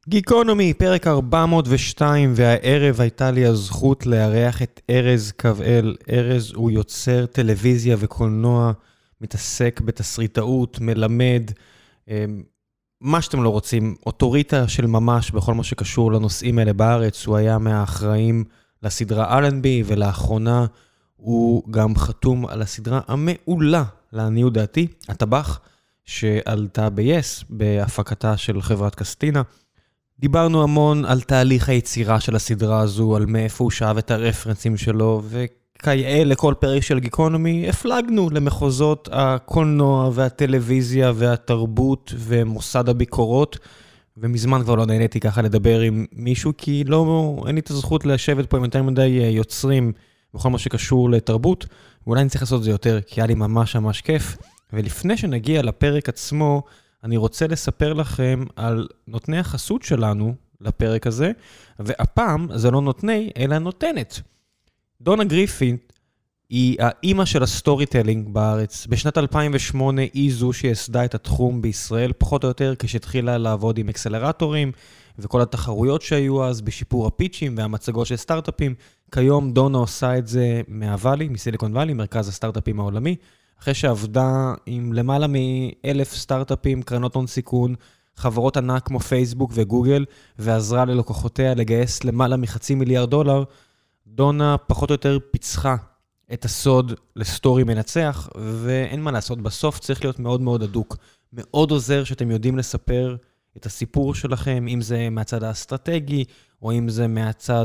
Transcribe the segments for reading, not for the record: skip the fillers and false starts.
גיקונומי, פרק 402, והערב הייתה לי הזכות לארח את ארז קו-אל. ארז הוא יוצר טלוויזיה וקולנוע, מתעסק בתסריטאות, מלמד, מה שאתם לא רוצים, אוטוריטה של ממש בכל מה שקשור לנושאים האלה בארץ. הוא היה מהאחראים לסדרה אלנבי, ולאחרונה הוא גם חתום על הסדרה המעולה, לעניות דעתי, הטבח, שעלתה ב-yes, בהפקתה של חברת קסטינה. דיברנו המון על תהליך היצירה של הסדרה הזו, על מאיפה הוא שאב את הרפרנסים שלו, וכיאה לכל פרק של גיקונומי, הפלגנו למחוזות הקולנוע והטלוויזיה והתרבות ומוסד הביקורות, ומזמן כבר לא נהניתי ככה לדבר עם מישהו, כי אין לי את הזכות לשבת פה עם יותר מדי יוצרים בכל מה שקשור לתרבות, ואולי אני צריך לעשות את זה יותר, כי היה לי ממש ממש כיף. ולפני שנגיע לפרק עצמו, אני רוצה לספר לכם על נותני החסות שלנו לפרק הזה, והפעם זה לא נותני, אלא נותנת. דונה גריפית היא האימא של הסטורי טלינג בארץ. בשנת 2008 היא זו שיסדה את התחום בישראל, פחות או יותר כשהתחילה לעבוד עם אקסלרטורים, וכל התחרויות שהיו אז בשיפור הפיצ'ים והמצגות של סטארט-אפים. כיום דונה עושה את זה מהוואלי, מסיליקון וואלי, מרכז הסטארט-אפים העולמי, אחרי שעבדה עם למעלה מ1,000 סטארט-אפים, קרנות הון סיכון, חברות ענק כמו פייסבוק וגוגל, ועזרה ללקוחותיה לגייס למעלה $500 מיליון, דונה פחות או יותר פיצחה את הסוד לסטורי מנצח, ואין מה לעשות, בסוף צריך להיות מאוד מאוד אדוק. מאוד עוזר שאתם יודעים לספר את הסיפור שלכם, אם זה מהצד האסטרטגי, או אם זה מהצד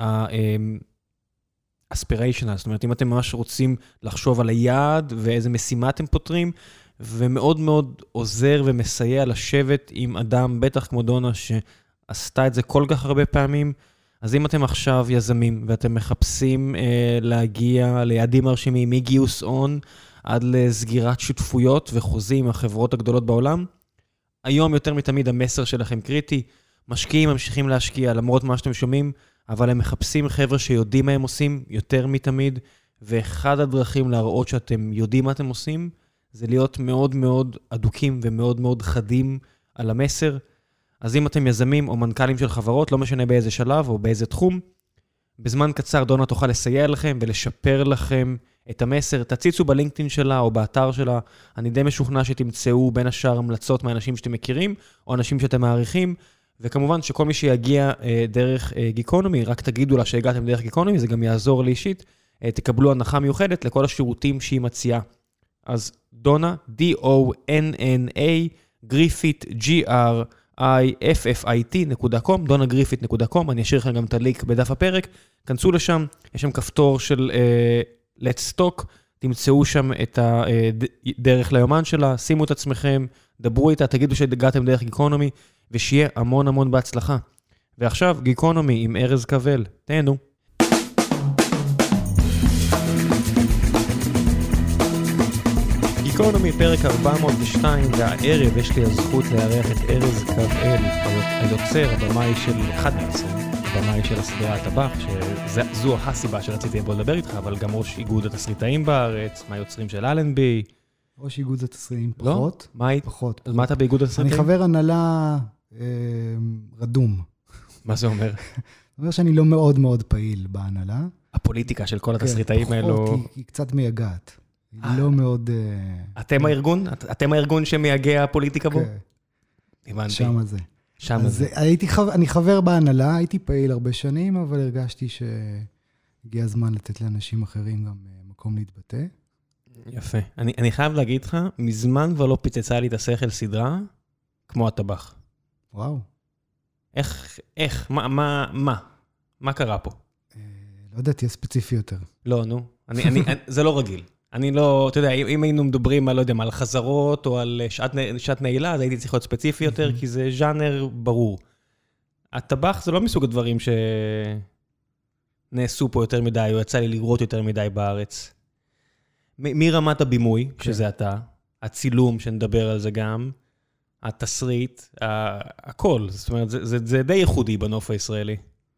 aspirational, זאת אומרת, אם אתם ממש רוצים לחשוב על היעד ואיזה משימה אתם פותרים, ומאוד מאוד עוזר ומסייע לשבת עם אדם, בטח כמו דונה, שעשתה את זה כל כך הרבה פעמים. אז אם אתם עכשיו יזמים, ואתם מחפשים להגיע ליעדים מרשימים, מגיוס הון עד לסגירת שותפויות וחוזים עם החברות הגדולות בעולם, היום יותר מתמיד המסר שלכם קריטי, משקיעים ממשיכים להשקיע למרות מה שאתם שומעים, אבל הם מחפשים חבר'ה שיודעים מה הם עושים יותר מתמיד, ואחד הדרכים להראות שאתם יודעים מה אתם עושים, זה להיות מאוד מאוד אדוקים ומאוד מאוד חדים על המסר. אז אם אתם יזמים או מנכ"לים של חברות, לא משנה באיזה שלב או באיזה תחום, בזמן קצר דונה תוכל לסייע לכם ולשפר לכם את המסר. תציצו בלינקדאין שלה או באתר שלה, אני די משוכנע שתמצאו בין השאר המלצות מהאנשים שאתם מכירים, או אנשים שאתם מעריכים, וכמובן שכל מי שיגיע דרך גיקונומי, רק תגידו לה שהגעתם דרך גיקונומי, זה גם יעזור לי אישית, תקבלו הנחה מיוחדת לכל השירותים שהיא מציעה. אז דונה, D-O-N-N-A, גריפית, G-R-I-F-F-I-T.com, donagriffith.com, אני אשאיר לכם גם את הלינק בדף הפרק, כנסו לשם, יש שם כפתור של Let's Talk, תמצאו שם את הדרך ליומן שלה, שימו את עצמכם, דברו איתה, תגידו שהגעתם דרך גיקונומי, ושיהיה המון המון בהצלחה. ועכשיו גיקונומי עם ארז קו-אל, תהנו. גיקונומי פרק 402, והערב יש לי הזכות לארח את ארז קו-אל, היוצר, הבמאי של אחד מהיוצרים, הבמאי של הסדרה הטבח, שזו הסיבה שרציתי לבוא לדבר איתך, אבל גם ראש איגוד התסריטאים בארץ, מהיוצרים של אלנבי. ראש איגוד התסריטאים פחות. לא? פחות. אז מה אתה באיגוד התסריטאים? אני חבר הנהלה רדום. מה זה אומר? זה אומר שאני לא מאוד מאוד פעיל בהנהלה. הפוליטיקה של כל התסריטאים האלו... פחות, היא קצת מייגעת. היא לא מאוד... אתם הארגון? אתם הארגון שמייגע הפוליטיקה בו? כן. שם זה. שם זה. אני חבר בהנהלה, הייתי פעיל הרבה שנים, אבל הרגשתי שהגיע הזמן לתת לאנשים אחרים גם מקום להתבטא. יפה. אני חייב להגיד לך, מזמן כבר לא פיצצה לי את השכל סדרה, כמו הטבח. וואו. איך? מה קרה פה? לא יודע, תהיה ספציפי יותר. לא, נו. זה לא רגיל. אני לא, אתה יודע, אם היינו מדברים על, לא יודע, על חזרות או על שעת נעילה, אז הייתי צריך להיות ספציפי יותר, כי זה ז'אנר ברור. הטבח זה לא מסוג הדברים שנעשו פה יותר מדי, או יצא לי לראות יותר מדי בארץ. מרמת הבימוי, שזה אתה, הצילום שנדבר על זה גם, התסריט, הכל. זאת אומרת, זה די ייחודי בנוף הישראלי.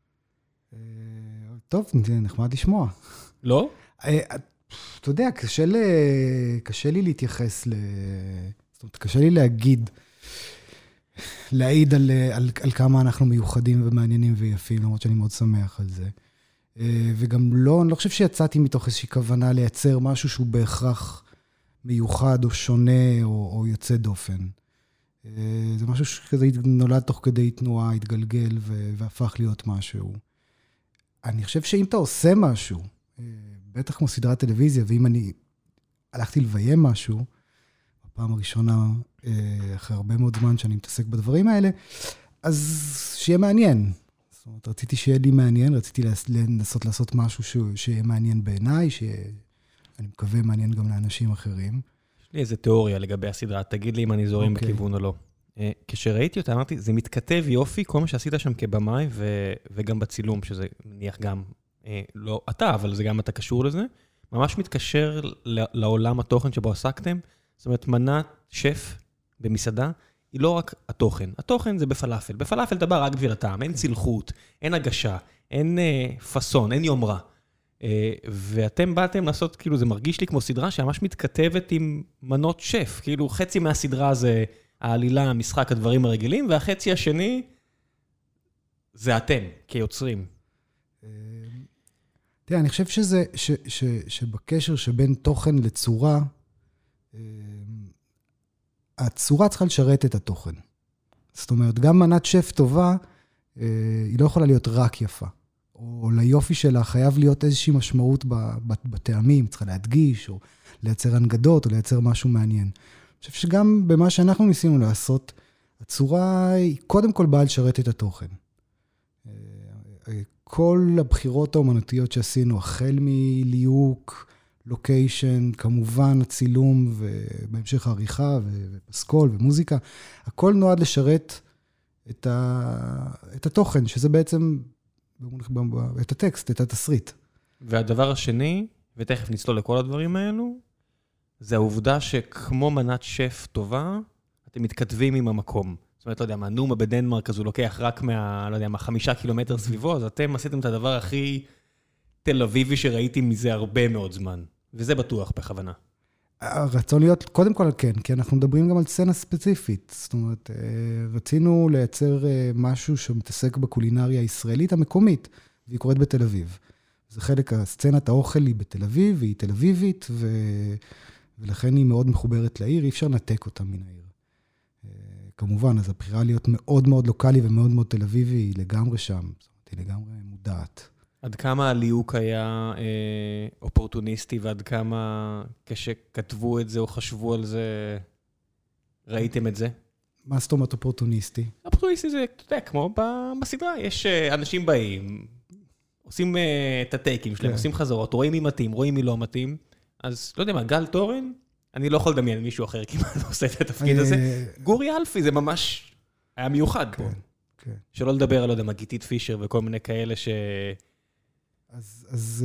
טוב, נחמד לשמוע. לא? אתה יודע, קשה לי להתייחס זאת אומרת, קשה לי להגיד להעיד על כמה אנחנו מיוחדים ומעניינים ויפים, למרות שאני מאוד שמח על זה. וגם לא, אני לא חושב שיצאתי מתוך איזושהי כוונה לייצר משהו שהוא בהכרח מיוחד או שונה או יוצא דופן. זה משהו שכזה נולד תוך כדי תנועה, התגלגל והפך להיות משהו. אני חושב שאם אתה עושה משהו, בטח כמו סדרת טלוויזיה, ואם אני הלכתי לביים משהו, בפעם הראשונה, אחרי הרבה מאוד זמן שאני מתעסק בדברים האלה, אז שיהיה מעניין. זאת אומרת, רציתי שיהיה לי מעניין, רציתי לנסות לעשות משהו שיהיה מעניין בעיניי, שאני מקווה מעניין גם לאנשים אחרים. יש לי איזו תיאוריה לגבי הסדרה, תגיד לי אם אני זורם בכיוון או לא. כשראיתי אותה, אמרתי, זה מתכתב יופי, כל מה שעשית שם כבמאי, וגם בצילום, שזה מניח גם, לא אתה, אבל זה גם אתה קשור לזה, ממש מתקשר לעולם התוכן שבו עסקתם, זאת אומרת, מנת שף במסעדה, היא לא רק התוכן. התוכן זה בפלאפל. בפלאפל אתה בא רק בשביל הטעם, אין צלחות, אין הגשה, אין פסון, אין יומרה. ואתם באתם לעשות, כאילו זה מרגיש לי כמו סדרה שממש מתכתבת עם מנות שף. כאילו חצי מהסדרה זה העלילה, המשחק, הדברים הרגילים, והחצי השני זה אתם, כיוצרים. תראה, אני חושב שבקשר שבין תוכן לצורה, הצורה צריכה לשרת את התוכן. זאת אומרת, גם מנת שף טובה, היא לא יכולה להיות רק יפה. או ליופי שלה חייב להיות איזושהי משמעות בטעמים, צריכה להדגיש, או לייצר הנגדות, או לייצר משהו מעניין. אני חושב שגם במה שאנחנו ניסינו לעשות, הצורה היא קודם כל באה לשרת את התוכן. כל הבחירות האומנותיות שעשינו, החל מליהוק, לוקיישן, כמובן הצילום ובהמשך העריכה ופסקול ומוזיקה, הכל נועד לשרת את התוכן, שזה בעצם את הטקסט, את התסריט. והדבר השני, ותכף נצלול לכל הדברים האלו, זה העובדה שכמו מנת שף טובה, אתם מתכתבים עם המקום. זאת אומרת, לא יודע, נומה בדנמרק, אז הוא לוקח רק לא יודע, 5 קילומטר סביבו, אז אתם עשיתם את הדבר הכי תל אביבי שראיתי מזה הרבה מאוד זמן. וזה בטוח בכוונה. הרצון להיות, קודם כל כן, כי אנחנו מדברים גם על סצנה ספציפית. זאת אומרת, רצינו לייצר משהו שמתעסק בקולינריה הישראלית המקומית, והיא קורית בתל אביב. זה חלק, הסצנת האוכל היא בתל אביב, והיא תל אביבית, ולכן היא מאוד מחוברת לעיר, אי אפשר לנתק אותה מן העיר. כמובן, אז הבחירה להיות מאוד מאוד לוקלי ומאוד מאוד תל אביבי, היא לגמרי שם. זאת אומרת, היא לגמרי מודעת. עד כמה הליהוק היה אופורטוניסטי, ועד כמה כשכתבו את זה או חשבו על זה, ראיתם את זה? מה זאת אומרת אופורטוניסטי? אופורטוניסטי זה, אתה יודע, כמו בסדרה, יש אנשים באים, עושים את הטייקים שלהם, עושים חזרות, רואים מי מתאים, רואים מי לא מתאים, אז לא יודע מה, גל תורן, אני לא יכול לדמיין מישהו אחר כמעט עושה את התפקיד הזה. גורי אלפי, זה ממש היה מיוחד פה. שלא לדבר על, לא יודע, מגיתית פישר וכל מיני כאלה אז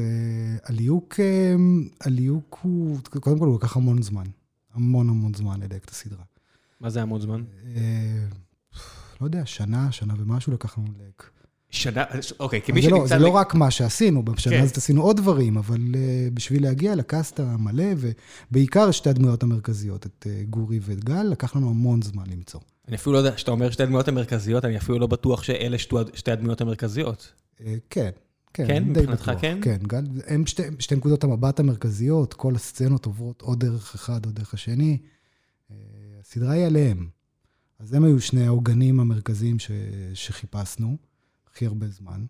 הליהוק הוא, קודם כל הוא לקח המון זמן. המון זמן לדייק את הסדרה. מה זה המון זמן? לא יודע, שנה ומשהו לקח לנו לדייק. שנה? אוקיי, כמי שנמצא... זה לא רק מה שעשינו, בשנה הזאת עשינו עוד דברים, אבל בשביל להגיע לקאסט המלא, ובעיקר שתי הדמויות המרכזיות, את גורי ואת גל, לקח לנו המון זמן למצוא. אני אפילו לא יודע, שאתה אומר שתי הדמויות המרכזיות, אני אפילו לא בטוח שאלה שתי הדמויות המרכזיות. כן. כן, מבחינתך כן? כן, הם שתי נקודות המבט המרכזיות, כל הסצנות עוברות או דרך אחד או דרך השני. הסדרה היא עליהם. אז הם היו שני העוגנים המרכזיים שחיפשנו, הכי הרבה זמן.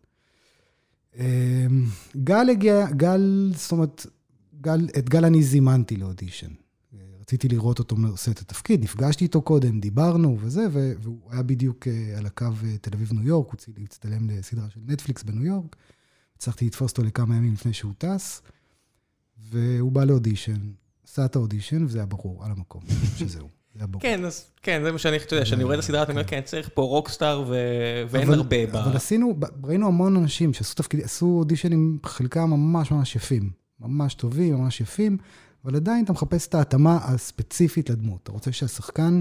זאת אומרת, את גל אני זימנתי לאודישן. רציתי לראות אותו עושה את התפקיד, נפגשתי איתו קודם, דיברנו וזה, והוא היה בדיוק על הקו תל אביב ניו יורק, הוא הצטלם לסדרה של נטפליקס בניו יורק, הצלחתי לתפוס אותו לכמה ימים לפני שהוא טס, והוא בא לאודישן, עשה את האודישן, וזה היה ברור, על המקום, שזהו, זה היה ברור. כן, זה מה שאני יודע, שאני רואה את הסדרה, אתה אומר, כן, צריך פה רוקסטאר, ואין הרבה בה. אבל ראינו המון אנשים שעשו אודישנים, חלקם ממש ממש יפים, ממש טובים, ממש יפים, אבל עדיין אתה מחפש את ההתאמה הספציפית לדמות. אתה רוצה שהשחקן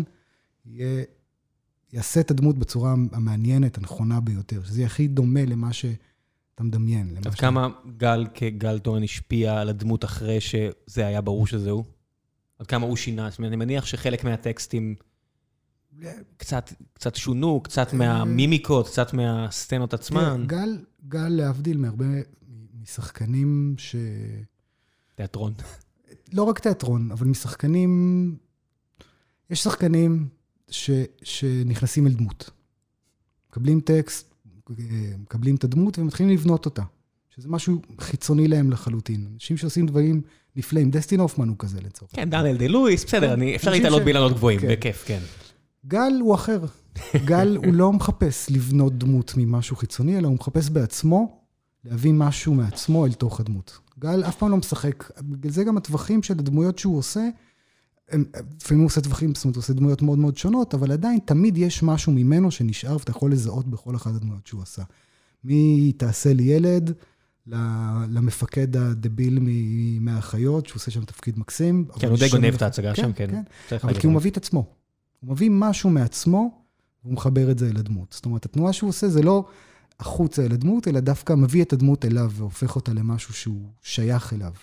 יעשה את הדמות בצורה המעניינת, הנכונה ביותר, שזה הכי דומה למה שאתה מדמיין. אז כמה גל כגל תורן השפיע על הדמות אחרי שזה היה ברור שזהו? עד כמה הוא שינה? זאת אומרת, אני מניח שחלק מהטקסטים קצת שונו, קצת מהמימיקות, קצת מהסצנות עצמן. גל להבדיל מהרבה משחקנים תיאטרון. לא רק תיאטרון, אבל משחקנים, יש שחקנים שנכנסים אל דמות. מקבלים טקסט, מקבלים את הדמות ומתחילים לבנות אותה. שזה משהו חיצוני להם לחלוטין. אנשים שעושים דברים נפלאים. דסטין הופמן הוא כזה לצורך. כן, דניאל די לואיס, בסדר, אפשר להתעלות בילנות גבוהים, בכיף, כן. גל הוא אחר. גל הוא לא מחפש לבנות דמות ממשהו חיצוני, אלא הוא מחפש בעצמו להביא משהו מעצמו אל תוך הדמות. גל אף פעם לא משחק. בגלל זה גם הטווחים של הדמויות שהוא עושה, לפעמים הוא עושה טווחים, זאת אומרת, הוא עושה דמויות מאוד מאוד שונות, אבל עדיין תמיד יש משהו ממנו שנשאר, ואתה יכול לזהות בכל אחת הדמויות שהוא עשה. מי תעשה לי ילד, למפקד הדביל מהאחיות, שהוא עושה שם תפקיד מקסים. כן, הוא די גונב את ההצגה שם, כן. אבל כי הוא מביא את עצמו. הוא מביא משהו מעצמו, והוא מחבר את זה אל הדמות. זאת אומרת, התנועה שהוא עושה זה לא החוצה אל הדמות, אלא דווקא מביא את הדמות אליו, והופך אותה למשהו שהוא שייך אליו.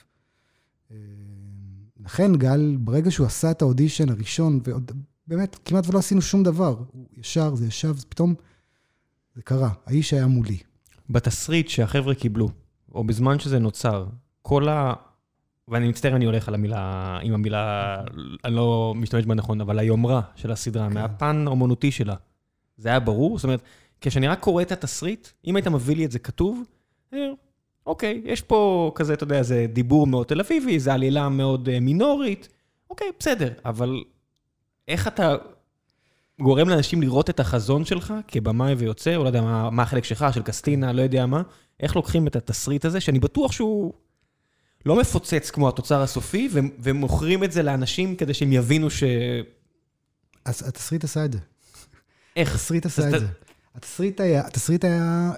לכן גל, ברגע שהוא עשה את האודישן הראשון, ובאמת כמעט ולא עשינו שום דבר, הוא ישר, זה ישב, זה פתאום, זה קרה, האיש היה מולי. בתסריט שהחבר'ה קיבלו, או בזמן שזה נוצר, ואני מצטער, אני הולך על המילה, עם המילה, אני לא משתמש בה נכון, אבל היומרה של הסדרה, מהפן האומנותי שלה, זה היה ברור? זאת אומרת, כשאני רק קורא את התסריט, אם היית מביא לי את זה כתוב, אוקיי, יש פה כזה, אתה יודע, זה דיבור מאוד תל אביבי, זה עלילה מאוד מינורית, אוקיי, בסדר, אבל איך אתה גורם לאנשים לראות את החזון שלך כבמאי ויוצא, או לא יודע מה החלק שלך, של קסטינה, לא יודע מה, איך לוקחים את התסריט הזה, שאני בטוח שהוא לא מפוצץ כמו התוצר הסופי, ומוכרים את זה לאנשים כדי שהם יבינו ש... אז התסריט עשה את זה. איך? התסריט עשה את זה. התסריט היה...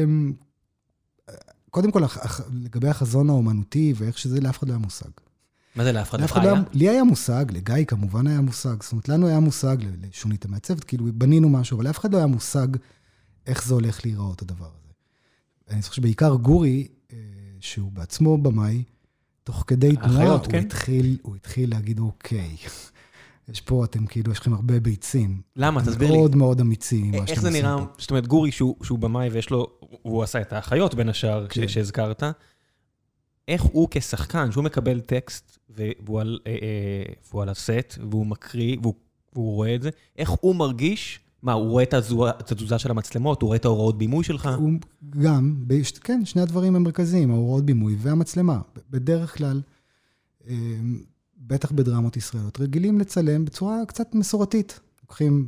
קודם כל, לגבי החזון האומנותי, ואיך שזה, לאף אחד לא היה מושג. מה זה לאף אחד היה? לי היה מושג, לגיא כמובן היה מושג, זאת אומרת, לנו היה מושג, לשונית המעצבת, כאילו בנינו משהו, אבל לאף אחד לא היה מושג איך זה הולך להיראות, הדבר הזה. אני חושב שבעיקר גורי, שהוא בעצמו במאי, תוך כדי תנועה, הוא התחיל להגיד, אוקיי, יש פה, אתם כאילו, יש לכם הרבה ביצים. למה? תסביר לי. מאוד מאוד אמיצים. איך זה נראה? זאת אומרת, גורי, שהוא במאי, ויש לו, הוא עשה את האחיות בין השאר, שהזכרת, איך הוא כשחקן, שהוא מקבל טקסט, והוא על הסט, והוא מקריא, והוא רואה את זה, איך הוא מרגיש, מה, הוא רואה את התזוזה של המצלמות, הוא רואה את ההוראות בימוי שלך? הוא גם, כן, שני הדברים המרכזיים, ההוראות בימוי והמצלמה. בדרך כלל, בטח בדרמות ישראליות, רגילים לצלם בצורה קצת מסורתית. לוקחים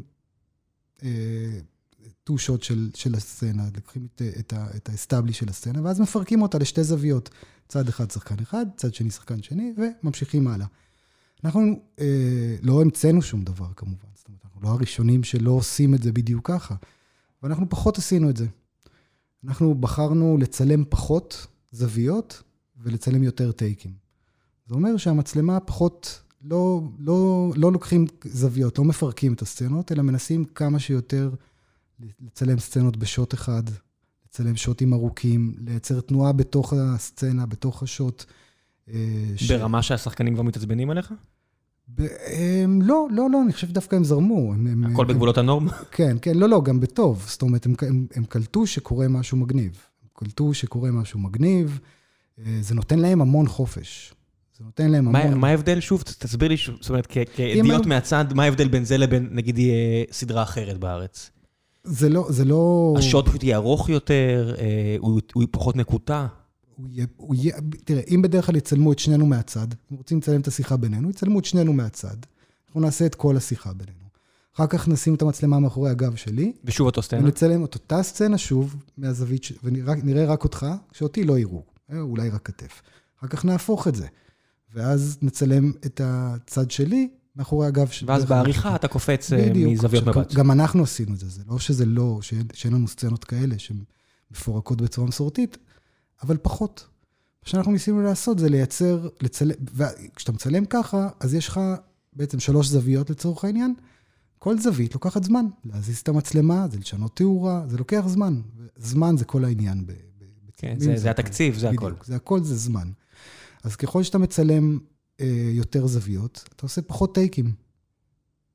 טושות של הסצנה, לוקחים את האסטבלי של הסצנה, ואז מפרקים אותה לשתי זוויות. צד אחד שחקן אחד, צד שני שחקן שני, וממשיכים הלאה. אנחנו לא המצאנו שום דבר כמובן, זאת אומרת, אנחנו לא הראשונים שלא עושים את זה בדיוק ככה, ואנחנו פחות עשינו את זה. אנחנו בחרנו לצלם פחות זוויות, ולצלם יותר טייקים. זה אומר שהמצלמה פחות, לא לוקחים זוויות, לא מפרקים את הסצנות, אלא מנסים כמה שיותר לצלם סצנות בשוט אחד, לצלם שוטים ארוכים, לייצר תנועה בתוך הסצנה, בתוך השוט. ברמה שהשחקנים כבר מתעצבנים עליך? לא, אני חושב דווקא הם זרמו. הכל בגבולות הנורמה? כן, לא, גם בטוב. זאת אומרת, הם קלטו שקורה משהו מגניב. הם קלטו שקורה משהו מגניב, זה נותן להם המון חופש. זה נותן להם המון... מה ההבדל? שוב, תסביר לי, זאת אומרת, כאדיוט מהצד, מה ההבדל בין זה לבין, נגיד, סדרה אחרת בארץ? זה לא... השוט פשוט יהיה ארוך יותר, הוא פחות מקוטע. תראה, אם בדרך כלל יצלמו את שנינו מהצד, אם רוצים לצלם את השיחה בינינו, יצלמו את שנינו מהצד. אנחנו נעשה את כל השיחה בינינו. אחר כך נשים את המצלמה מאחורי הגב שלי. ושוב אותו סצנה? ונצלם את אותה סצנה שוב מהזווית, ונראה רק אותך, שאותי לא יראו. אולי רק כתף. אחר כך נהפוך את זה. ואז נצלם את הצד שלי מאחורי הגב שלי. ואז בעריכה אתה קופץ מזוויות מבט. גם אנחנו עשינו את זה. זה לא שזה לא, שאין לנו סצנות כאלה שמפורקות בצורה מסורתית, אבל פחות. מה שאנחנו ניסינו לעשות זה לייצר, וכשאתה מצלם ככה, אז יש לך בעצם 3 זוויות לצורך העניין. כל זווית לוקחת זמן. להזיז את המצלמה, זה לשנות תאורה, זה לוקח זמן. זמן זה כל העניין. כן, זה התקציב, זה הכל. זה הכל, זה זמן. אז ככל שאתה מצלם יותר זוויות, אתה עושה פחות טייקים.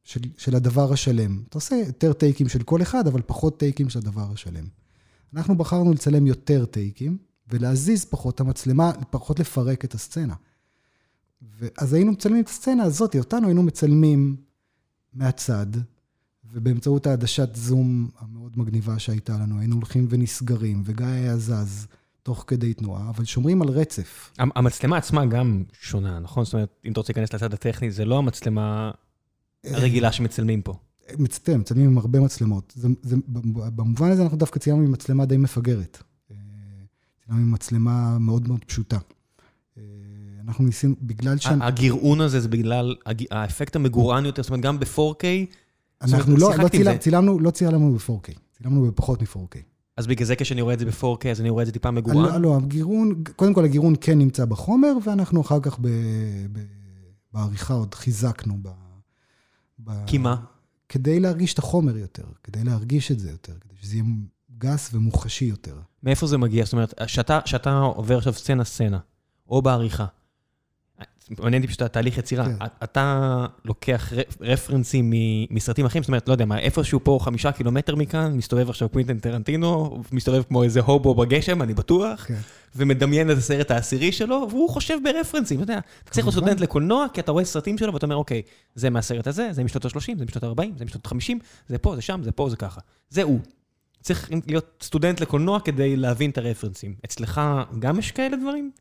של הדבר השלם. אתה עושה יותר טייקים של כל אחד, אבל פחות טייקים של הדבר השלם. אנחנו בחרנו לצלם יותר טייקים, ולהזיז פחות המצלמה, פחות לפרק את הסצנה. אז היינו מצלמים את הסצנה הזאת, אותנו היינו מצלמים מהצד, ובאמצעות העדשת זום המאוד מגניבה שהייתה לנו, היינו הולכים ונסגרים, וגיא היה זז תוך כדי תנועה, אבל שומרים על רצף. המצלמה עצמה גם שונה, נכון? זאת אומרת, אם אתה רוצה להיכנס לצד הטכני, זה לא המצלמה הרגילה שמצלמים פה. מצלמים עם הרבה מצלמות. במובן הזה אנחנו דווקא צילמנו עם מצלמה די מפגרת. צילמנו עם מצלמה מאוד מאוד פשוטה. אנחנו ניסינו, בגלל הגירעון הזה זה בגלל האפקט המגורען יותר, זאת אומרת, גם ב-4K, אנחנו לא צילמנו ב-4K, צילמנו בפחות מ-4K. אז בגלל זה כשאני רואה את זה ב-4K, אז אני רואה את זה טיפה מגורען? לא, הגירעון, קודם כל הגירעון כן נמצא בחומר, ואנחנו אחר כך בעריכה עוד חיזקנו כי מה? כדי להרגיש את החומר יותר, כדי להרגיש את זה יותר, כדי שזה יהיה גס ומוחשי יותר. מאיפה זה מגיע? זאת אומרת, שאתה עובר עכשיו סצנה, או בעריכה, מעניין אותי פשוט התהליך יצירה, אתה לוקח רפרנסים מסרטים אחרים, זאת אומרת, לא יודע מה, איפשהו פה 5 קילומטר מכאן, מסתובב עכשיו קווינטין טרנטינו, מסתובב כמו איזה הובו בגשם, אני בטוח, ומדמיין את הסרט העשירי שלו, והוא חושב ברפרנסים, אתה יודע, אתה צריך להיות סטודנט לקולנוע, כי אתה רואה סרטים שלו, ואתה אומר, אוקיי, זה מהסרט הזה, זה משנות ה-30, זה משנות ה-40, זה משנות ה-50, זה פה, זה שם, זה פה, זה ככה. זה הוא. צריך להיות סטודנט לקולנוע כדי להבין את הרפרנסים. אצלך גם יש כאלה דברים?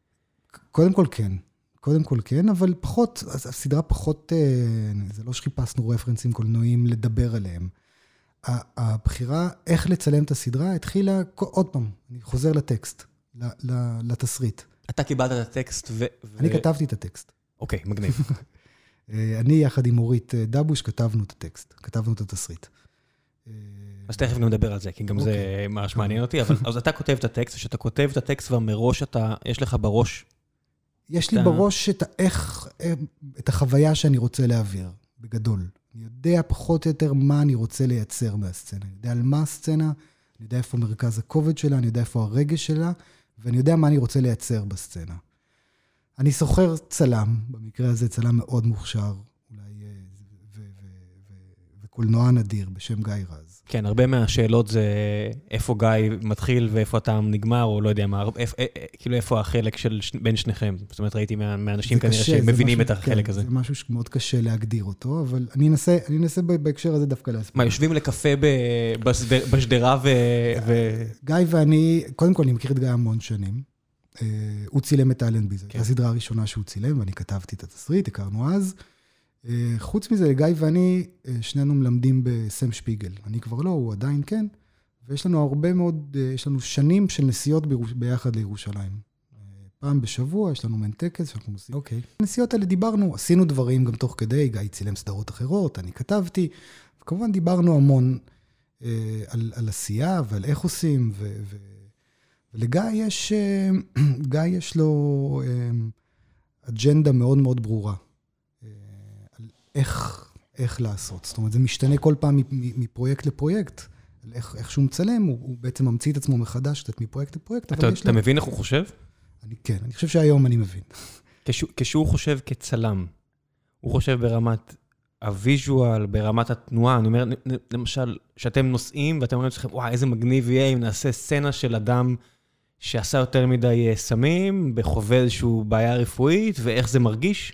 קודם כל כן, אבל פחות, הסדרה פחות, זה לא שחיפשנו רפרנסים קולנועיים לדבר עליהם. הבחירה איך לצלם את הסדרה התחילה, עוד פעם, אני חוזר לטקסט, לתסריט. אתה קיבלת את הטקסט אני כתבתי את הטקסט. אוקיי, מגניב. אני יחד עם אורית דבוש כתבנו את הטקסט, כתבנו את התסריט. אז תכף גם נדבר על זה, כי גם זה ממש מעניין אותי, אבל אז אתה כותב את הטקסט, ושאתה כותב את הטקסט ומראש יש לך בראש יש לי בראש את החוויה שאני רוצה להעביר, בגדול. אני יודע פחות או יותר מה אני רוצה לייצר מהסצנה. אני יודע על מה הסצנה, אני יודע איפה מרכז הכובד שלה, אני יודע איפה הרגש שלה, ואני יודע מה אני רוצה לייצר בסצנה. אני סוחר צלם, במקרה הזה צלם מאוד מוכשר, אולי, וקולנוע נדיר בשם גיא רז. כן, הרבה מהשאלות זה איפה גיא מתחיל ואיפה אתה נגמר, או לא יודע מה, כאילו איפה החלק בין שניכם. זאת אומרת, ראיתי מהאנשים כנראה שמבינים את החלק הזה. זה משהו שמאוד קשה להגדיר אותו, אבל אני אנסה בהקשר הזה דווקא להסביר. מה, יושבים לקפה בשדרה גיא ואני, קודם כל אני מכיר את גיא המון שנים. הוא צילם את אלנבי, זו הסדרה הראשונה שהוא צילם, ואני כתבתי את התסריט, הכרנו אז. חוץ מזה, גיא ואני, שנינו מלמדים בסם שפיגל. אני כבר לא, הוא עדיין כן. ויש לנו הרבה מאוד, יש לנו שנים של נסיעות ביחד לירושלים. פעם בשבוע, יש לנו טקס שאנחנו עושים. אוקיי. הנסיעות האלה דיברנו, עשינו דברים גם תוך כדי, גיא צילם סדרות אחרות, אני כתבתי, וכמובן דיברנו המון על עשייה ועל איך עושים, ולגיא יש לו אג'נדה מאוד מאוד ברורה. איך לעשות. זאת אומרת, זה משתנה כל פעם מפרויקט לפרויקט. איך שהוא מצלם, הוא בעצם ממציא את עצמו מחדש, קצת מפרויקט לפרויקט. אתה מבין איך הוא חושב? כן, אני חושב שהיום אני מבין. כשהוא חושב כצלם, הוא חושב ברמת הוויז'ואל, ברמת התנועה, אני אומר, למשל, שאתם נוסעים, ואתם אומרים לכם, וואי, איזה מגניב יהיה אם נעשה סצנה של אדם שעשה יותר מדי סמים, בחווה איזושהי בעיה רפואית, ואיך זה מרגיש?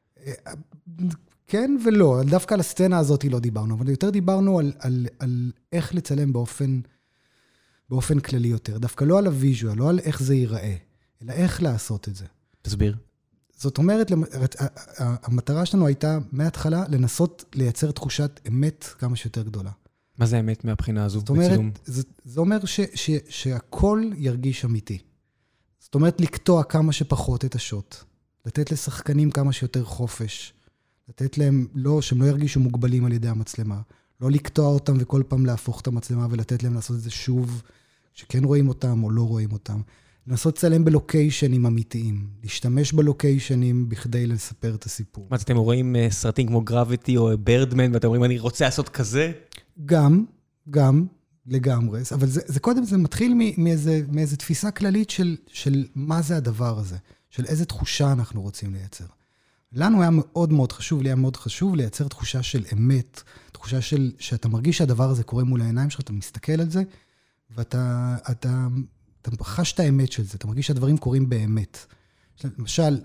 כן ולא, דווקא על הסצנה הזאת לא דיברנו, אבל יותר דיברנו על איך לצלם באופן כללי יותר. דווקא לא על הוויז'ואל, לא על איך זה ייראה, אלא איך לעשות את זה. תסביר. זאת אומרת, המטרה שלנו הייתה מההתחלה לנסות לייצר תחושת אמת כמה שיותר גדולה. מה זה אמת מהבחינה הזו? זה אומר שהכל ירגיש אמיתי. זאת אומרת, לקטוע כמה שפחות את השוט, לתת לשחקנים כמה שיותר חופש, לתת להם, שהם לא ירגישו מוגבלים על ידי המצלמה, לא לקטוע אותם וכל פעם להפוך את המצלמה ולתת להם לעשות את זה שוב, שכן רואים אותם או לא רואים אותם. לנסות לצלם בלוקיישנים אמיתיים, להשתמש בלוקיישנים בכדי לספר את הסיפור. מה, אתם רואים סרטים כמו גרביטי או ברדמן, ואתם אומרים, אני רוצה לעשות כזה? גם, לגמרי, אבל זה קודם, זה מתחיל מאיזו תפיסה כללית של מה זה הדבר הזה, של איזה תחושה אנחנו רוצים לייצר. לנו היה מאוד מאוד חשוב, לי היה מאוד חשוב לייצר תחושה של אמת, תחושה של שאתה מרגיש שהדבר הזה קורה מול העיניים שלך, אתה מסתכל על זה, ואתה חש את האמת של זה, אתה מרגיש שהדברים קורים באמת. למשל,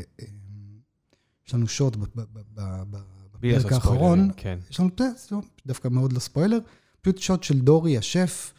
יש לנו שוט בפרק האחרון, יש לנו דווקא מאוד לא ספוילר, פשוט שוט של דורי, השף,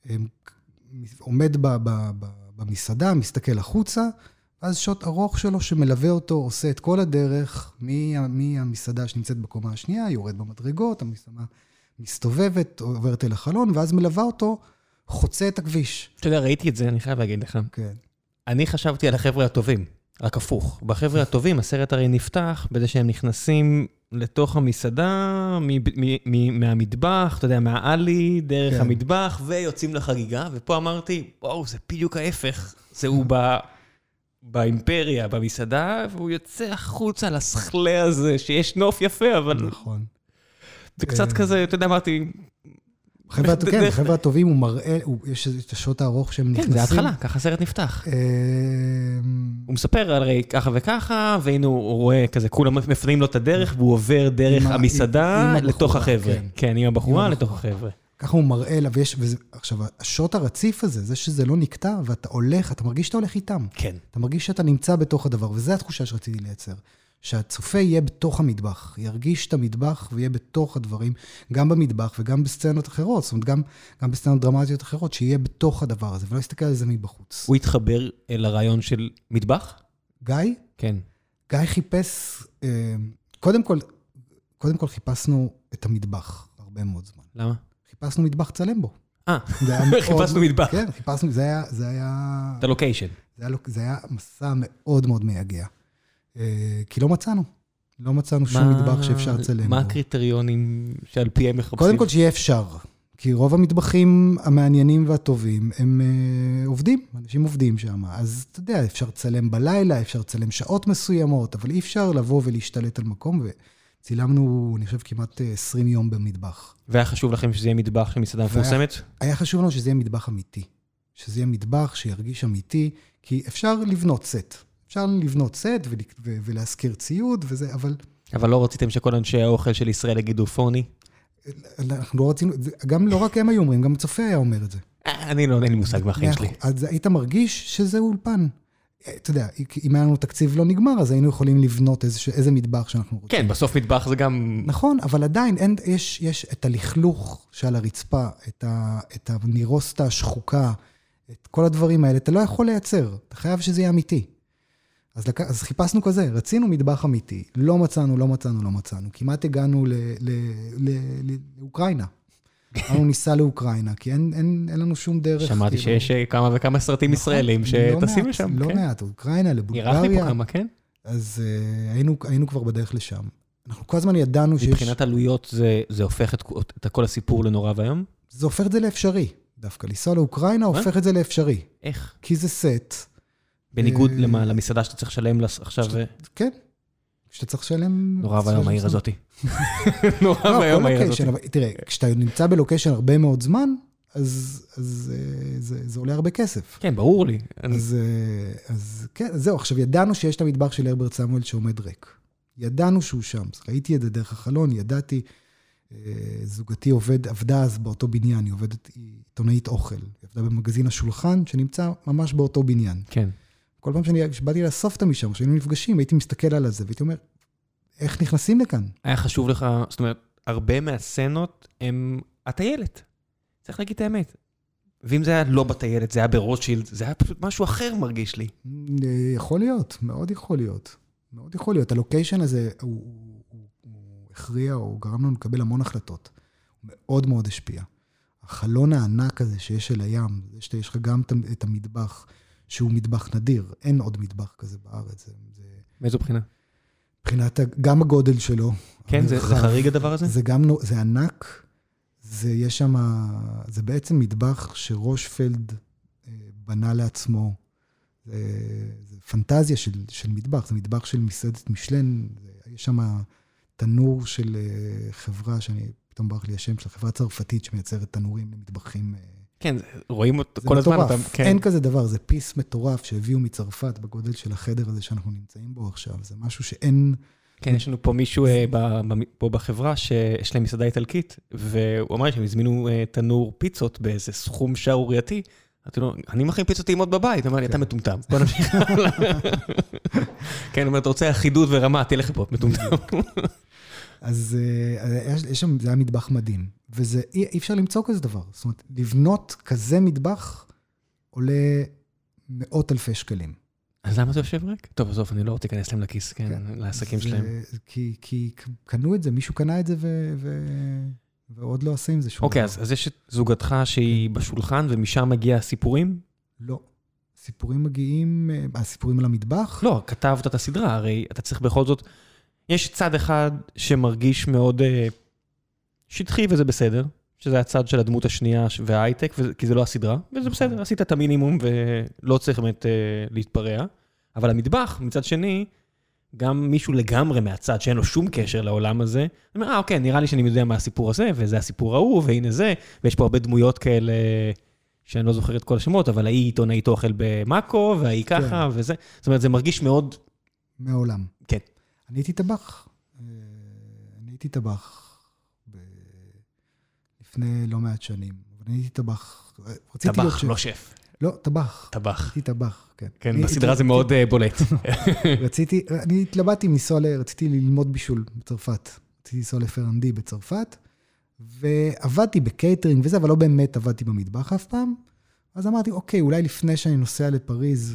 עומד במסעדה, מסתכל החוצה, ואז שוט ארוך שלו שמלווה אותו, עושה את כל הדרך מהמסעדה שנמצאת בקומה השנייה, יורד במדרגות, המסעדה מסתובבת, עוברת אל החלון, ואז מלווה אותו, חוצה את הכביש. אתה יודע, ראיתי את זה, אני חייב להגיד לך. כן. אני חשבתי על החבר'ה הטובים, רק הפוך. בחבר'ה הטובים, הסרט הרי נפתח בזה שהם נכנסים לתוך המסעדה, מהמטבח, אתה יודע, מהעלי, דרך המטבח, ויוצאים לחגיגה, ופה אמרתי, וואו, זה בדיוק ההפך. זהו באימפריה, במסעדה, והוא יוצא החוצה לסחלה הזה, שיש נוף יפה, אבל... נכון. זה קצת כזה, אתה יודע, אמרתי... חבר'ה הטובים, הוא מראה, יש את השוט הארוך שהם נכנסים. כן, זה התחלה, ככה הסרט נפתח. הוא מספר הרי ככה וככה, והנה הוא רואה כזה, כולם מפנים לו את הדרך, והוא עובר דרך המסעדה לתוך החבר'ה. כן, עם הבחורה לתוך החבר'ה. ככה הוא מראה לה, עכשיו, השוט הרציף הזה, זה שזה לא נקטע, ואתה הולך, אתה מרגיש שאתה הולך איתם. כן. אתה מרגיש שאתה נמצא בתוך הדבר, וזו התחושה שרציתי לייצר. שהצופה יהיה בתוך המטבח, ירגיש את המטבח ויהיה בתוך הדברים, גם במטבח וגם בסצנות אחרות, זאת אומרת, גם בסצנות דרמטיות אחרות, שיהיה בתוך הדבר הזה, ולא יסתכל על זה מבחוץ. הוא התחבר אל הרעיון של מטבח? גיא? כן. גיא חיפש, קודם כל חיפשנו את המטבח, הרבה מאוד זמן. למה? חיפשנו מטבח צלם בו. חיפשנו מטבח. כן, חיפשנו, זה היה... את הלוקיישן. זה היה מסע מאוד מאוד מייגע. כי לא מצאנו שום מטבח שאפשר לצלם בו. מה הקריטריונים שעל פיהם מחפשים? קודם כל שיהיה אפשר, כי רוב המטבחים המעניינים והטובים הם עובדים, אנשים עובדים שם, אז אתה יודע, אפשר לצלם בלילה, אפשר לצלם שעות מסוימות, אבל אי אפשר לבוא ולהשתלט על מקום, וצילמנו, אני חושב, כמעט 20 יום במטבח. והיה חשוב לכם שזה יהיה מטבח של מסעדה מפורסמת? היה חשוב לנו שזה יהיה מטבח אמיתי, שזה יהיה מטבח שירגיש אמיתי, כי אפשר לבנות סט. אפשר לבנות סט ולהזכיר ציוד וזה, אבל... אבל לא רציתם שכל אנשי האוכל של ישראל יגידו פוני? אנחנו לא רצינו, גם לא רק הם היו אומרים, גם הצופה היה אומר את זה. אני לא, אין לי מושג מהחיים שלי. אז היית מרגיש שזה אולפן. אתה יודע, אם היה לנו תקציב לא נגמר, אז היינו יכולים לבנות איזה מטבח שאנחנו רוצים. כן, בסוף מטבח זה גם... נכון, אבל עדיין יש את הלכלוך שעל הרצפה, את הנירוסטה השחוקה, את כל הדברים האלה, אתה לא יכול לייצר, אתה חייב שזה יהיה אמיתי. אז חיפשנו כזה, רצינו מטבח אמיתי, לא מצאנו. כמעט הגענו לאוקראינה. אנחנו ניסה לאוקראינה, כי אין לנו שום דרך. שמעתי שיש כמה וכמה סרטים ישראלים שטסים לשם. לא מעט, אוקראינה, לבולגריה. נראה לי פה כמה, כן? אז היינו כבר בדרך לשם. אנחנו כל הזמן ידענו שיש... מבחינת עלויות זה הופך את כל הסיפור לנורא והיום? זה הופך את זה לאפשרי. דווקא לנסוע לאוקראינה הופך את זה לאפשרי. איך? כי זה סט. בניגוד למסעדה שאתה צריך לשלם עכשיו... כן, שאתה צריך לשלם... נורא והיום העיר הזאתי. נורא והיום העיר הזאתי. תראה, כשאתה נמצא בלוקיישן הרבה מאוד זמן, אז זה עולה הרבה כסף. כן, ברור לי. אז כן, זהו, עכשיו ידענו שיש את המטבח של הרברט סמואל שעומד ריק. ידענו שהוא שם, ראיתי את זה דרך החלון, ידעתי, זוגתי עבדה אז באותו בניין, היא עובדת עיתונאית אוכל, היא עבדה במגזין השולחן, שנמצא ממש באותו בניין. כן. כל פעם שבאתי לאסוף אותה משם, כשהיינו נפגשים, הייתי מסתכל על זה, והייתי אומר, איך נכנסים לכאן? היה חשוב לך, זאת אומרת, הרבה מהסצנות הם הטיילת. צריך להגיד את האמת. ואם זה היה לא בטיילת, זה היה ברוטשילד, זה היה פשוט משהו אחר מרגיש לי. יכול להיות, מאוד יכול להיות. מאוד יכול להיות. הלוקיישן הזה, הוא הכריע, הוא גרם לנו לקבל המון החלטות. הוא מאוד מאוד השפיע. החלון הענק הזה שיש אל הים, יש לך גם את המטבח, שהוא מטבח נדיר. אין עוד מטבח כזה בארץ. מאיזו בחינה? מבחינת גם הגודל שלו. כן, זה חריג הדבר הזה? זה ענק. יש שם, זה בעצם מטבח שרושפלד בנה לעצמו. זה פנטזיה של מטבח. זה מטבח של מסעדת משלן. יש שם תנור של חברה, שאני פתאום ברח לי השם, של חברה צרפתית שמייצרת תנורים למטבחים. כן, רואים אותו כל הזמן. זה מטורף, אין כזה דבר, זה פיס מטורף שהביאו מצרפת בגודל של החדר הזה שאנחנו נמצאים בו עכשיו, זה משהו שאין... כן, יש לנו פה מישהו פה בחברה שיש להם מסעדה איטלקית, והוא אמר שהם הזמינו תנור פיצות באיזה סכום שערורייתי, אני מכין פיצות טעימות בבית, הוא אמר לי, אתה מטומטם, בוא נמשיך הלאה. כן, הוא אומר, אתה רוצה אחידות ורמה, תלך לפה, מטומטם. אז יש שם, זה היה מטבח מדהים, אי אפשר למצוא כזה דבר, זאת אומרת, לבנות כזה מטבח עולה מאות אלפי שקלים. אז למה זה יושב ריק? טוב, בסוף, אני לא רוצה להיכנס להם לכיס, כן, לעסקים שלהם. כי קנו את זה, מישהו קנה את זה ועוד לא עושה עם זה שום דבר. אוקיי, אז יש את זוגתך שהיא בשולחן, ומשם מגיע הסיפורים? לא. הסיפורים מגיעים, הסיפורים על המטבח? לא, כתבת את הסדרה, הרי אתה צריך בכל זאת, יש צד אחד שמרגיש מאוד שטחי וזה בסדר, שזה הצד של הדמות השנייה וההייטק, כי זה לא הסדרה, וזה בסדר, עשית את המינימום ולא צריך באמת להתפרע, אבל המטבח, מצד שני, גם מישהו לגמרי מהצד שאין לו שום קשר לעולם הזה, אומר, אוקיי, נראה לי שאני יודע מה הסיפור הזה, וזה הסיפור ההוא, והנה זה, ויש פה הרבה דמויות כאלה, שאני לא זוכר את כל השמות, אבל ההיא עיתונאית אוכל במאקו, וההיא ככה, וזה, זאת אומרת, זה מרגיש מאוד... מעולם. כן. אני הייתי טבח לפני לא מעט שנים, אבל אני הייתי טבח... טבח, לא שף. לא, טבח. טבח. הייתי טבח, כן. כן, בסדרה זה מאוד בולט. אני התלבטתי רציתי ללמוד בישול בצרפת. רציתי לנסוע לפרנדי בצרפת, ועבדתי בקייטרינג וזה, אבל לא באמת עבדתי במטבח אף פעם. אז אמרתי, אוקיי, אולי לפני שאני נוסע לפריז,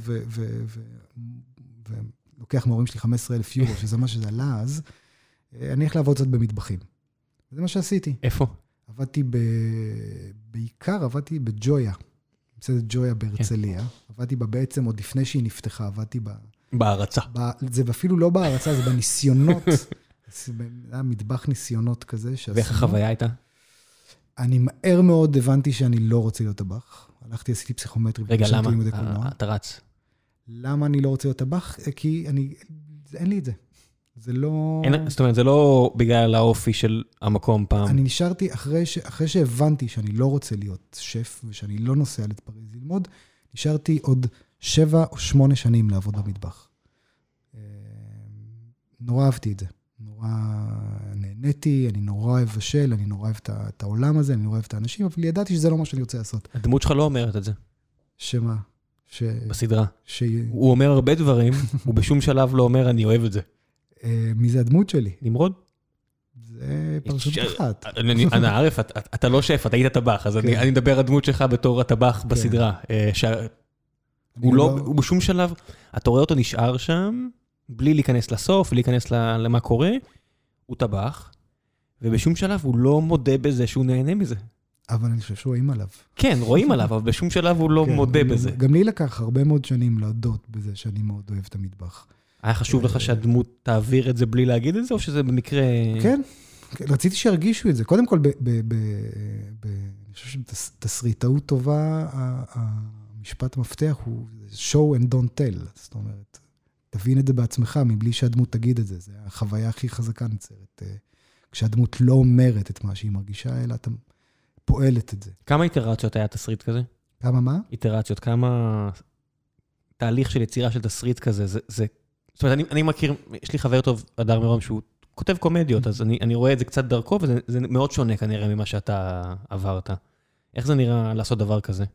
ולוקח מההורים שלי 15,000 יורו, שזה מה שזה עלה אז, אני הולך לעבוד קצת במטבחים. וזה מה שעשיתי. איפה? עבדתי בעיקר בג'ויה. מסעדת ג'ויה בהרצליה. עבדתי בה בעצם, עוד לפני שהיא נפתחה, עבדתי בה... בהרצה. זה אפילו לא בהרצה, זה בניסיונות. זה היה מטבח ניסיונות כזה. ואיך החוויה הייתה? אני מהר מאוד הבנתי שאני לא רוצה להיות טבח. הלכתי, עשיתי פסיכומטרי. רגע, למה? אתה רץ. למה אני לא רוצה להיות טבח? כי אין לי את זה. זה לא... זאת אומרת, זה לא בגלל האופי של המקום פעם. אני נשארתי, אחרי שהבנתי שאני לא רוצה להיות שף, ושאני לא נוסע לפריז ללמוד, נשארתי עוד 7 או 8 שנים לעבוד במטבח. נורא אהבתי את זה. נורא נהניתי, אני נורא אוהב בשל, אני נורא אוהב את העולם הזה, אני נורא אוהב את האנשים, אבל ידעתי שזה לא מה שאני רוצה לעשות. הדמות שלך לא אומרת את זה. שמה? בסדרה. הוא אומר הרבה דברים, הוא בשום שלב לא אומר, אני אוהב את זה. מי זה הדמות שלי? נמרוד? זה פרשות אחת. אני ערף, אתה לא שף, אתה היית טבח, אז אני מדבר על הדמות שלך בתור הטבח בסדרה. הוא בשום שלב, אתה רואה אותו נשאר שם, בלי להיכנס לסוף, להיכנס למה קורה, הוא טבח, ובשום שלב הוא לא מודה בזה שהוא נהנה מזה. אבל אני חושב שרואים עליו. כן, רואים עליו, אבל בשום שלב הוא לא מודה בזה. גם לי לקח הרבה מאוד שנים להודות בזה שאני מאוד אוהב את המטבח. היה חשוב לך שהדמות תעביר את זה בלי להגיד את זה, או שזה במקרה... כן, רציתי שירגישו את זה. קודם כל, אני חושב שבתסריטאות טובה, המשפט המפתח הוא show and don't tell. זאת אומרת, תבין את זה בעצמך, מבלי שהדמות תגיד את זה. זה החוויה הכי חזקה נצרת. כשהדמות לא אומרת את מה שהיא מרגישה, אלא אתה פועלת את זה. כמה איטרציות היה תסריט כזה? כמה מה? איטרציות, כמה תהליך של יצירה של תסריט כזה, זה... זאת אומרת, אני מכיר, יש לי חבר טוב, אדר מירום, שהוא כותב קומדיות, אז אני רואה את זה קצת דרכו, וזה מאוד שונה כנראה ממה שאתה עברת. איך זה נראה לעשות דבר כזה?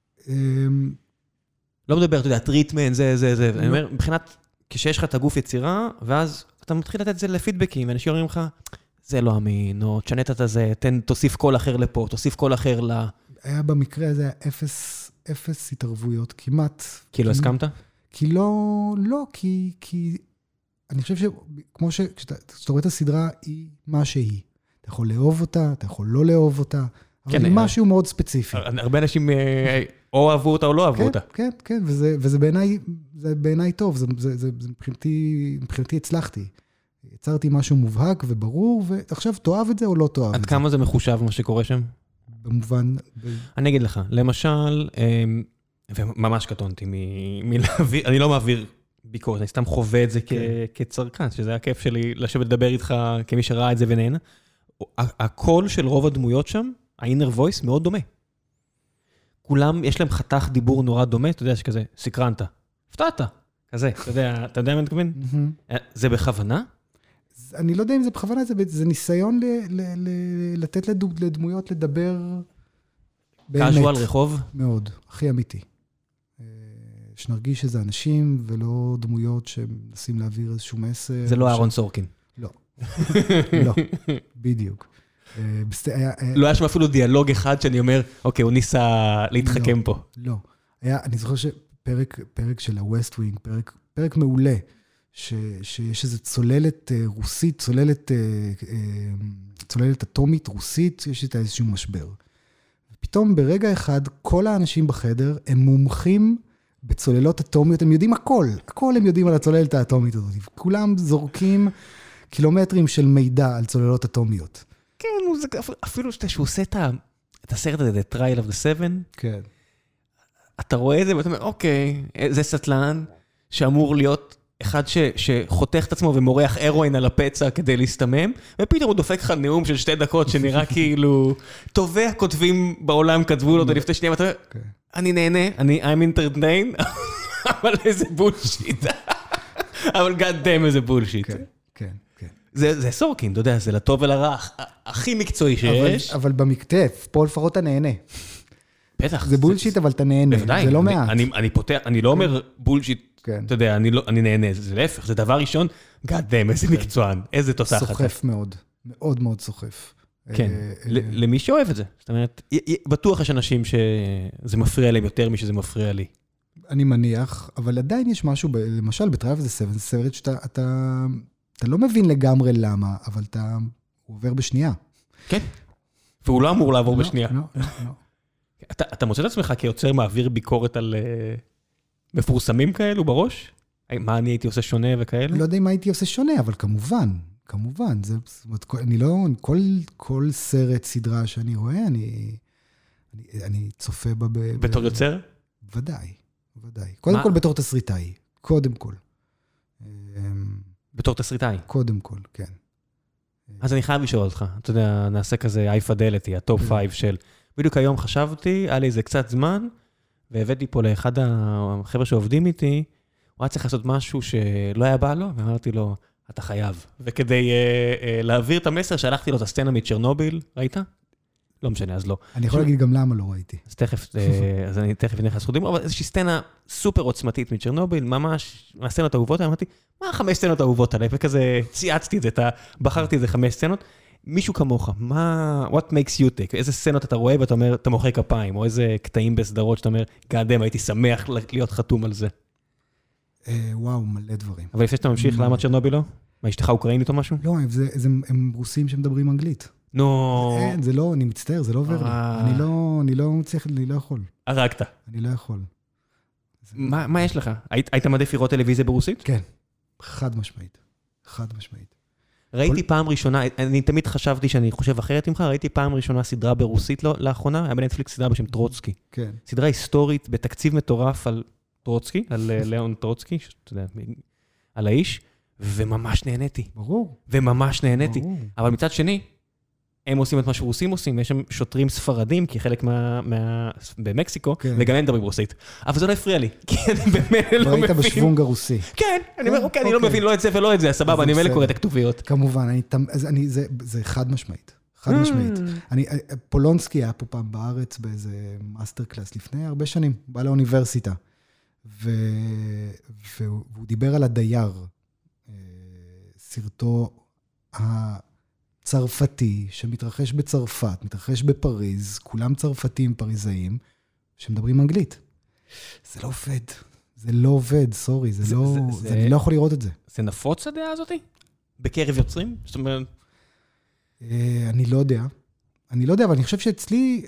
לא מדבר, אתה יודע, טריטמן, זה. אני אומר, מבחינת, כשיש לך את הגוף יצירה, ואז אתה מתחיל לתת את זה לפידבקים, ואנשים אומרים לך, זה לא אמין, או תשנת את זה, תוסיף קול אחר לפה, תוסיף קול אחר ל... היה במקרה הזה אפס התערבויות, כמעט. כי לא הסכמת? כי לא, כי אני חושב שכמו כשאתה רואה את הסדרה, היא מה שהיא. אתה יכול לאהוב אותה, אתה יכול לא לאהוב אותה, אבל היא משהו מאוד ספציפי. הרבה אנשים או אהבו אותה או לא אהבו אותה. כן, כן, וזה בעיניי טוב, זה מבחינתי הצלחתי. יצרתי משהו מובהק וברור, ועכשיו תאהב את זה או לא תאהב את זה. עד כמה זה מחושב מה שקורה שם? במובן... אני אגיד לך, למשל... וממש קטונתי מלהעביר, אני לא מעביר ביקורת, אני סתם חווה את זה כצרכן, שזה היה כיף שלי לשבת לדבר איתך כמי שראה את זה ונהנה. הקול של רוב הדמויות שם, ה-inner voice מאוד דומה. כולם, יש להם חתך דיבור נורא דומה, אתה יודע שכזה, סקרנת, הפתעת, כזה, אתה יודע מה אני מתכוון? זה בכוונה? אני לא יודע אם זה בכוונה, זה ניסיון לתת לדמויות לדבר באמת. קאז'ואל רחוב? מאוד, הכי אמיתי. שנרגיש שזה אנשים ולא דמויות שמנסים להעביר איזשהו מסר. זה לא אהרון סורקין. לא, לא, בדיוק. לא היה שם אפילו דיאלוג אחד שאני אומר, אוקיי, הוא ניסה להתחכם פה. לא, אני זוכר שפרק של ה-West Wing, פרק מעולה, שיש איזו צוללת רוסית, צוללת אטומית רוסית, יש איתה איזשהו משבר. ופתאום ברגע אחד, כל האנשים בחדר הם מומחים בצוללות אטומיות, הם יודעים הכל הם יודעים על הצוללת האטומית הזאת. כולם זורקים קילומטרים של מידע על צוללות אטומיות. כן, אפילו שהוא עושה את הסרט הזה, The Trial of the Seven, כן. אתה רואה את זה ואתה אומר, אוקיי, זה סטלן שאמור להיות אחד שחותך את עצמו ומורח הרואין על הפצע כדי להסתמם, ופתאום הוא דופק לך נאום של 2 דקות שנראה כאילו, טובי הכותבים בעולם כתבו לו לפני שניים, ואתה אומר, אני נהנה, I'm entertained, אבל איזה בולשיט. אבל God damn איזה בולשיט. כן. זה סורקין, אתה יודע, זה לטוב ולרע, הכי מקצועי שיש. אבל במקטף, פה לפחות אתה נהנה. בטח. זה בולשיט, אבל אתה נהנה, זה לא מעט. אני לא אומר בולשיט, כן. אתה יודע, אני נהנה, זה להפך, זה דבר ראשון, God damn, איזה מקצוען, איזה תותחת. סוחף מאוד, מאוד מאוד סוחף. כן, למי שאוהב את זה. זאת אומרת, בטוח יש אנשים שזה מפריע להם יותר משזה מפריע לי. אני מניח, אבל עדיין יש משהו, למשל, בטרייב זה סרט שאתה לא מבין לגמרי למה, אבל הוא עובר בשנייה. כן, והוא לא אמור לעבור בשנייה. לא. אתה מוצא את עצמך כיוצר מעביר ביקורת על מפורסמים כאלו בראש? מה אני הייתי עושה שונה וכאלה? לא יודע מה הייתי עושה שונה, אבל כמובן. אני לא, כל סרט, סדרה שאני רואה, אני צופה בה בתור יוצר? ודאי. קודם כל בתור תסריטאי. קודם כל. בתור תסריטאי? קודם כל, כן. אז אני חייב לשאול אותך. אתה יודע, נעשה כזה high fidelity, הטופ 5 של... בדיוק היום חשבתי, היה לי איזה קצת זמן, והבאתי פה לאחד החבר'ה שעובדים איתי, הוא היה צריך לעשות משהו שלא היה בא לו, ואמרתי לו, אתה חייב. וכדי להעביר את המסר, שלחתי לו את הסצנה מצ'רנוביל, ראית? לא משנה, אז לא. אני יכול להגיד גם למה לא ראיתי. אז אני תכף נכנס חודים, אבל איזושהי סצנה סופר עוצמתית מצ'רנוביל, ממש מהסצנות האהובות, אמרתי, מה 5 סצנות האהובות עליי? וכזה צייצתי את זה, בחרתי את זה 5 סצנות. מישהו כמוך, what makes you take? איזה סצנות אתה רואה ואתה אומר, אתה מוחא כפיים, או איזה קטעים בסדרות שאתה אומר, גאדם, הייתי שמח להיות חתום על זה. וואו, מלא דברים. אבל לפני שאתה ממשיך, למה צ'רנוביל לא? מה, אשתך אוקראינית או משהו? לא, הם רוסים שמדברים אנגלית. נו. אין, זה לא, אני מצטער, זה לא עובר לי. אני לא מצליח, אני לא יכול. הרגת. אני לא יכול. מה יש לך? היית מעדיף לראות טלוויזיה ברוסית? כן, חד משמעית. ראיתי פעם ראשונה, אני תמיד חשבתי שאני חושב אחרת ממך, ראיתי פעם ראשונה סדרה ברוסית לאחרונה, היה בנטפליקס סדרה בשם טרוצקי. כן. סדרה היסטורית בתקציב מטורף על טרוצקי, על ליאון טרוצקי, שאתה יודע, על האיש, וממש נהניתי. ברור. וממש נהניתי. אבל מצד שני, הם עושים את מה שרוסים עושים, יש שם שוטרים ספרדים, כי חלק במקסיקו, וגם הם מדברים רוסית. אבל זה לא הפריע לי, כי אני באמת לא מבין. ראית בשוונג הרוסי. כן, אני אומר, אוקיי, אני לא מבין לא את זה ולא את זה, סבבה, אני מלא קורא את הכתוביות. כמובן, זה חד משמעית. חד משמעית. פולונסקי היה פה פעם בארץ באיזה מאסטר קלאס לפני הרבה שנים, בא לאוניברסיטה, והוא דיבר על הדייר, סרטו צרפתי, שמתרחש בצרפת, מתרחש בפריז, כולם צרפתים פריזאים, שמדברים אנגלית. זה לא עובד. זה לא עובד, סורי, אני לא יכול לראות את זה. זה נפוץ הדעה הזאת? בקרב יוצרים? זאת אומרת... אני לא יודע, אבל אני חושב שאצלי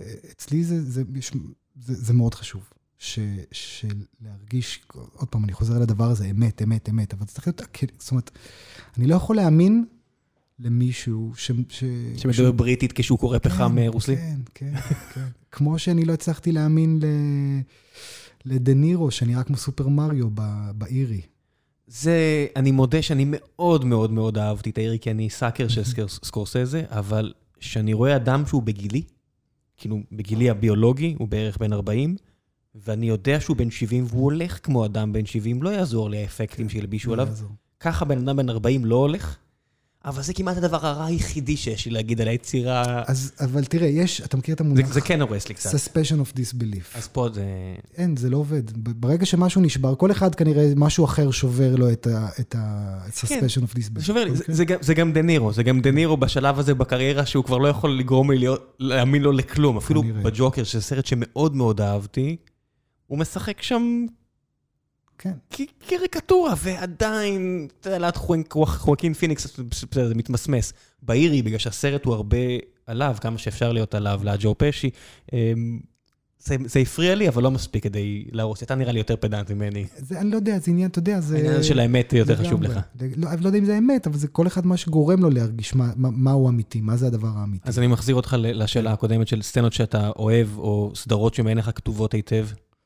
זה מאוד חשוב. שלהרגיש, עוד פעם, אני חוזר לדבר הזה, אמת, אבל זה צריך להיות, זאת אומרת, אני לא יכול להאמין למישהו שמדבר בריטית כשהוא קורא פחם רוסי? כן. כמו שאני לא הצלחתי להאמין לדנירו, שאני רק כמו סופר מריו באירי. זה, אני מודה שאני מאוד מאוד מאוד אהבתי את האירי, כי אני סאקר של סקורסזה, אבל שאני רואה אדם שהוא בגילי, כאילו בגילי הביולוגי, הוא בערך בן 40, ואני יודע שהוא בן 70, והוא הולך כמו אדם בן 70, לא יעזור לי האפקטים שילבישו עליו. ככה בן אדם בן 40 לא הולך, אבל זה כמעט הדבר הרע היחידי שיש לי להגיד על היצירה. אבל תראה, אתה מכיר את המונח? זה כן הורס לי קצת. Suspension of disbelief. אז פה זה... אין, זה לא עובד. ברגע שמשהו נשבר, כל אחד כנראה משהו אחר שובר לו את ה-Suspension of disbelief. זה גם דנירו, זה גם דנירו בשלב הזה בקריירה, שהוא כבר לא יכול לגרום לי להאמין לו לכלום. אפילו בג'וקר, שזה סרט שמאוד מאוד אהבתי, הוא משחק שם... כן. קריקטורה, ועדיין, אתה יודע, חואקין פיניקס, זה מתמסמס. באירי, בגלל שהסרט הוא הרבה עליו, כמה שאפשר להיות עליו, לג'ו פשי, זה הפריע לי, אבל לא מספיק כדי להרוס. אתה נראה לי יותר פדנט ממני. אני לא יודע, זה עניין, אתה יודע, זה... העניין של האמת יותר חשוב לך. לא יודע אם זה האמת, אבל זה כל אחד מה שגורם לו להרגיש מה הוא אמיתי, מה זה הדבר האמיתי. אז אני מחזיר אותך לשאלה הקודמת של סצנות שאתה אוהב, או סדרות שמהן לך כתובות היטב.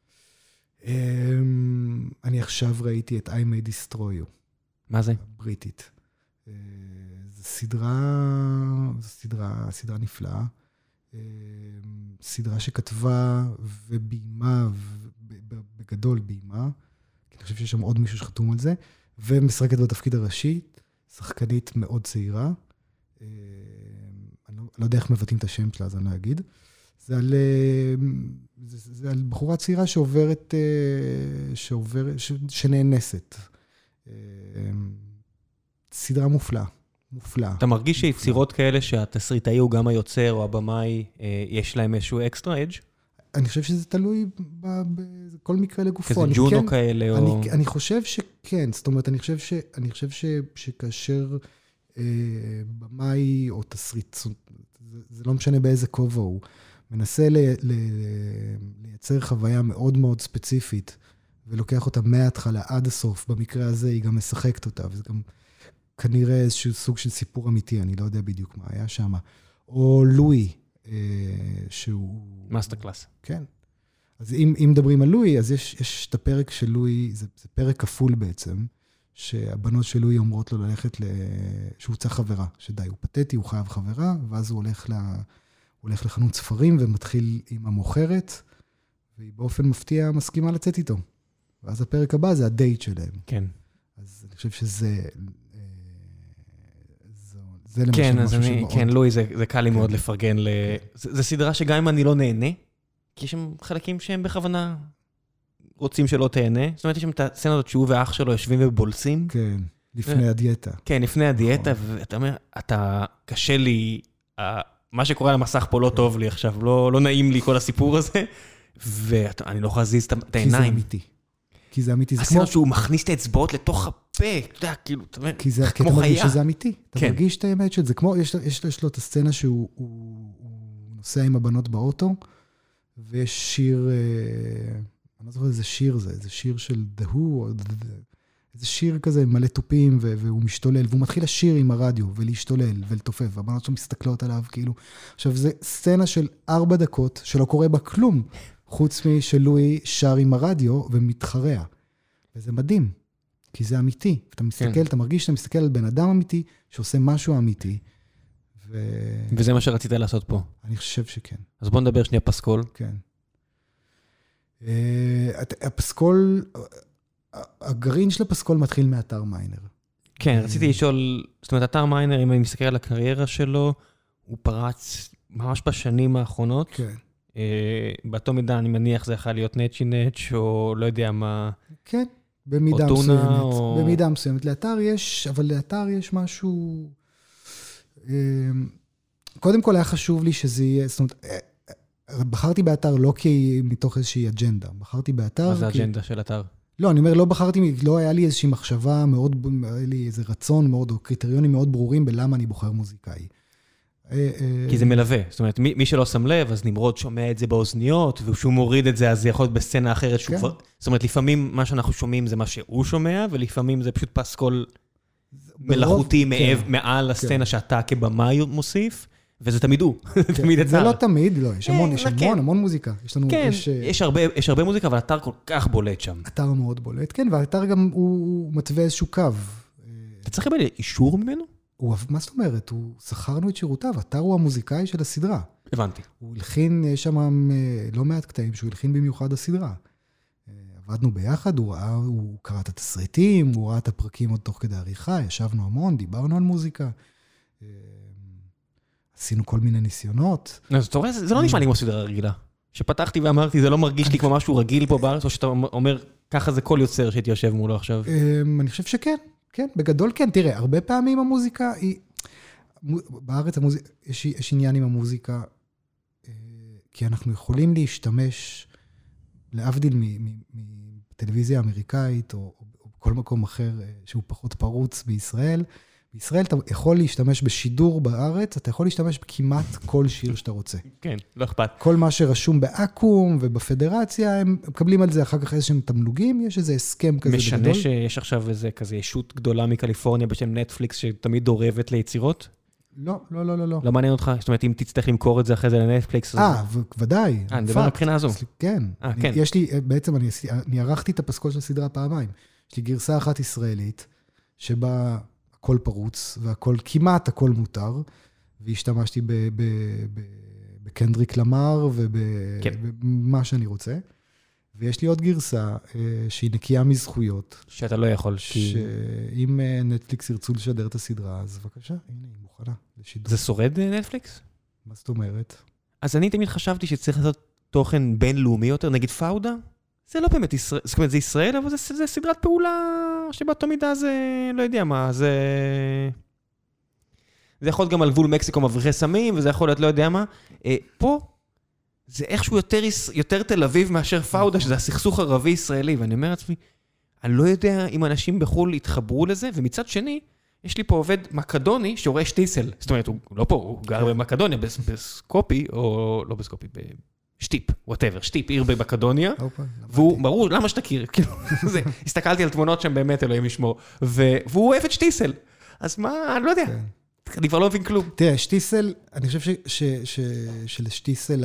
אני עכשיו ראיתי את I May Destroy You. מה זה? בריטית. זו סדרה נפלאה. סדרה שכתבה וביימה, בגדול ביימה, כי אני חושב שיש שם עוד מישהו שחתום על זה, ומשחקת בתפקיד הראשי, שחקנית מאוד צעירה. אני לא יודע איך מבטאים את השם שלה, אז אני לא אגיד. זה על בחורה צעירה שנאנסת. סדרה מופלאה. אתה מרגיש שיצירות כאלה שהתסריטאי הוא גם היוצר או הבמאי, יש להם איזשהו אקסטרה אדג'? אני חושב שזה תלוי בכל מקרה לגופו. כזה ג'ונו כאלה או... אני חושב שכן, זאת אומרת, אני חושב שכאשר במאי או תסריט, זה לא משנה באיזה כובע הוא, מנסה לייצר חוויה מאוד מאוד ספציפית, ולוקח אותה מההתחלה עד הסוף, במקרה הזה היא גם משחקת אותה, וזה גם כנראה איזשהו סוג של סיפור אמיתי, אני לא יודע בדיוק מה היה שם. או לואי, שהוא... מאסטר קלאס. כן. אז אם מדברים על לואי, אז יש את הפרק של לואי, זה פרק כפול בעצם, שהבנות של לואי אומרות לו ללכת שהוא צריך חברה, שדי, הוא פתטי, הוא חייב חברה, ואז הוא הולך לחנות ספרים ומתחיל עם המוכרת, והיא באופן מפתיע מסכימה לצאת איתו. ואז הפרק הבא זה הדייט שלהם. כן. אז אני חושב שזה... זה למשל כן, משהו שמאוד... כן, לואי, זה קל לי מאוד לפרגן. זה סדרה שגם אם אני לא נהנה, כי יש שם חלקים שהם בכוונה רוצים שלא תהנה. זאת אומרת, יש שם את הסצנה הזאת שהוא ואח שלו יושבים ובולסים. כן, לפני הדיאטה. כן, לפני הדיאטה, ואתה אומר, קשה לי, מה שקורה על המסך פה לא טוב לי עכשיו, לא נעים לי כל הסיפור הזה, ואני לא יכול להזיז את העיניים. כי זה אמיתי. כי זה אמיתי. הסצנה שהוא מכניס את האצבעות לתוך הפה, אתה יודע, כאילו, אתה אומר, כמו חיה. כי אתה מרגיש שזה אמיתי. אתה מרגיש את האמת של זה. כמו, יש לו את הסצנה שהוא נוסע עם הבנות באוטו, ויש שיר, אני לא זוכר איזה שיר זה, איזה שיר של דהו, איזה שיר כזה מלא טופים, והוא משתולל, והוא מתחיל לשיר עם הרדיו, ולהשתולל, ולתופף, והבנות שלו מסתכלות עליו, כאילו. עכשיו, זה סצנה של 4 דקות, שלא קורה בה כלום, חוץ משלואי שר עם הרדיו, ומתחרע. וזה מדהים, כי זה אמיתי. אתה מסתכל, אתה מרגיש שאתה מסתכל על בן אדם אמיתי, שעושה משהו אמיתי. וזה מה שרצית לעשות פה. אני חושב שכן. אז בוא נדבר שנייה פסקול. כן. הפסקול, הגרעין של הפסקול מתחיל מאתר מיינר. כן, רציתי לשאול, זאת אומרת, אתר מיינר, אם אני מסתכל על הקריירה שלו, הוא פרץ ממש בשנים האחרונות. כן. באותו מידה, אני מניח, זה יכול להיות נצ'י נץ', או לא יודע מה... כן, במידה מסוימת. במידה מסוימת. לאתר יש, אבל לאתר יש משהו... קודם כל היה חשוב לי שזה יהיה, זאת אומרת, בחרתי באתר לא מתוך איזושהי אג'נדה, בחרתי באתר... מה זה אג'נדה של אתר? לא, אני אומר, לא היה לי איזושהי מחשבה מאוד, היה לי איזה רצון מאוד, או קריטריונים מאוד ברורים בלמה אני בוחר מוזיקאי. כי זה מלווה, זאת אומרת, מי שלא שם לב, אז נמרוד שומע את זה באוזניות, וכשהוא מוריד את זה, אז זה יכול להיות בסצנה אחרת שהוא כבר... זאת אומרת, לפעמים מה שאנחנו שומעים זה מה שהוא שומע, ולפעמים זה פשוט פסקול מלאכותי מעל הסצנה שאתה כבמאי מוסיף, וזה תמיד הוא, תמיד אתר. זה לא תמיד, לא, יש המון מוזיקה. כן, יש הרבה מוזיקה, אבל אתר כל כך בולט שם. אתר מאוד בולט, כן, והאתר גם הוא מתווה איזשהו קו. אתה צריך לקבל אישור ממנו? מה זאת אומרת? שכרנו את שירותיו, אתר הוא המוזיקאי של הסדרה. הבנתי. הוא הלחין, יש שם לא מעט קטעים שהוא הלחין במיוחד הסדרה. עבדנו ביחד, הוא קרא את התסריטים, הוא ראה את הפרקים עוד תוך כדי עריכה, ישבנו המון, דיברנו על מוזיקה, עשינו כל מיני ניסיונות. אז אתה רואה, זה לא נשמע לי כמו סדרה רגילה. שפתחתי ואמרתי, זה לא מרגיש לי כמו משהו רגיל פה בארץ, או שאתה אומר, ככה זה כל יוצר שהייתי יושב מולו עכשיו. אני חושב שכן, כן, בגדול כן. תראה, הרבה פעמים המוזיקה היא... בארץ יש עניין עם המוזיקה, כי אנחנו יכולים להשתמש, להבדיל מטלוויזיה אמריקאית, או כל מקום אחר שהוא פחות פרוץ בישראל. בישראל אתה יכול להשתמש בשידור בארץ, אתה יכול להשתמש בכמעט כל שיר שאתה רוצה. כן, לא אכפת. כל מה שרשום באקום ובפדרציה, הם מקבלים על זה אחר כך איזשהם תמלוגים, יש איזה הסכם כזה משנה בגדול. שיש עכשיו איזה כזה ישות גדולה מקליפורניה בשם נטפליקס, שתמיד דורבת ליצירות? לא, לא, לא, לא, לא. לא מעניין אותך? זאת אומרת, אם תצטרך למכור את זה אחרי זה לנטפליקס... ודאי. אני מדבר מבחינה הזו. כן. כן. יש לי, בעצם אני ערכתי את הפסקול של הסדרה פעמיים. יש לי גרסה אחת ישראלית, שבה הכל פרוץ, והכל, כמעט הכל מותר, והשתמשתי בקנדריק למר, ובמה שאני רוצה. ויש לי עוד גרסה שהיא נקייה מזכויות. שאתה לא יכול. שאם נטפליקס ירצו לשדר את הסדרה, אז בבקשה, הנה, היא מוכנה לשידור. זה שורד נטפליקס? מה זאת אומרת? אז אני תמיד חשבתי שצריך לעשות תוכן בינלאומי יותר, נגיד פאודה, זה לא באמת ישראל, זאת אומרת, זה ישראל, אבל זה סדרת פעולה שבאותה מידה זה, לא יודע מה, זה יכול להיות גם על גבול מקסיקו מבריחי סמים, וזה יכול להיות לא יודע מה. פה, זה איכשהו יותר תל אביב מאשר פאודה, שזה הסכסוך ערבי-ישראלי, ואני אומר לעצמי, אני לא יודע אם אנשים בחול יתחברו לזה, ומצד שני, יש לי פה עובד מקדוני שרואה שטיסל. זאת אומרת, הוא לא פה, הוא גר במקדוניה, בסקופי, או לא בסקופי, שטיפ, whatever, שטיפ, עיר במקדוניה, והוא, ברור, למה שתכיר? הסתכלתי על תמונות שהם באמת אלוהים ישמור, והוא אוהב את שטיסל. אז מה, אני לא יודע, אני כבר לא מבין כלום. תראה, שטיסל, אני חושב שלשטיסל,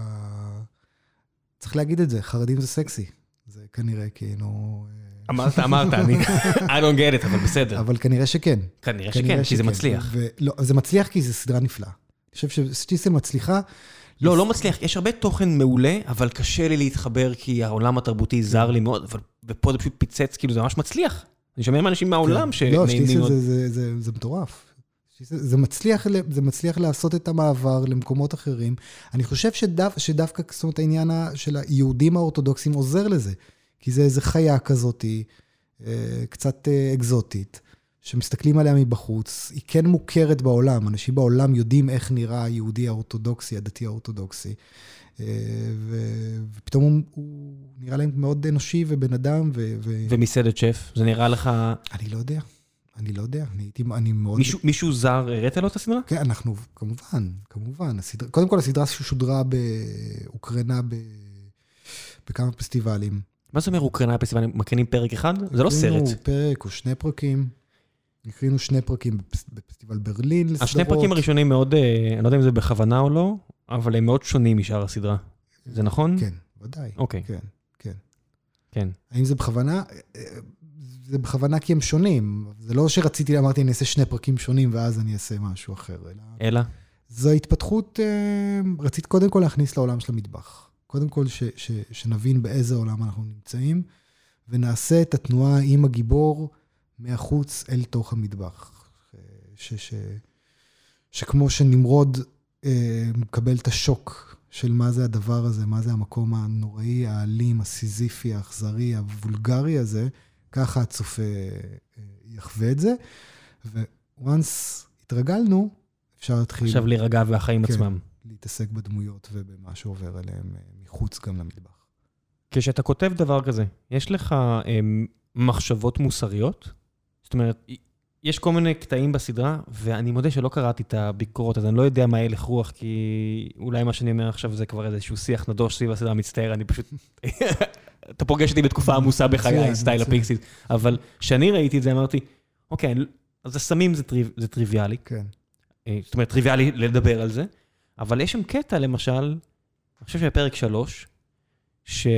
צריך להגיד את זה, חרדים זה סקסי. זה כנראה כאילו... אמרת, אני I don't get it, אבל בסדר. אבל כנראה שכן. כנראה שכן, כי זה מצליח. לא, זה מצליח כי זה סדרה נפלאה. אני חושב ששטיסל מצליחה... לא מצליח. יש הרבה תוכן מעולה, אבל קשה לי להתחבר, כי העולם התרבותי זר לי מאוד, ופה זה פשוט פיצץ, כאילו זה ממש מצליח. אני שומע מאנשים מהעולם ש... לא, שטיסל זה מטורף. זה מצליח לעשות את המעבר למקומות אחרים. אני חושב שדווקא, זאת אומרת, העניין של היהודים האורתודוקסים עוזר לזה. כי זה איזו חיה כזאת, קצת אקזוטית, שמסתכלים עליה מבחוץ, היא כן מוכרת בעולם, אנשים בעולם יודעים איך נראה היהודי האורתודוקסי, הדתי האורתודוקסי, ופתאום הוא נראה להם מאוד אנושי ובן אדם. ומסעדת שף, זה נראה לך... אני לא יודע, אני מאוד... מישהו זר הראת לו את הסדרה? כן, אנחנו, כמובן. קודם כל, הסדרה ששודרה הוקרנה בכמה פסטיבלים. מה זה אומר הוקרנה בפסטיבלים? מקרינים פרק אחד? זה לא סרט. הקרינו פרק או 2 פרקים. הקרינו 2 פרקים בפסטיבל ברלין לסדרות. השני פרקים הראשונים מאוד, אני לא יודע אם זה בכוונה או לא, אבל הם מאוד שונים משאר הסדרה. זה נכון? כן, ודאי. אוקיי. כן. האם זה בכוונה? זה בכוונה כי הם שונים. זה לא שרציתי, אמרתי, אני אעשה 2 פרקים שונים, ואז אני אעשה משהו אחר. אלא? זו התפתחות, רצית קודם כל להכניס לעולם של המטבח. קודם כל שנבין באיזה עולם אנחנו נמצאים, ונעשה את התנועה עם הגיבור מהחוץ אל תוך המטבח. שכמו שנמרוד מקבל את השוק של מה זה הדבר הזה, מה זה המקום הנוראי, האלים, הסיזיפי, האכזרי, הוולגרי הזה, ככה הצופה יחווה את זה. וואנס התרגלנו, אפשר להתחיל... עכשיו להירגע והחיים עצמם. להתעסק בדמויות ובמה שעובר אליהם מחוץ גם למטבח. כשאתה כותב דבר כזה, יש לך מחשבות מוסריות? זאת אומרת, יש כל מיני קטעים בסדרה, ואני מודה שלא קראתי את הביקורות, אז אני לא יודע מה הלך רוח, כי אולי מה שאני אומר עכשיו זה כבר איזשהו שיח נדוש סביב הסדרה מצטער, אני פשוט... אתה פוגש אותי בתקופה עמוסה בחיי, סטייל הפיקסיס, אבל כשאני ראיתי את זה, אמרתי, אוקיי, אז הסמים זה טריוויאלי. כן. זאת אומרת, טריוויאלי לדבר על זה, אבל יש שם קטע, למשל, אני חושב שבפרק 3, שהוא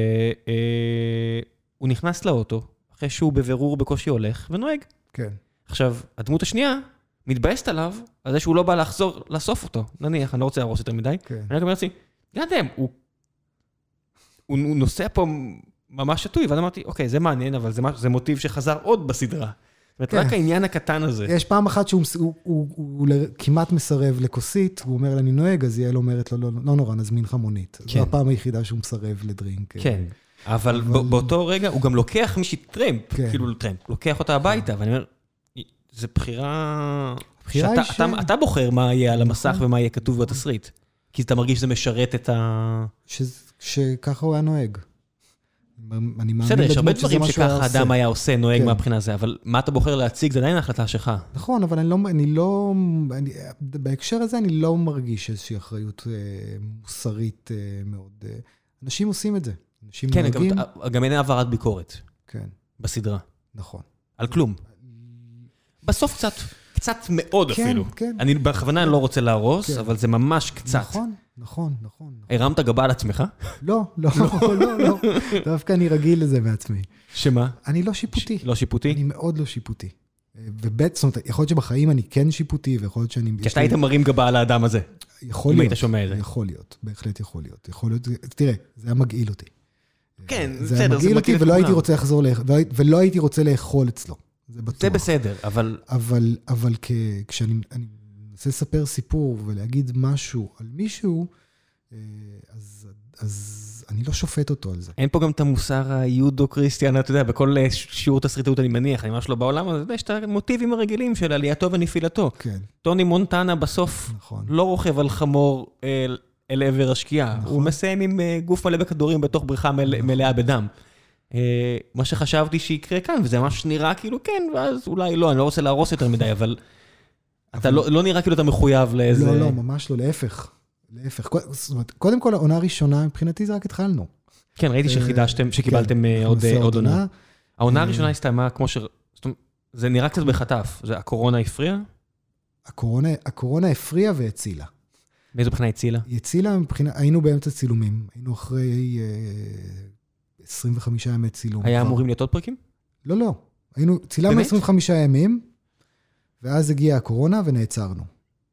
נכנס לאוטו, אחרי שהוא בבירור בקושי הולך, ונוהג. כן. עכשיו, הדמות השנייה מתבאסת עליו, על זה שהוא לא בא לחזור, לאסוף אותו. נניח, אני לא רוצה להרוס יותר מדי. אני רק אומר לעצמי, ידעתם, הוא נוסע פה ממש שטוי, ואז אמרתי, אוקיי, זה מעניין, אבל זה מוטיב שחזר עוד בסדרה. זאת אומרת, רק העניין הקטן הזה. יש פעם אחת שהוא כמעט מסרב לכוסית, הוא אומר, אני נוהג, אז יעל אומרת לו, לא נורא, נזמין לך מונית. זו הפעם היחידה שהוא מסרב לדרינק. כן, אבל באותו רגע הוא גם לוקח מישהי טרמפ, כאילו טרמפ, לוקח אותה הביתה, ואני אומר, זה בחירה... אתה בוחר מה יהיה על המסך ומה יהיה כתוב בתסריט, כי אתה מרגיש שזה משרת את ה... שככה הוא היה נוהג. בסדר, יש הרבה דברים שככה האדם היה עושה, נוהג מהבחינה הזה, אבל מה אתה בוחר להציג, זה עדיין ההחלטה שלך. נכון, אבל אני לא, בהקשר הזה אני לא מרגיש איזושהי אחריות מוסרית מאוד. אנשים עושים את זה. כן, גם אין העברת ביקורת. כן. בסדרה. נכון. על כלום. בסוף קצת מאוד אפילו. כן. אני בכוונה לא רוצה להרוס, אבל זה ממש קצת. נכון. הרמת גבה על עצמך? לא. דווקא אני רגיל לזה מעצמי. שמה? אני לא שיפוטי. לא שיפוטי? אני מאוד לא שיפוטי. ובית, זאת אומרת, יכול להיות שבחיים אני כן שיפוטי, ויכול להיות שאני... כי אתה היית מרים גבה על האדם הזה. יכול להיות. אם היית שומע את זה. יכול להיות, בהחלט יכול להיות. תראה, זה היה מגעיל אותי. כן, זה היה מגעיל אותי, ולא הייתי רוצה לחזור, ולא הייתי רוצה לאכול אצלו. זה בטוח. זה בסדר, אבל... אבל כשאני מנסה לספר סיפור ולהגיד משהו על מישהו, אז אני לא שופט אותו על זה. אין פה גם את המוסר היודו קריסטיאן, אתה יודע, בכל שיעור תסריטאות אני מניח, אני ממש לא בעולם, אז יש את המוטיבים הרגילים של עלייתו ונפילתו. כן. טוני מונטנה בסוף לא רוכב על חמור אל עבר השקיעה, הוא מסיים עם גוף מלא בכדורים בתוך בריכה מלאה בדם. מה שחשבתי שיקרה כאן, וזה ממש נראה כאילו כן, ואז אולי לא, אני לא רוצה להרוס יותר מדי, אבל אתה לא נראה כאילו אתה מחויב לאיזה... לא, ממש לא, להפך. זאת אומרת, קודם כל, העונה הראשונה, מבחינתי זה רק התחלנו. כן, ראיתי שחידשתם, שקיבלתם עוד עונה. העונה הראשונה הסתיימה כמו ש... זה נראה קצת בחטף. הקורונה הפריעה? הקורונה הפריעה והצילה. באיזו בחינה הצילה? היא הצילה מבחינה... היינו באמצע צילומים. היינו אחרי 25 ימי צילום. היה אמורים להיות עוד פרקים? לא. צילמנו 25 ימים, ואז הגיעה הקורונה ונעצרנו.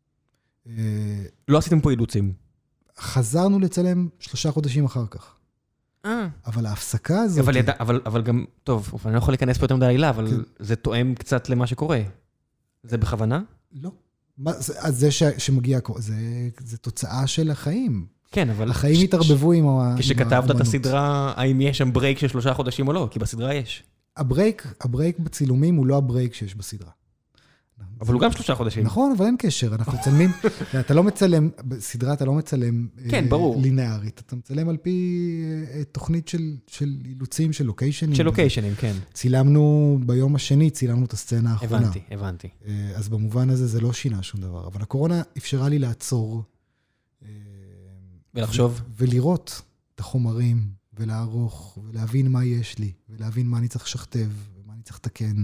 לא עשיתם פה אילוצים. חזרנו לצלם 3 חודשים אחר כך. אבל ההפסקה הזאת... אבל גם, טוב, אני לא יכול להיכנס פה יותר מדי העילה, אבל זה תואם קצת למה שקורה. זה בכוונה? לא. אז זה שמגיע, זה תוצאה של החיים. כן, אבל... החיים התערבבו עם... כשכתבת את הסדרה, האם יש שם ברייק של 3 חודשים או לא? כי בסדרה יש. הברייק בצילומים הוא לא הברייק שיש בסדרה. אבל הוא גם 3 חודשים. נכון, אבל אין קשר, אנחנו מצלמים, אתה לא מצלם, בסדרה אתה לא מצלם לינארית, אתה מצלם על פי תוכנית של אילוצים, של לוקיישנים. של לוקיישנים, כן. צילמנו ביום השני, צילמנו את הסצנה האחרונה. הבנתי. אז במובן הזה זה לא שינה שום דבר, אבל הקורונה אפשרה לי לעצור. ולחשוב. ולראות את החומרים, ולערוך, ולהבין מה יש לי, ולהבין מה אני צריך לשכתב, ומה אני צריך לתקן.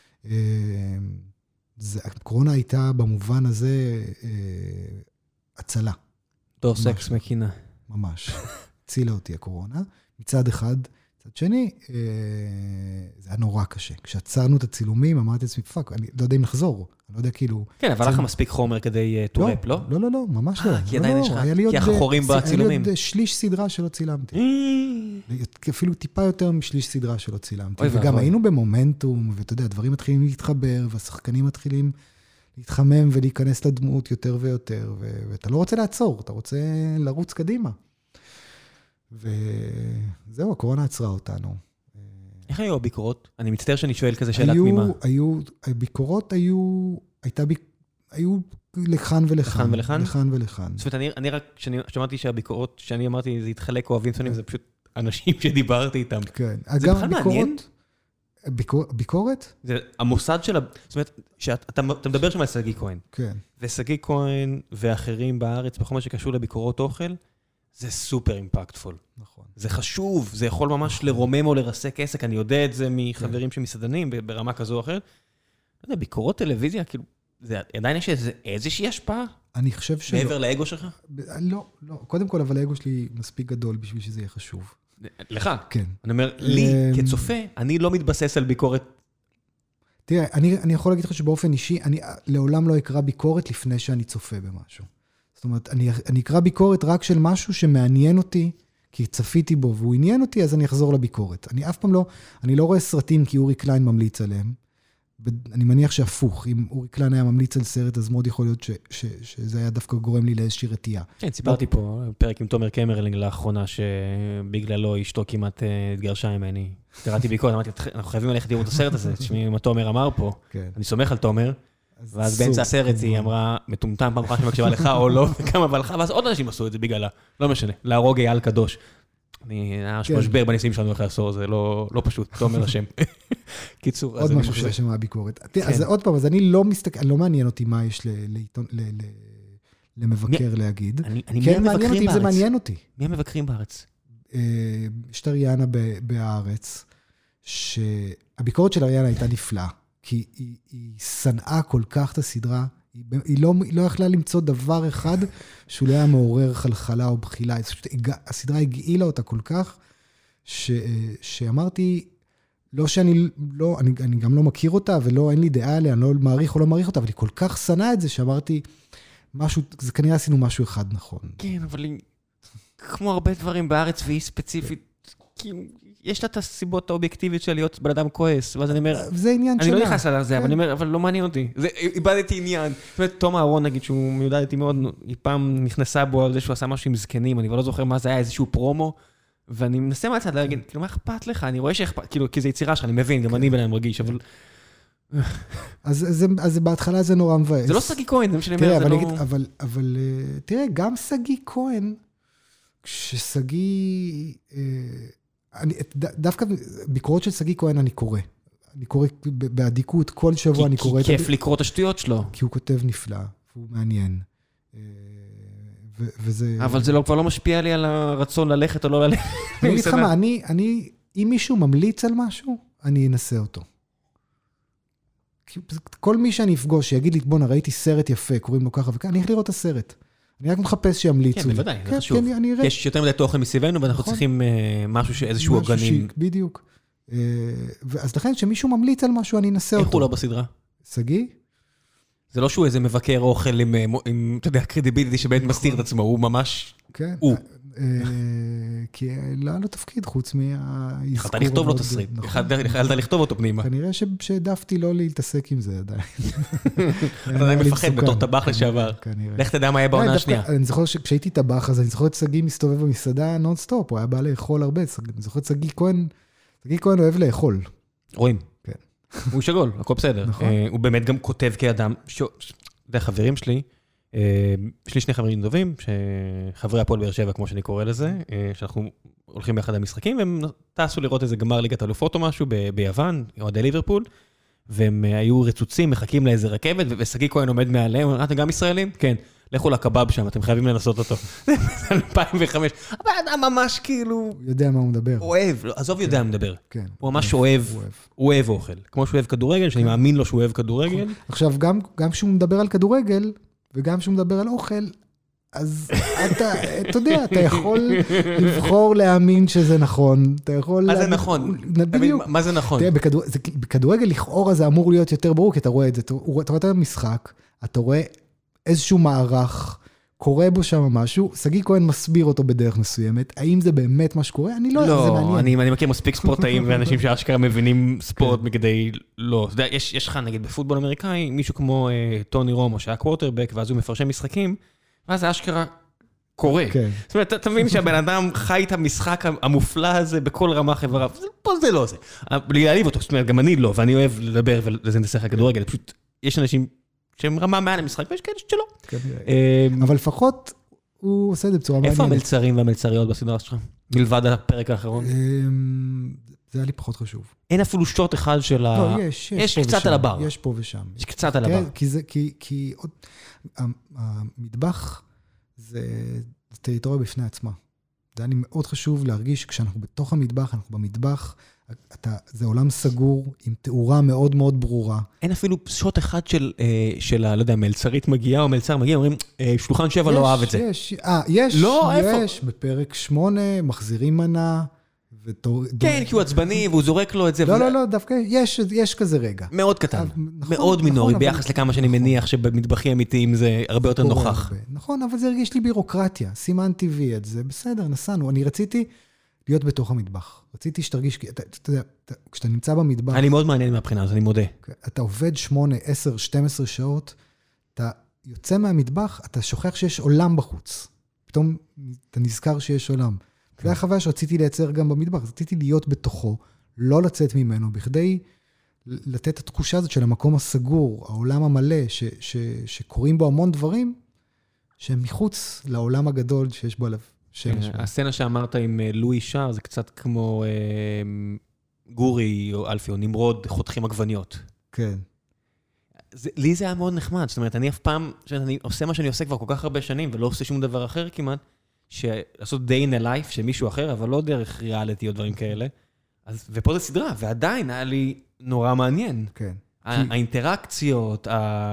הקורונה הייתה במובן הזה הצלה. דוס אקס מקינה. ממש. הצילה אותי הקורונה. מצד אחד, מצד שני, זה היה נורא קשה. כשעצרנו את הצילומים, אמרתי לעצמי, פאק, אני לא יודע אם נחזור. אני לא יודע כאילו... כן, אבל לך מספיק חומר כדי טורפ, לא? לא, ממש לא. כי עדיין יש לך, כי החורים בצילומים. היה לי עוד שליש סדרה שלא צילמתי. אפילו טיפה יותר משליש סדרה שלא צילמתי. וגם היינו במומנטום, ואתה יודע, הדברים מתחילים להתחבר, והשחקנים מתחילים להתחמם ולהיכנס לדמות יותר ויותר, ואתה לא רוצה לעצור, אתה רוצה לרוץ קדימה. וזהו, הקורונה עצרה אותנו. איך היו הביקורות? אני מצטער שאני שואל כזה שאלה תמימה. הביקורות היו לכאן ולכאן. לכאן ולכאן. זאת אומרת, אני רק, שמעתי שהביקורות, שאני אמרתי, זה התחלק אוהבים שונים, זה פשוט אנשים שדיברתי איתם. כן. זה בכלל מעניין? ביקורת? זה המוסד של, זאת אומרת, שאתה מדבר שם על סגי כהן. כן. וסגי כהן ואחרים בארץ, בכל מה שקשור לביקורות אוכל, זה סופר אימפקטפול. נכון. זה חשוב, זה יכול ממש לרומם או לרסק עסק, אני יודע את זה מחברים שמסעדנים ברמה כזו או אחרת. לא יודע, ביקורות טלוויזיה, כאילו, עדיין יש איזושהי השפעה? אני חושב שלא. מעבר לאגו שלך? לא. קודם כל, אבל האגו שלי מספיק גדול בשביל שזה יהיה חשוב. לך? כן. אני אומר, לי, כצופה, אני לא מתבסס על ביקורת תראה, אני יכול להגיד לך שבאופן אישי, אני לעולם לא אקרא ביקורת לפני שאני צופה במשהו. זאת אומרת, אני אקרא ביקורת רק של משהו שמעניין אותי, כי צפיתי בו והוא עניין אותי, אז אני אחזור לביקורת. אני אף פעם לא, אני לא רואה סרטים כי אורי קליין ממליץ עליהם. אני מניח שהפוך, אם אורי קליין היה ממליץ על סרט, אז מאוד יכול להיות שזה היה דווקא גורם לי לאיזושהי רתיעה. כן, סיפרתי פה פרק עם תומר קמרלינג לאחרונה, שבגללו אשתו כמעט התגרשה ממני. קראתי ביקורת, אמרתי, אנחנו חייבים ללכת לראות את הסרט הזה, תשמעי מה תומר אמר פה, אני סומך על תומר, ואז באמצע הסרט היא אמרה, מטומטם פעם אחת שמקשיבה לך או לא, וכמה בלחה, ואז עוד אנשים עשו את זה בגללה, לא משנה, להרוג אייל קדוש. היה משבר בניסים שלנו אחרי עשור, זה לא פשוט, תומר השם. קיצור, עוד משהו שהשם מהביקורת. אז עוד פעם, אז אני לא מסתכל, לא מעניין אותי מה יש למבקר להגיד. כן, מעניין אותי אם זה מעניין אותי. מי המבקרים בארץ? יש את אריאנה בארץ, שהביקורת של אריאנה הייתה נפלאה, כי היא שנאה כל כך את הסדרה, היא לא יכלה למצוא דבר אחד שהוא לא היה מעורר חלחלה או בחילה. הסדרה הגעילה אותה כל כך, שאמרתי, לא שאני אני גם לא מכיר אותה, ולא, אין לי דעה עליה, אני לא מעריך או לא מעריך אותה, אבל היא כל כך שנאה את זה, שאמרתי, משהו, זה כנראה עשינו משהו אחד נכון. כן, אבל היא, כמו הרבה דברים בארץ, והיא ספציפית, כאילו, יש לה את הסיבות האובייקטיביות של להיות בן אדם כועס, ואז אני אומר, זה עניין שלה. אני לא נכנס על זה, אבל אני אומר, אבל לא מעניין אותי. איבדתי עניין. זאת אומרת, תום אהרון, נגיד, שהוא מיודד איתי מאוד, היא פעם נכנסה בו על זה שהוא עשה משהו עם זקנים, אני לא זוכר מה זה היה, איזשהו פרומו, ואני מנסה מהצד להגיד, כאילו, מה אכפת לך? אני רואה שאכפת, כאילו, כי זה יצירה שלך, אני מבין, גם אני בן אדם רגיש, אבל... אז בהתחלה זה נורא מבאס. זה לא סגי כהן, זה משנה מה, זה לא... אבל תראה, גם סגי כהן, כשסגי... דווקא ביקורות של סגי כהן אני קורא. אני קורא בעדיקות, כל שבוע אני קורא... כי כיף לקרוא את השטויות שלו. כי הוא כותב נפלא, והוא מעניין. וזה... אבל זה כבר לא משפיע לי על הרצון ללכת או לא ללכת. אני אגיד לך מה, אם מישהו ממליץ על משהו, אני אנסה אותו. כל מי שאני אפגוש, שיגיד לי, בוא, ראיתי סרט יפה, קוראים לו ככה וככה, אני הולך לראות את הסרט. אני רק מחפש שימליצו. כן, בוודאי, זה חשוב. יש יותר מדי תוכן מסביבנו, ואנחנו צריכים משהו, איזשהו עוגנים. בדיוק. אז לכן, כשמישהו ממליץ על משהו, אני אנסה אותו. איך הוא לא בסדרה? סגי? זה לא שהוא איזה מבקר אוכל עם, אתה יודע, קרדיביליטי שבאמת מסתיר את עצמו, הוא ממש... כן. הוא. כי לא היה לו תפקיד, חוץ מהאזכור. יכלת לכתוב לו תסריט. יכלת לכתוב אותו פנימה. כנראה שהעדפתי לא להתעסק עם זה עדיין. אתה עדיין מפחד בתור טבח לשעבר. לך תדע מה היה בעונה השנייה. אני זוכר שכשהייתי טבח, אז אני זוכר את סגי מסתובב במסעדה נונסטופ, הוא היה בא לאכול הרבה. אני זוכר את סגי כהן אוהב לאכול. רואים. הוא שגול, הכל בסדר. הוא באמת גם כותב כאדם, זה החברים שלי, יש לי שני חברים טובים, שחברי הפועל באר שבע, כמו שאני קורא לזה, שאנחנו הולכים באחד המשחקים, והם טסו לראות איזה גמר ליגת אלופות או משהו ביוון, אוהדי ליברפול, והם היו רצוצים, מחכים לאיזה רכבת, וסגי כהן עומד מעליהם, אתם גם ישראלים? כן. לכו לקבב שם, אתם חייבים לנסות אותו. זה 2005. אבל אדם ממש כאילו... הוא יודע מה הוא מדבר. אוהב, עזוב יודע מה מדבר. הוא ממש אוהב, הוא אוהב אוכל. כמו שהוא אוהב כדורגל, שאני מאמין לו שהוא אוהב כדורגל. עכשיו, גם כשהוא מדבר על כדורגל, וגם כשהוא מדבר על אוכל, אז אתה יודע, אתה יכול לבחור להאמין שזה נכון. אתה יכול... מה זה נכון? מה זה נכון? תראה, בכדורגל לכאורה זה אמור להיות יותר ברור, כי אתה רואה את זה. אתה רואה את המשחק, אתה רואה איזשהו מערך, קורה בו שם משהו, סגי כהן מסביר אותו בדרך מסוימת, האם זה באמת מה שקורה? אני לא, זה מעניין. אני מכיר מספיק ספורטאים ואנשים שאשכרה מבינים ספורט מכדי, לא, אתה יודע, יש לך נגיד בפוטבול אמריקאי, מישהו כמו טוני רומו, שהיה קוורטרבק, ואז הוא מפרשם משחקים, ואז זה אשכרה קורה. זאת אומרת, אתה מבין שהבן אדם חי את המשחק המופלא הזה בכל רמה חברה, פה זה לא זה. בלי להעליב אותו, זאת אומרת, גם אני לא, ואני אוהב לדבר ולזה נשחק הכדורגל, פשוט יש אנשים שהם רמה מעל המשחק, ויש כאלה שלא. אבל לפחות הוא עושה את זה בצורה מעניינת. איפה המלצרים והמלצריות בסדרה שלך? מלבד הפרק האחרון? זה היה לי פחות חשוב. אין אפילו שוט אחד של ה... לא, יש קצת על הבר. יש פה ושם. יש קצת על הבר. כי המטבח זה טריטוריה בפני עצמה. זה היה לי מאוד חשוב להרגיש כשאנחנו בתוך המטבח, אנחנו במטבח, זה עולם סגור, עם תאורה מאוד מאוד ברורה. אין אפילו שוט אחד של, לא יודע, מלצרית מגיעה או מלצר מגיע, אומרים, שולחן 7 לא אוהב את זה. יש, בפרק 8 מחזירים מנה, כן, כי הוא עצבני, והוא זורק לו את זה. לא, דווקא יש כזה רגע. מאוד קטן, מאוד מינורי, ביחס לכמה שאני מניח שבמטבחים אמיתיים זה הרבה יותר נוכח. נכון, אבל זה הרגיש לי בירוקרטיה, סימנתי וי את זה, בסדר, נסענו. אני רציתי להיות בתוך המטבח. רציתי שתרגיש, אתה יודע, כשאתה נמצא במטבח... אני מאוד מעניין מהבחינה, אז אני מודה. אתה עובד 8, 10, 12 שעות, אתה יוצא מהמטבח, אתה שוכח שיש עולם בחוץ. פתאום אתה נזכר שיש עולם. זה היה חוויה שרציתי לייצר גם במטבח, רציתי להיות בתוכו, לא לצאת ממנו, בכדי לתת את התחושה הזאת של המקום הסגור, העולם המלא, שקוראים בו המון דברים, שהם מחוץ לעולם הגדול שיש בו עליו שמש. הסצנה שאמרת עם לואי שר, זה קצת כמו גורי או אלפי או נמרוד, חותכים עגבניות. כן. לי זה היה מאוד נחמד, זאת אומרת, אני אף פעם, שאני עושה מה שאני עושה כבר כל כך הרבה שנים, ולא עושה שום דבר אחר כמעט, לעשות day in a life של מישהו אחר, אבל לא דרך ריאליטי או דברים כאלה. ופה זה סדרה, ועדיין היה לי נורא מעניין. כן. האינטראקציות,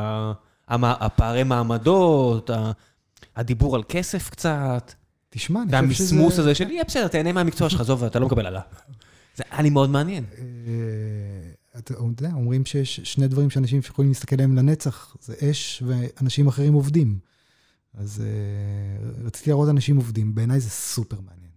הפערי מעמדות, הדיבור על כסף קצת. תשמע, אני חושב שזה... והמסמוס הזה של, בסדר, תהנה מהמקצוע שלך, זו ואתה לא מקבל עליו. זה היה לי מאוד מעניין. אתה יודע, אומרים שיש שני דברים שאנשים יכולים להסתכל עליהם לנצח, זה אש ואנשים אחרים עובדים. אז רציתי לראות אנשים עובדים, בעיניי זה סופר מעניין,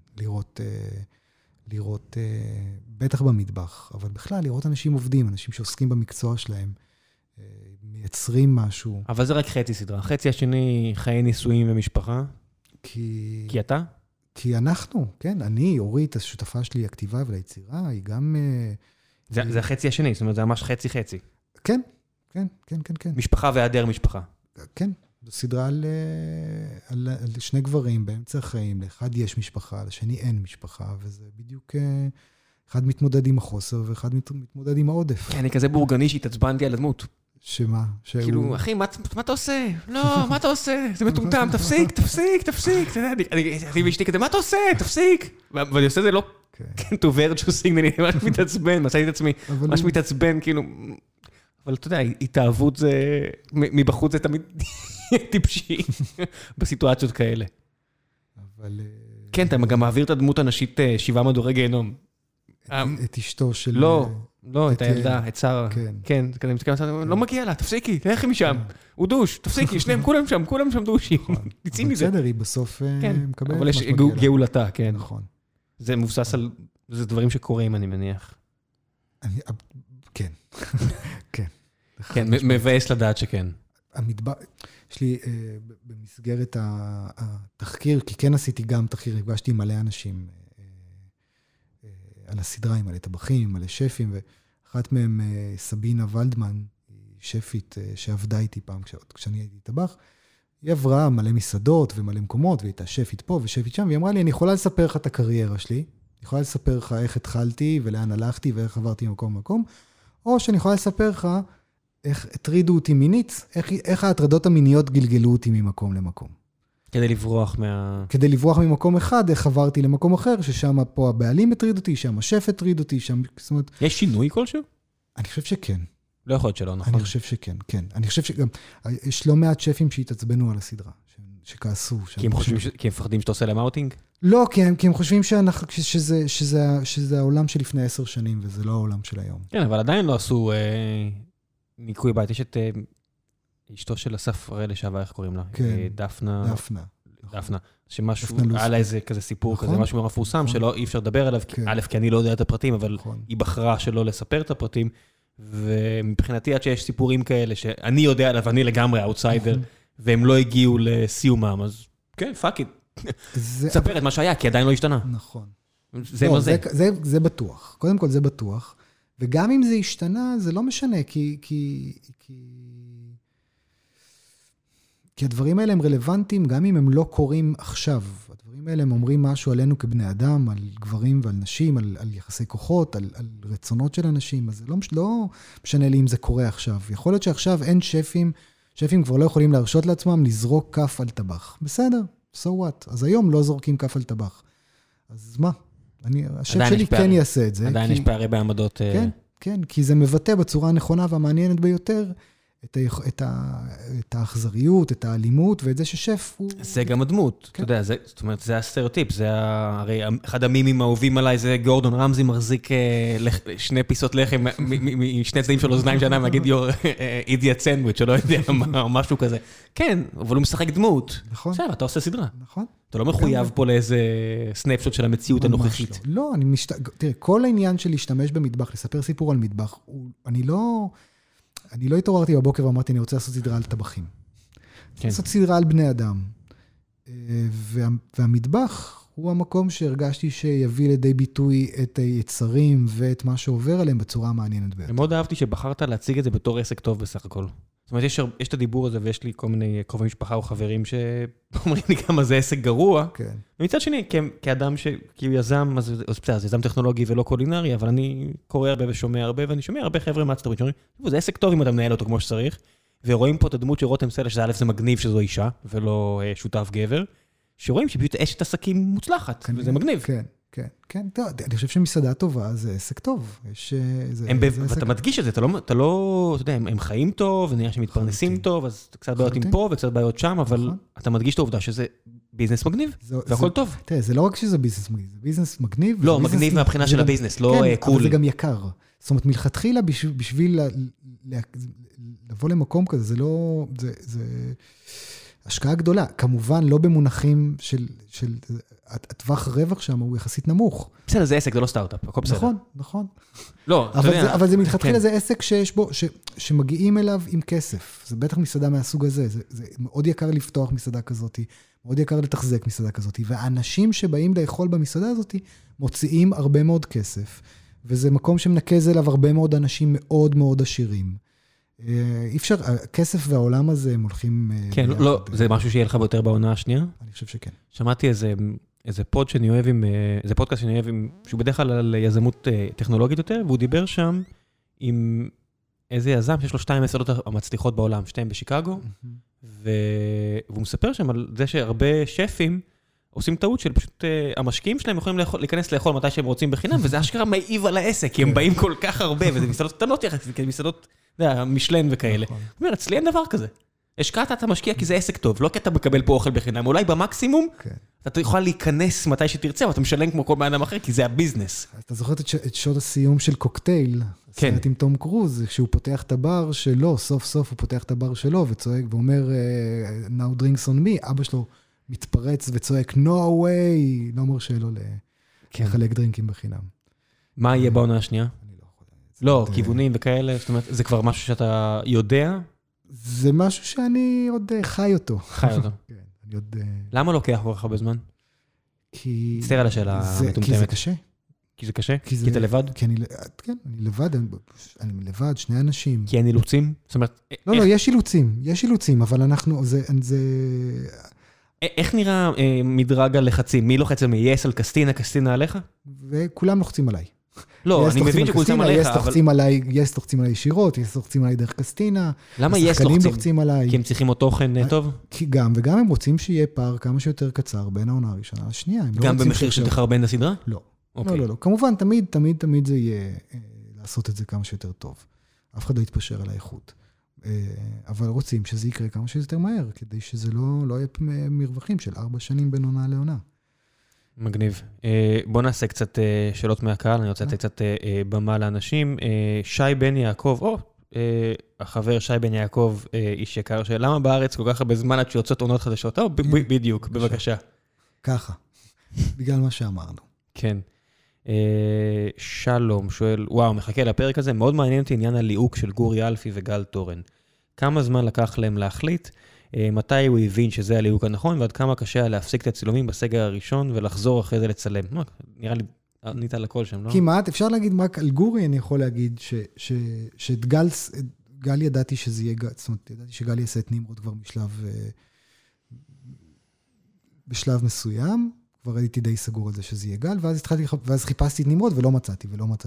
לראות בטח במטבח, אבל בכלל לראות אנשים עובדים, אנשים שעוסקים במקצוע שלהם, מייצרים משהו. אבל זה רק חצי סדרה, חצי השני חיי נישואים ומשפחה. כי אתה? כי אנחנו, כן, אני, אורית, השותפה שלי, הכתיבה וליצירה, היא גם... זה החצי השני, זאת אומרת, זה ממש חצי-חצי. כן. משפחה והיעדר משפחה. כן. זו סדרה על שני גברים באמצע החיים, לאחד יש משפחה, לשני אין משפחה, וזה בדיוק אחד מתמודד עם החוסר, ואחד מתמודד עם העודף. אני כזה בורגני שהתעצבנתי על הדמות. שמה? כאילו, אחי, מה אתה עושה? לא, מה אתה עושה? זה מטומטם, תפסיק. אני ואשתי כזה, מה אתה עושה? תפסיק. ואני עושה זה לא to virtue signaling, אני ממש מתעצבן, מצאתי את עצמי, ממש מתעצבן, כאילו... אבל אתה יודע, התאהבות זה, מבחוץ זה תמיד טיפשי בסיטואציות כאלה. אבל... כן, אתה גם מעביר את הדמות הנשית 7 מדורי גיהנום. את אשתו של... לא, את הילדה, את שרה. כן, לא מגיע לה, תפסיקי, תלכי משם. הוא דוש, תפסיקי, שניהם, כולם שם דושים. תצאי מזה. בסדר, היא בסוף מקבלת. אבל יש גאולתה, כן. נכון. זה מבוסס על... זה דברים שקורים, אני מניח. כן. כן, מבאס לדעת שכן. יש לי במסגרת התחקיר, כי כן עשיתי גם תחקיר, הפגשתי מלא אנשים על הסדרה, עם מלא טבחים, עם מלא שפים, ואחת מהם, סבינה ולדמן, שפית שעבדה איתי פעם כשאני הייתי טבח, היא עברה מלא מסעדות ומלא מקומות, והיא הייתה שפית פה ושפית שם, והיא אמרה לי, אני יכולה לספר לך את הקריירה שלי, אני יכולה לספר לך איך התחלתי ולאן הלכתי ואיך עברתי ממקום למקום, או שאני יכולה לספר לך איך הטרידו אותי מינית, איך ההטרדות המיניות גלגלו אותי ממקום למקום. כדי לברוח ממקום אחד, איך עברתי למקום אחר, ששם פה הבעלים הטריד אותי, שם השף הטריד אותי, שם... יש שינוי כלשהו? אני חושב שכן. לא יכול להיות שלא, נכון? אני חושב שכן, כן. אני חושב שגם, יש לא מעט שפים שהתעצבנו על הסדרה, שכעסו. כי הם מפחדים שאתה עושה להם אאוטינג? לא, כי הם חושבים שזה העולם שלפני 10 שנים, וזה לא העולם של היום. כן, אבל עדיין לא עשו ניקוי בית. יש את אשתו של אסף הראל לשעבר, איך קוראים לה? דפנה. שמשהו, היה לה איזה כזה סיפור כזה, משהו מאוד מפורסם, שלא אי אפשר לדבר עליו, א', כי אני לא יודע את הפרטים, אבל היא בחרה שלא לספר את הפרטים, ומבחינתי עד שיש סיפורים כאלה, שאני יודע עליו, אני לגמרי אאוטסיידר, והם לא הגיעו לסיומם, אז כן, פאק איט. ספר את מה שהיה, כי עדיין לא השתנה. נכון. זה מה זה. זה בטוח. קודם כל זה בטוח. וגם אם זה השתנה, זה לא משנה, כי הדברים האלה הם רלוונטיים, גם אם הם לא קורים עכשיו. הדברים האלה הם אומרים משהו עלינו כבני אדם, על גברים ועל נשים, על יחסי כוחות, על רצונות של אנשים. אז זה לא משנה לי אם זה קורה עכשיו. יכול להיות שעכשיו אין שפים כבר לא יכולים להרשות לעצמם לזרוק כף על טבח. בסדר, so what? אז היום לא זורקים כף על טבח. אז מה? השף שלי כן יעשה את זה. עדיין יש פערי בעמדות. כן, כי זה מבטא בצורה הנכונה והמעניינת ביותר את האכזריות, את האלימות, ואת זה ששף הוא... זה גם הדמות, אתה יודע, זאת אומרת, זה הסטריאוטיפ, זה הרי אחד המימים האהובים עליי, זה גורדון רמזי מחזיק 2 פיסות לחם, משני צדדים של אוזניים שנה, מגיד יור אידיאט סנדוויץ', או לא יודע, או משהו כזה. כן, אבל הוא משחק דמות. נכון. בסדר, אתה עושה סדרה. נכון. אתה לא מחויב פה לאיזה סנאפשוט של המציאות הנוכחית. לא, תראה, כל העניין של להשתמש במטבח, לספר סיפור על מטבח, אני לא התעוררתי בבוקר ואמרתי, אני רוצה לעשות סדרה על טבחים. לעשות סדרה על בני אדם. והמטבח הוא המקום שהרגשתי שיביא לידי ביטוי את היצרים ואת מה שעובר עליהם בצורה מעניינת ביותר. מאוד אהבתי שבחרת להציג את זה בתור עסק טוב בסך הכל. זאת אומרת, יש את הדיבור הזה, ויש לי כל מיני קרובי משפחה או חברים שאומרים לי כמה זה עסק גרוע. כן. ומצד שני, כאדם כאילו יזם, אז בסדר, זה יזם טכנולוגי ולא קולינרי, אבל אני קורא הרבה ושומע הרבה, ואני שומע הרבה חבר'ה מארצות הברית שאומרים, זה עסק טוב אם אתה מנהל אותו כמו שצריך, ורואים פה את הדמות של רותם סלע, שזה א' זה מגניב שזו אישה, ולא שותף גבר, שרואים שפשוט אשת עסקים מוצלחת, וזה מגניב. כן. כן, כן, אני חושב שמסעדה טובה זה עסק טוב. ואתה מדגיש את זה, אתה לא, אתה יודע, הם חיים טוב, ונראה שהם מתפרנסים טוב, אז קצת בעיות עם פה וקצת בעיות שם, אבל אתה מדגיש את העובדה שזה ביזנס מגניב, והכל טוב. תראה, זה לא רק שזה ביזנס מגניב, זה ביזנס מגניב. לא, מגניב מהבחינה של הביזנס, לא קול. אבל זה גם יקר. זאת אומרת, מלכתחילה בשביל לבוא למקום כזה, זה לא, זה השקעה גדולה. כמובן, לא במונחים של הטווח רווח שם הוא יחסית נמוך. בסדר, זה עסק, זה לא סטארט-אפ, הכל בסדר. נכון, נכון. לא, אתה יודע. אבל זה מלכתחילה, זה עסק שיש בו, שמגיעים אליו עם כסף. זה בטח מסעדה מהסוג הזה. זה מאוד יקר לפתוח מסעדה כזאת, מאוד יקר לתחזק מסעדה כזאת, והאנשים שבאים לאכול במסעדה הזאת, מוציאים הרבה מאוד כסף, וזה מקום שמנקז אליו הרבה מאוד אנשים מאוד מאוד עשירים. אי אפשר, הכסף והעולם הזה הם הולכים... כן, לא, זה משהו שיהיה לך ביותר בעונה השנייה? אני חושב שכן. שמעתי איזה פוד שאני אוהב איזה פודקאסט שאני אוהב שהוא בדרך כלל על יזמות טכנולוגית יותר, והוא דיבר שם עם איזה יזם שיש לו 2 מסעדות המצליחות בעולם, 2 בשיקגו, והוא מספר שם על זה שהרבה שפים עושים טעות של פשוט המשקיעים שלהם יכולים להיכנס לאכול מתי שהם רוצים בחינם, וזה אשכרה מעיב על העסק, כי הם באים כל כך הרבה, וזה מסעדות קטנות יחסית, כי מסעדות, משלן וכאלה. הוא אומר, אצלי אין דבר כזה. השקעת אתה משקיע כי זה עסק טוב, לא כי אתה מקבל פה אוכל בחינם, אולי במקסימום, אתה יכול להיכנס מתי שתרצה, אבל אתה משלם כמו כל מאדם אחר, כי זה הביזנס. אתה זוכר את שעות הסיום של קוקטייל, סרט עם תום קרוז, כשהוא פותח את הבר שלו, סוף סוף הוא פותח את הבר שלו, וצועק ואומר, now drinks on me, אבא שלו מתפרץ וצועק, no way, לא מרשה לו לחלק דרינקים בחינם. מה יהיה בעונה השנייה? אני לא יכול. לא, כיוונים וכאלה, זאת אומרת, זה כבר משהו שאתה יודע? זה משהו שאני עוד חי אותו. חי אותו. כן, אני עוד... למה לוקח כל כך הרבה זמן? כי... תסתר על השאלה המטומטמת. כי זה קשה. כי זה קשה? כי אתה לבד? כן, אני לבד, אני לבד, 2 אנשים. כי אין אילוצים? זאת אומרת... לא, יש אילוצים, אבל אנחנו, זה... איך נראה מדרג הלחצים? מי לוחץ על מי? יס על קסטינה, קסטינה עליך? וכולם לוחצים עליי. לא, אני מבין שכולם עליך, אבל... יס לוחצים עליי ישירות, יס לוחצים עליי דרך קסטינה. למה יס לוחצים עליי? כי הם צריכים עוד תוכן טוב? כי גם, וגם הם רוצים שיהיה פער כמה שיותר קצר בין העונה הראשונה לשנייה. גם במחיר שתחרבן לסדרה? לא. לא. כמובן, תמיד זה יהיה לעשות את זה כמה שיותר טוב. אף אחד לא יתפשר על האיכות. אבל רוצים שזה יקרה כמה שיותר מהר, כדי שזה לא יהיה מרווחים של 4 שנים בין עונה לעונה. מגניב. בוא נעשה קצת שאלות מהקהל, אני רוצה לתת קצת במה לאנשים. שי בן יעקב, החבר שי בן יעקב, איש יקר, למה בארץ כל כך הרבה זמן עד שיוצאות עונות חדשות? בדיוק, בבקשה. ככה, בגלל מה שאמרנו. כן. שלום שואל, וואו, מחכה לפרק הזה, מאוד מעניין אותי עניין הליהוק של גורי אלפי וגל תורן. כמה זמן לקח להם להחליט? מתי הוא הבין שזה הליהוק הנכון, ועד כמה קשה להפסיק את הצילומים בסגר הראשון, ולחזור אחרי זה לצלם. נראה לי, ענית על הכל שם, לא? כמעט, אפשר להגיד רק על גורי, אני יכול להגיד שאת גל ידעתי שזה יהיה, זאת אומרת, ידעתי שגל יעשה את נמרוד כבר בשלב מסוים, כבר הייתי די סגור על זה שזה יהיה גל, ואז חיפשתי את נמרוד, ולא מצאתי.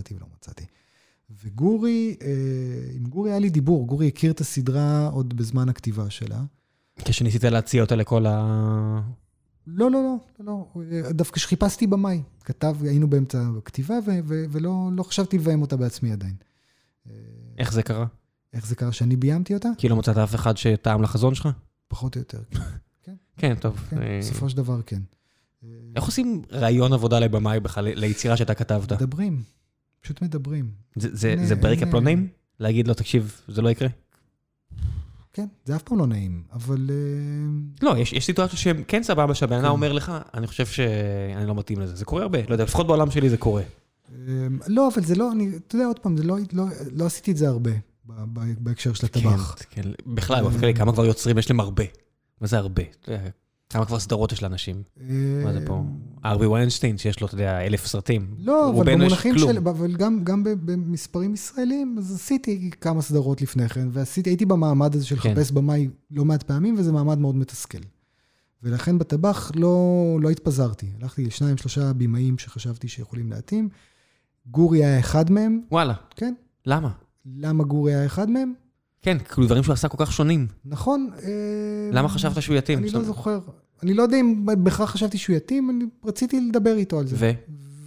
וגורי, עם גורי היה לי דיבור, גורי הכיר את הסדרה עוד בזמן הכתיבה שלה. כשניסית להציע אותה לכל ה... לא, דווקא שחיפשתי במאי, היינו באמצע הכתיבה, ולא חשבתי לביים אותה בעצמי עדיין. איך זה קרה? איך זה קרה שאני ביימתי אותה? כי לא מצאת אף אחד שטעם לחזון שלך? פחות או יותר, כן. כן, טוב. כן, בסופו של דבר, כן. איך עושים רעיון עבודה לבמאי בכלל, ליצירה שאתה כתבת? מדברים, פשוט מדברים. זה ברקע לא נעים? להגיד לו, תקשיב, זה לא יקרה? כן, זה אף פעם לא נעים, אבל... לא, יש סיטואציות שהן כן סבבה, שהבן אומר לך, אני חושב שאני לא מתאים לזה. זה קורה הרבה, לא יודע, לפחות בעולם שלי זה קורה. לא, אבל זה לא, אתה יודע, עוד פעם, לא עשיתי את זה הרבה, בהקשר של הטבח. כן, בכלל, כמה כבר יוצרים יש להם הרבה. מה זה הרבה? כמה כבר סדרות יש לאנשים? מה זה פה? ארווי ויינשטיין, שיש לו, אתה יודע, 1,000 סרטים. לא, אבל במונחים של... אבל גם במספרים ישראלים, אז עשיתי כמה סדרות לפני כן, והייתי במעמד הזה של לחפש במאי לא מעט פעמים, וזה מעמד מאוד מתסכל. ולכן בטבח לא התפזרתי. הלכתי ל2-3 בימאים שחשבתי שיכולים להתאים. גורי היה אחד מהם. וואלה. כן. למה? למה גורי היה אחד מהם? כן, כאילו דברים שהוא עשה כל כך שונים. נכון. למה חשבת שהוא יתאים? אני לא זוכר. אני לא יודע אם בכלל חשבתי שהוא יתאים, אני רציתי לדבר איתו על זה.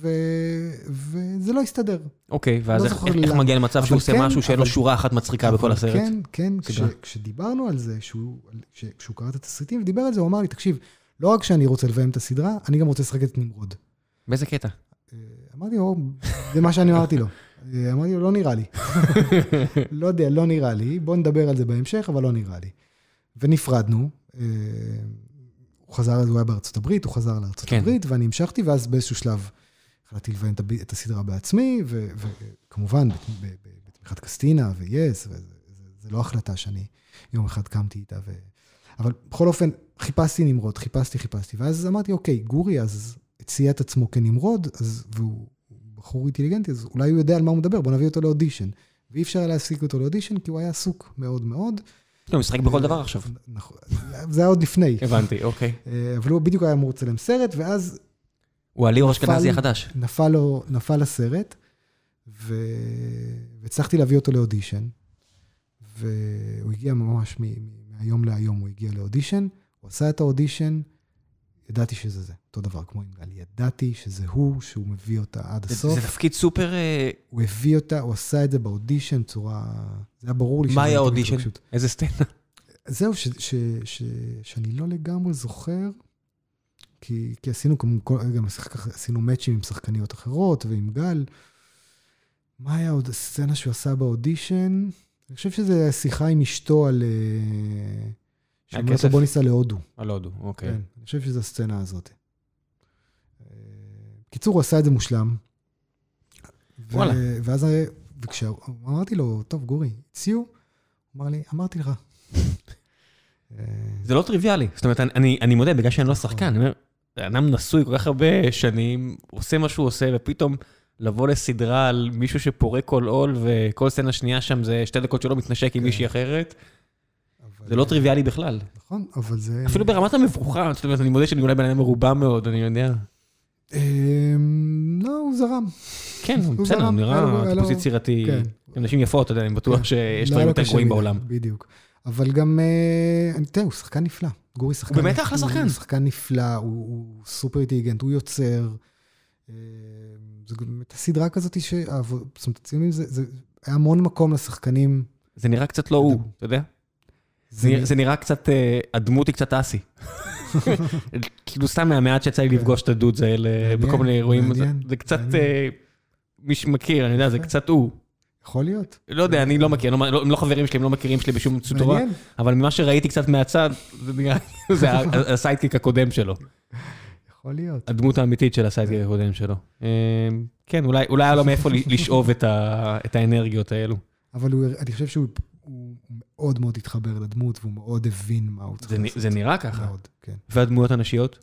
וזה לא הסתדר. אוקיי, ואז איך מגיע למצב שהוא עושה משהו שאין לו שורה אחת מצחיקה בכל הסרט? כן, כשדיברנו על זה, כשהוא קרא את התסריטים ודיבר על זה, הוא אמר לי, תקשיב, לא רק שאני רוצה לביים את הסדרה, אני גם רוצה לשחק את נמרוד. באיזה קטע? אמרתי לו, זה מה שאני אמרתי לו. אמרתי לו, לא נראה לי. לא יודע, לא נראה לי. בוא נדבר על זה בהמשך, אבל לא נראה לי. ונפרדנו. הוא חזר, הוא היה בארצות הברית, הוא חזר לארצות הברית, ואני המשכתי, ואז באיזשהו שלב החלטתי לביים את הסדרה בעצמי, וכמובן, בתמיכת קסטינה ויס, זה לא החלטה שאני יום אחד קמתי איתה. אבל בכל אופן, חיפשתי נמרוד, חיפשתי, ואז אמרתי, אוקיי, גורי אז הציע את עצמו כנמרוד, והוא בחור אינטליגנטי, אז אולי הוא יודע על מה הוא מדבר, בוא נביא אותו לאודישן. ואי אפשר היה להפסיק אותו לאודישן, כי הוא היה עסוק מאוד מאוד. הוא משחק בכל דבר עכשיו. נכון, זה היה עוד לפני. הבנתי, אוקיי. אבל הוא בדיוק היה אמור לצלם סרט, ואז... הוא הליאור אשכנזי החדש. נפל הסרט, והצלחתי להביא אותו לאודישן, והוא הגיע ממש מהיום להיום, הוא הגיע לאודישן, הוא עשה את האודישן, ידעתי שזה זה, אותו דבר כמו עם גל, ידעתי שזה הוא, שהוא מביא אותה עד הסוף. זה תפקיד סופר... הוא הביא אותה, הוא עשה את זה באודישן, צורה... זה היה ברור לי... מה היה האודישן? איזה סצנה? זהו, שאני לא לגמרי זוכר, כי עשינו גם עשינו מאצ'ים עם שחקניות אחרות, ועם גל. מה היה עוד הסצנה שהוא עשה באודישן? אני חושב שזה שיחה עם אשתו על... שאומרת בוא ניסע להודו. על הודו, אוקיי. כן, אני חושב שזו הסצנה הזאת. בקיצור, הוא עשה את זה מושלם. וואלה. ואז, וכשאמרתי לו, טוב, גורי, הציעו, הוא אמר לי, אמרתי לך. זה לא טריוויאלי. זאת אומרת, אני מודה, בגלל שאני לא שחקן, אני אומר, אדם נשוי כל כך הרבה שנים, עושה מה שהוא עושה, ופתאום לבוא לסדרה על מישהו שפורק כל עול, וכל סצנה שנייה שם זה 2 דקות שלא מתנשק עם מישהי אחרת. זה לא טריוויאלי בכלל. נכון, אבל זה... אפילו ברמת המברוכה, זאת אומרת, אני מודה שאני אולי בן אדם מרובע מאוד, אני יודע. לא, הוא זרם. כן, בסדר, הוא נראה טיפוס יצירתי. אנשים יפות, אתה יודע, אני בטוח שיש דברים יותר גרועים בעולם. בדיוק. אבל גם, תראה, הוא שחקן נפלא. גורי שחקן נפלא. הוא באמת אחלה שחקן. הוא שחקן נפלא, הוא סופר אינטליגנט, הוא יוצר. זו באמת הסדרה כזאת זאת אומרת, זה היה המון מקום לשחקנים. זה נראה קצת לא הוא, אתה יודע? זה נראה קצת, הדמות היא קצת אסי. כאילו סתם מהמעט שיצא לי לפגוש את הדוד האלה בכל מיני אירועים. זה קצת, מי שמכיר, אני יודע, זה קצת הוא. יכול להיות. לא יודע, אני לא מכיר, הם לא חברים שלי, הם לא מכירים שלי בשום צורה, אבל ממה שראיתי קצת מהצד, זה הסיידקיק הקודם שלו. יכול להיות. הדמות האמיתית של הסיידקיק הקודם שלו. כן, אולי היה לו מאיפה לשאוב את האנרגיות האלו. אבל אני חושב שהוא מאוד מאוד התחבר לדמות, והוא מאוד הבין מה הוא צריך לעשות. זה נראה ככה. מאוד, כן. והדמויות הנשיות?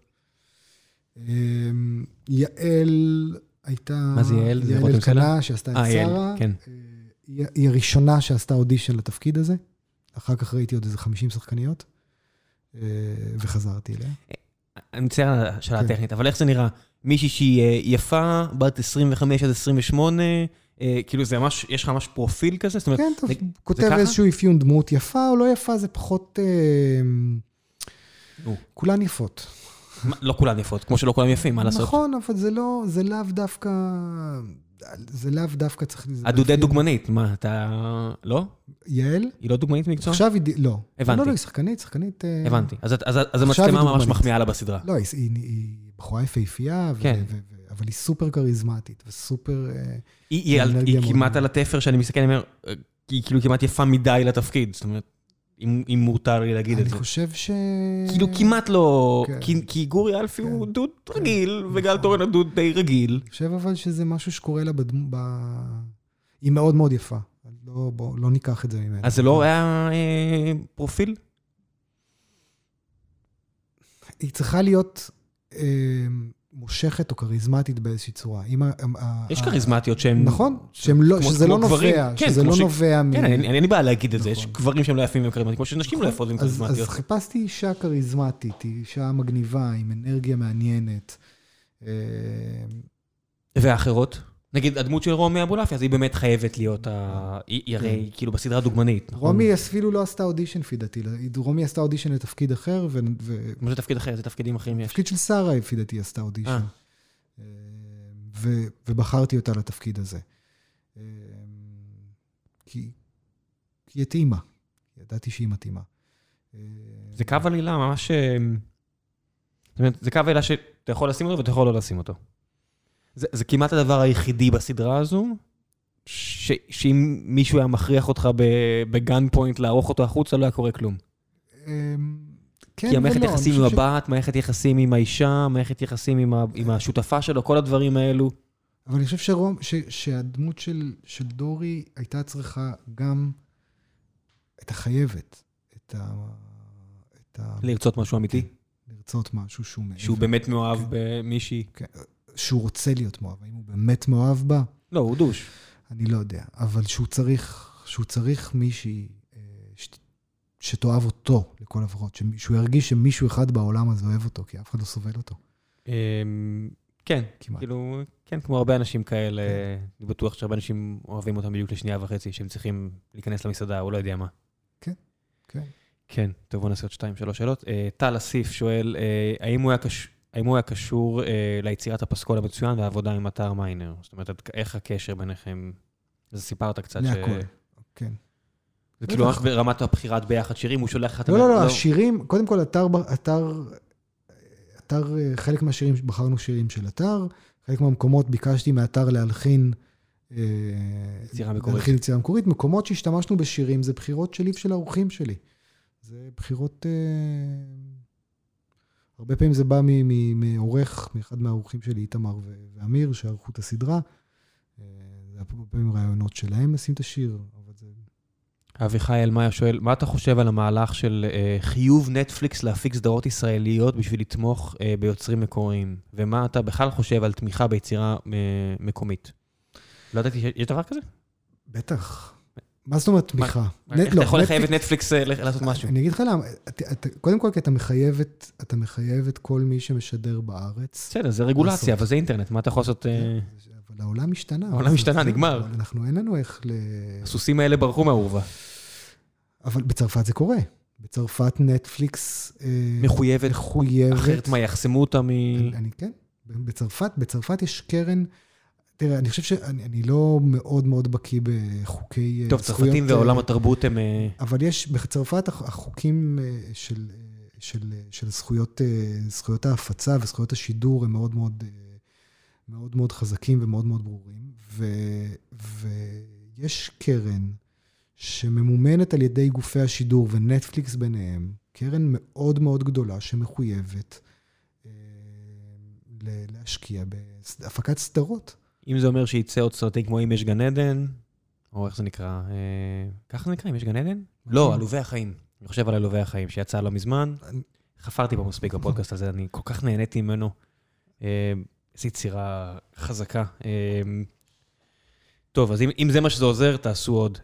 יעל הייתה... מה זה יעל? יעל אלקנה, שעשתה את שרה. כן. היא הראשונה שעשתה אודישן לתפקיד הזה. אחר כך ראיתי עוד איזה 50 שחקניות, וחזרתי אליה. אני מצטער על השאלה הטכנית, אבל איך זה נראה? מישהי שהיא יפה, בת 25 עד 28, כאילו זה ממש, יש לך ממש פרופיל כזה? כן, טוב, כותב איזשהו אפיון דמות יפה או לא יפה, זה פחות... כולן יפות. לא כולן יפות, כמו שלא כולן יפים, מה לעשות? נכון, אבל זה לאו דווקא... זה לאו דווקא צריך... הדודי דוגמנית, מה, אתה... לא? יעל? היא לא דוגמנית מקצוע? עכשיו היא... לא. הבנתי. לא, היא שחקנית... הבנתי. אז המצלמה ממש מחמיאה לה בסדרה. לא, היא בחורה יפהפייה, אבל היא סופר כריזמטית, וסופר... היא כמעט על התפר שאני מסתכל, אני אומר, היא כאילו כמעט יפה מדי לתפקיד, זאת אומרת, אם מותר לי להגיד את זה. אני חושב כאילו כמעט לא... כי גורי אלפי הוא דוד רגיל, וגל תורן הוא דוד די רגיל. אני חושב אבל שזה משהו שקורה לה היא מאוד מאוד יפה. לא ניקח את זה ממנו. אז זה לא היה פרופיל? היא צריכה להיות מושכת או כריזמטית באיזושהי צורה. יש כריזמטיות שהן... נכון, שזה לא נובע, שזה לא נובע מ... כן, אני בא להגיד את זה, יש גברים שהם לא יפים וכריזמטיים, כמו שנשים לא יפות וכריזמטיות. אז חיפשתי אישה כריזמטית, אישה מגניבה, עם אנרגיה מעניינת. ואחרות? נגיד, הדמות של רומי אבולעפיה, אז היא באמת חייבת להיות, היא הרי כאילו בסדרה דוגמנית. רומי אפילו לא עשתה אודישן לפי דעתי, רומי עשתה אודישן לתפקיד אחר. מה זה תפקיד אחר? זה תפקידים אחרים יש. תפקיד של שרה לפי דעתי עשתה אודישן. ובחרתי אותה לתפקיד הזה. כי היא התאימה. ידעתי שהיא מתאימה. זה קו עלילה ממש... זאת אומרת, זה קו עלילה שאתה יכול לשים אותו ואתה יכול לא לשים אותו. זה כמעט הדבר היחידי בסדרה הזו, שאם מישהו היה מכריח אותך בגן פוינט לערוך אותו החוצה, לא היה קורה כלום. כי המערכת יחסים עם הבת, מערכת יחסים עם האישה, מערכת יחסים עם השותפה שלו, כל הדברים האלו. אבל אני חושב שהדמות של דורי הייתה צריכה גם את החייבת, לרצות משהו אמיתי? לרצות משהו שהוא באמת מאוהב במישהי. שהוא רוצה להיות מאוהב, האם הוא באמת מאוהב בה? לא, הוא דוש. אני לא יודע, אבל שהוא צריך מישהי שתאהב אותו, לכל הפחות, שהוא ירגיש שמישהו אחד בעולם הזה אוהב אותו, כי אף אחד לא סובל אותו. כן, כאילו, כן, כמו הרבה אנשים כאלה, אני בטוח שהרבה אנשים אוהבים אותם בדיוק לשנייה וחצי, שהם צריכים להיכנס למסעדה, הוא לא יודע מה. כן, כן. כן, טוב, בוא נעשה עוד 2-3 שאלות. טל אסיף שואל, האם הוא היה קשור ליצירת הפסקול המצוין והעבודה עם אתר מיינר? זאת אומרת, איך הקשר ביניכם? אז סיפרת קצת להכל, כן. זה כאילו רק ברמת הבחירת ביחד שירים, הוא שולח לך... לא, השירים, קודם כל, אתר, חלק מהשירים, בחרנו שירים של אתר, חלק מהמקומות ביקשתי מאתר להלחין יצירה מקורית, מקומות שהשתמשנו בשירים, זה בחירות שלי ושל האורחים שלי. זה בחירות... הרבה פעמים זה בא מעורך, מאחד מהאורחים שלי, איתמר ואמיר, שערכו את הסדרה. זה הרבה פעמים רעיונות שלהם לשים את השיר. אביחי אלמיה שואל, מה אתה חושב על המהלך של חיוב נטפליקס להפיק סדרות ישראליות בשביל לתמוך ביוצרים מקוריים? ומה אתה בכלל חושב על תמיכה ביצירה מקומית? לא ידעתי, יש דבר כזה? בטח. מה זאת אומרת תמיכה? איך אתה יכול לחייב את נטפליקס לעשות משהו? אני אגיד לך למה, קודם כל כי אתה מחייב את כל מי שמשדר בארץ. בסדר, זה רגולציה, אבל זה אינטרנט, מה אתה יכול לעשות? אבל העולם משתנה. העולם משתנה, נגמר. אנחנו אין לנו איך הסוסים האלה ברחו מהאורווה. אבל בצרפת זה קורה. בצרפת נטפליקס מחויבת. אחרת מה, יחסמו אותה כן. בצרפת יש קרן... תראה, אני חושב שאני לא מאוד מאוד בקיא בחוקי זכויות... טוב, צרפתים ועולם התרבות הם... אבל יש, בצרפת החוקים של זכויות ההפצה וזכויות השידור הם מאוד מאוד, מאוד מאוד חזקים ומאוד מאוד ברורים, ויש קרן שממומנת על ידי גופי השידור ונטפליקס ביניהם, קרן מאוד מאוד גדולה שמחויבת להשקיע בהפקת סדרות. אם זה אומר שיצא עוד סרטים כמו אם יש גן עדן, או איך זה נקרא? ככה זה נקרא, אם יש גן עדן? לא, עלובי החיים. אני חושב על עלובי החיים, שיצא לא מזמן. חפרתי פה מספיק בפודקאסט הזה, אני כל כך נהניתי ממנו. איזו יצירה חזקה. טוב, אז אם זה מה שזה עוזר, תעשו עוד.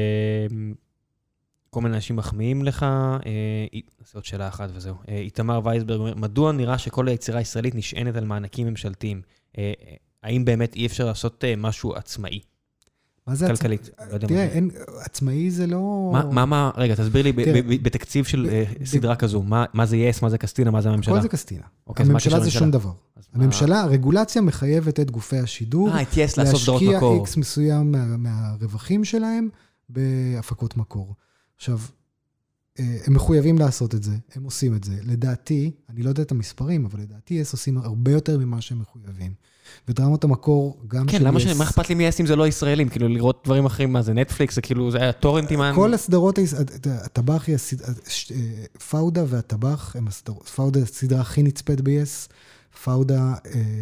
כל מיני אנשים מחמיאים לך. נעשה עוד שאלה אחת וזהו. איתמר וייסברג אומר, מדוע נראה שכל היצירה הישראלית נשענת על מענקים ממשלתיים? האם באמת אי אפשר לעשות משהו עצמאי? מה זה כלכלית? תראה, עצמאי זה לא... רגע, תסביר לי, בתקציב של סדרה כזו, מה זה יס, מה זה קסטינה, מה זה הממשלה? הכל זה קסטינה. הממשלה זה שום דבר. הממשלה, הרגולציה מחייבת את גופי השידור, את יס לעשות סדרות מקור. להשקיע איקס מסוים מהרווחים שלהם בהפקות מקור. עכשיו, הם מחויבים לעשות את זה, הם עושים את זה. לדעתי, אני לא יודע את המספרים, אבל לדעתי יס עושים הרבה יותר ממה שהם מחויבים. ודרמות המקור, גם כן, למה מה אכפת לי מייס אם זה לא ישראלים? כאילו, לראות דברים אחרים, מה זה נטפליקס, זה כאילו, זה היה טורנטים. כל הסדרות, הטבח היא, פאודה והטבח, פאודה הסדרה הכי נצפית ביס, פאודה,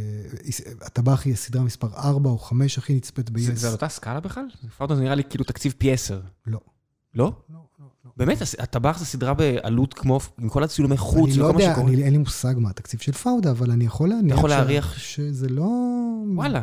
הטבח היא הסדרה מספר 4 או 5 הכי נצפית ביס. זה על אותה סקאלה בכלל? פאודה זה נראה לי כאילו תקציב פי 10. לא. לא? לא. באמת, הטבח זה סדרה בעלות כמו, עם כל הצילומי חוץ וכל מה שקורה. אין לי מושג מה התקציב של פאודה, אבל אני יכול להניח שזה לא... וואלה.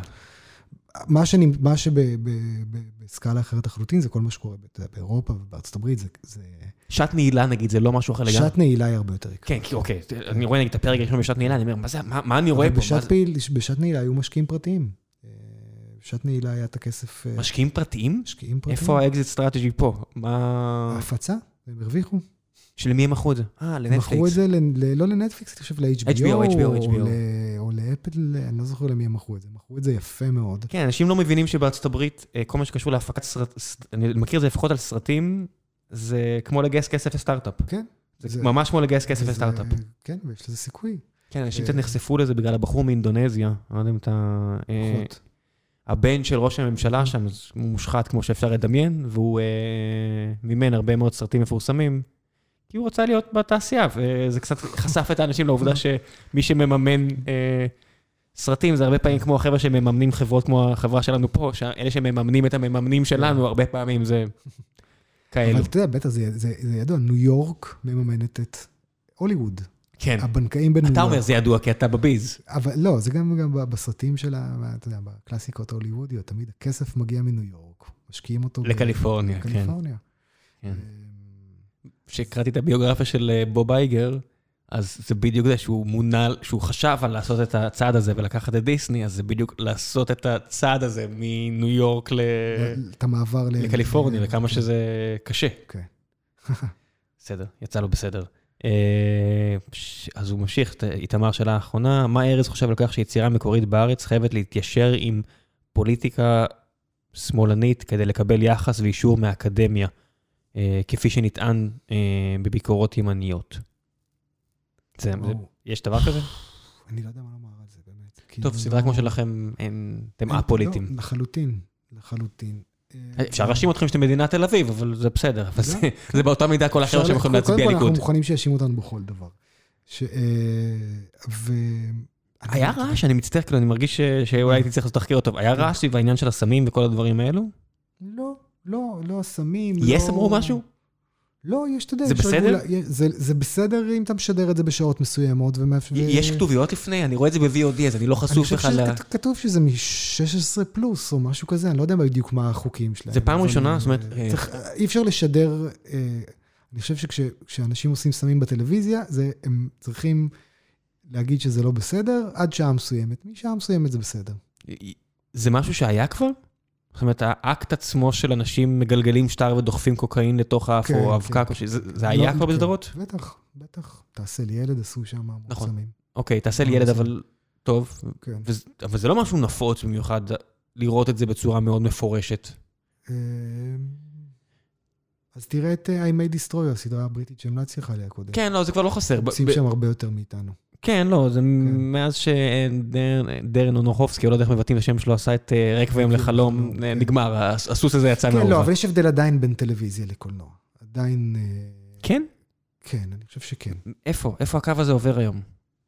מה שבסקאלה אחרת לחלוטין, זה כל מה שקורה באירופה ובארצות הברית, זה... שעת נעילה, נגיד, זה לא משהו אחר לגמרי? שעת נעילה היא הרבה יותר יקרה. כן, אוקיי. אני רואה, נגיד, את הפרק הראשון בשעת נעילה, אני אומר, מה אני רואה פה? בשעת נעילה היו משקיעים פרטיים. בשעת נעילה היה את הכסף... משקיעים פרטיים? משקיעים פרטיים. איפה האקזיט סטרטג'י פה? מה... ההפצה, הם הרוויחו. שלמי הם מכרו את זה? לנטפליקס. מכרו את זה, לא לנטפליקס, אני חושב ל-HBO, או לאפל, אני לא זוכר למי הם מכרו את זה. מכרו את זה יפה מאוד. כן, אנשים לא מבינים שבארצות הברית, כל מה שקשור להפקת סרט, אני מכיר את זה לפחות על סרטים, זה כמו לגייס כסף לסטארט-אפ. כן. זה ממש כמו לגייס כסף לסטארט-אפ. כן, ויש לזה סיכוי. כן, אנשים קצת נחשפו לזה בגלל הבחור מאינדונזיה, לא יודע אם אתה... הבן של ראש הממשלה שם, הוא מושחת כמו שאפשר לדמיין, והוא מימן הרבה מאוד סרטים מפורסמים, כי הוא רוצה להיות בתעשייה, וזה קצת חשף את האנשים לעובדה שמי שמממן סרטים, זה הרבה פעמים כמו החבר'ה שמממנים חברות כמו החברה שלנו פה, אלה שמממנים את המממנים שלנו, הרבה פעמים זה כאלו. אבל אתה יודע, בטח זה ידוע, ניו יורק מממנת את הוליווד. כן. הבנקאים בניו יורק. אתה אומר, זה ידוע, כי אתה בביז. אבל לא, זה גם בסרטים של, אתה יודע, בקלאסיקות ההוליוודיות, תמיד הכסף מגיע מניו יורק, משקיעים אותו לקליפורניה, כן. לקליפורניה. כשקראתי את הביוגרפיה של בוב אייגר, אז זה בדיוק זה שהוא מונע, שהוא חשב על לעשות את הצעד הזה ולקחת את דיסני, אז זה בדיוק לעשות את הצעד הזה מניו יורק לקליפורניה, וכמה שזה קשה. בסדר, יצא לו בסדר. אז הוא ממשיך את איתמר שאלה האחרונה, מה ארז חושב על כך שיצירה מקורית בארץ חייבת להתיישר עם פוליטיקה שמאלנית כדי לקבל יחס ואישור מהאקדמיה, כפי שנטען בביקורות ימניות? יש דבר כזה? אני לא יודע מה לומר על זה, באמת. טוב, סדרה כמו שלכם, אתם א-פוליטיים. לחלוטין, לחלוטין. אפשר להאשים אתכם שאתם מדינת תל אביב, אבל זה בסדר. זה באותה מידה כל אחר שהם יכולים להצביע ליכוד. קודם כל אנחנו מוכנים שיאשימו אותנו בכל דבר. היה רעש, אני מצטער, אני מרגיש שאולי הייתי צריך לתחקר אותו. היה רעש סביב העניין של הסמים וכל הדברים האלו? לא הסמים. יס אמרו משהו? לא, יש, אתה יודע. זה בסדר? זה בסדר אם אתה משדר את זה בשעות מסוימות. יש כתוביות לפני, אני רואה את זה ב-VOD, אז אני לא חשוף לך ל... אני חושב שכתוב שזה מ-16 פלוס או משהו כזה, אני לא יודע בדיוק מה החוקים שלהם. זה פעם ראשונה, זאת אומרת... אי אפשר לשדר, אני חושב שכשאנשים עושים סמים בטלוויזיה, הם צריכים להגיד שזה לא בסדר, עד שעה מסוימת. משעה מסוימת זה בסדר. זה משהו שהיה כבר? זאת אומרת, האקט עצמו של אנשים מגלגלים שטר ודוחפים קוקאין לתוך האף או אבקה, זה היה כבר בסדרות? בטח, בטח. תעשה לי ילד, עשו שם מוצמים. אוקיי, תעשה לי ילד, אבל טוב. אבל זה לא משהו נפוץ במיוחד לראות את זה בצורה מאוד מפורשת. אז תראה את I May Destroy, הסדרה הבריטית שהמלצתי לך עליה קודם. כן, לא, זה כבר לא חסר. עושים שם הרבה יותר מאיתנו. כן, לא, זה מאז שדרן אונוחובסקי, או לא יודע איך מבטאים את השם שלו, עשה את רקוויאם לחלום, נגמר, הסוס הזה יצא מהאהובה. כן, לא, אבל יש הבדל עדיין בין טלוויזיה לקולנוע. עדיין... כן? כן, אני חושב שכן. איפה? איפה הקו הזה עובר היום?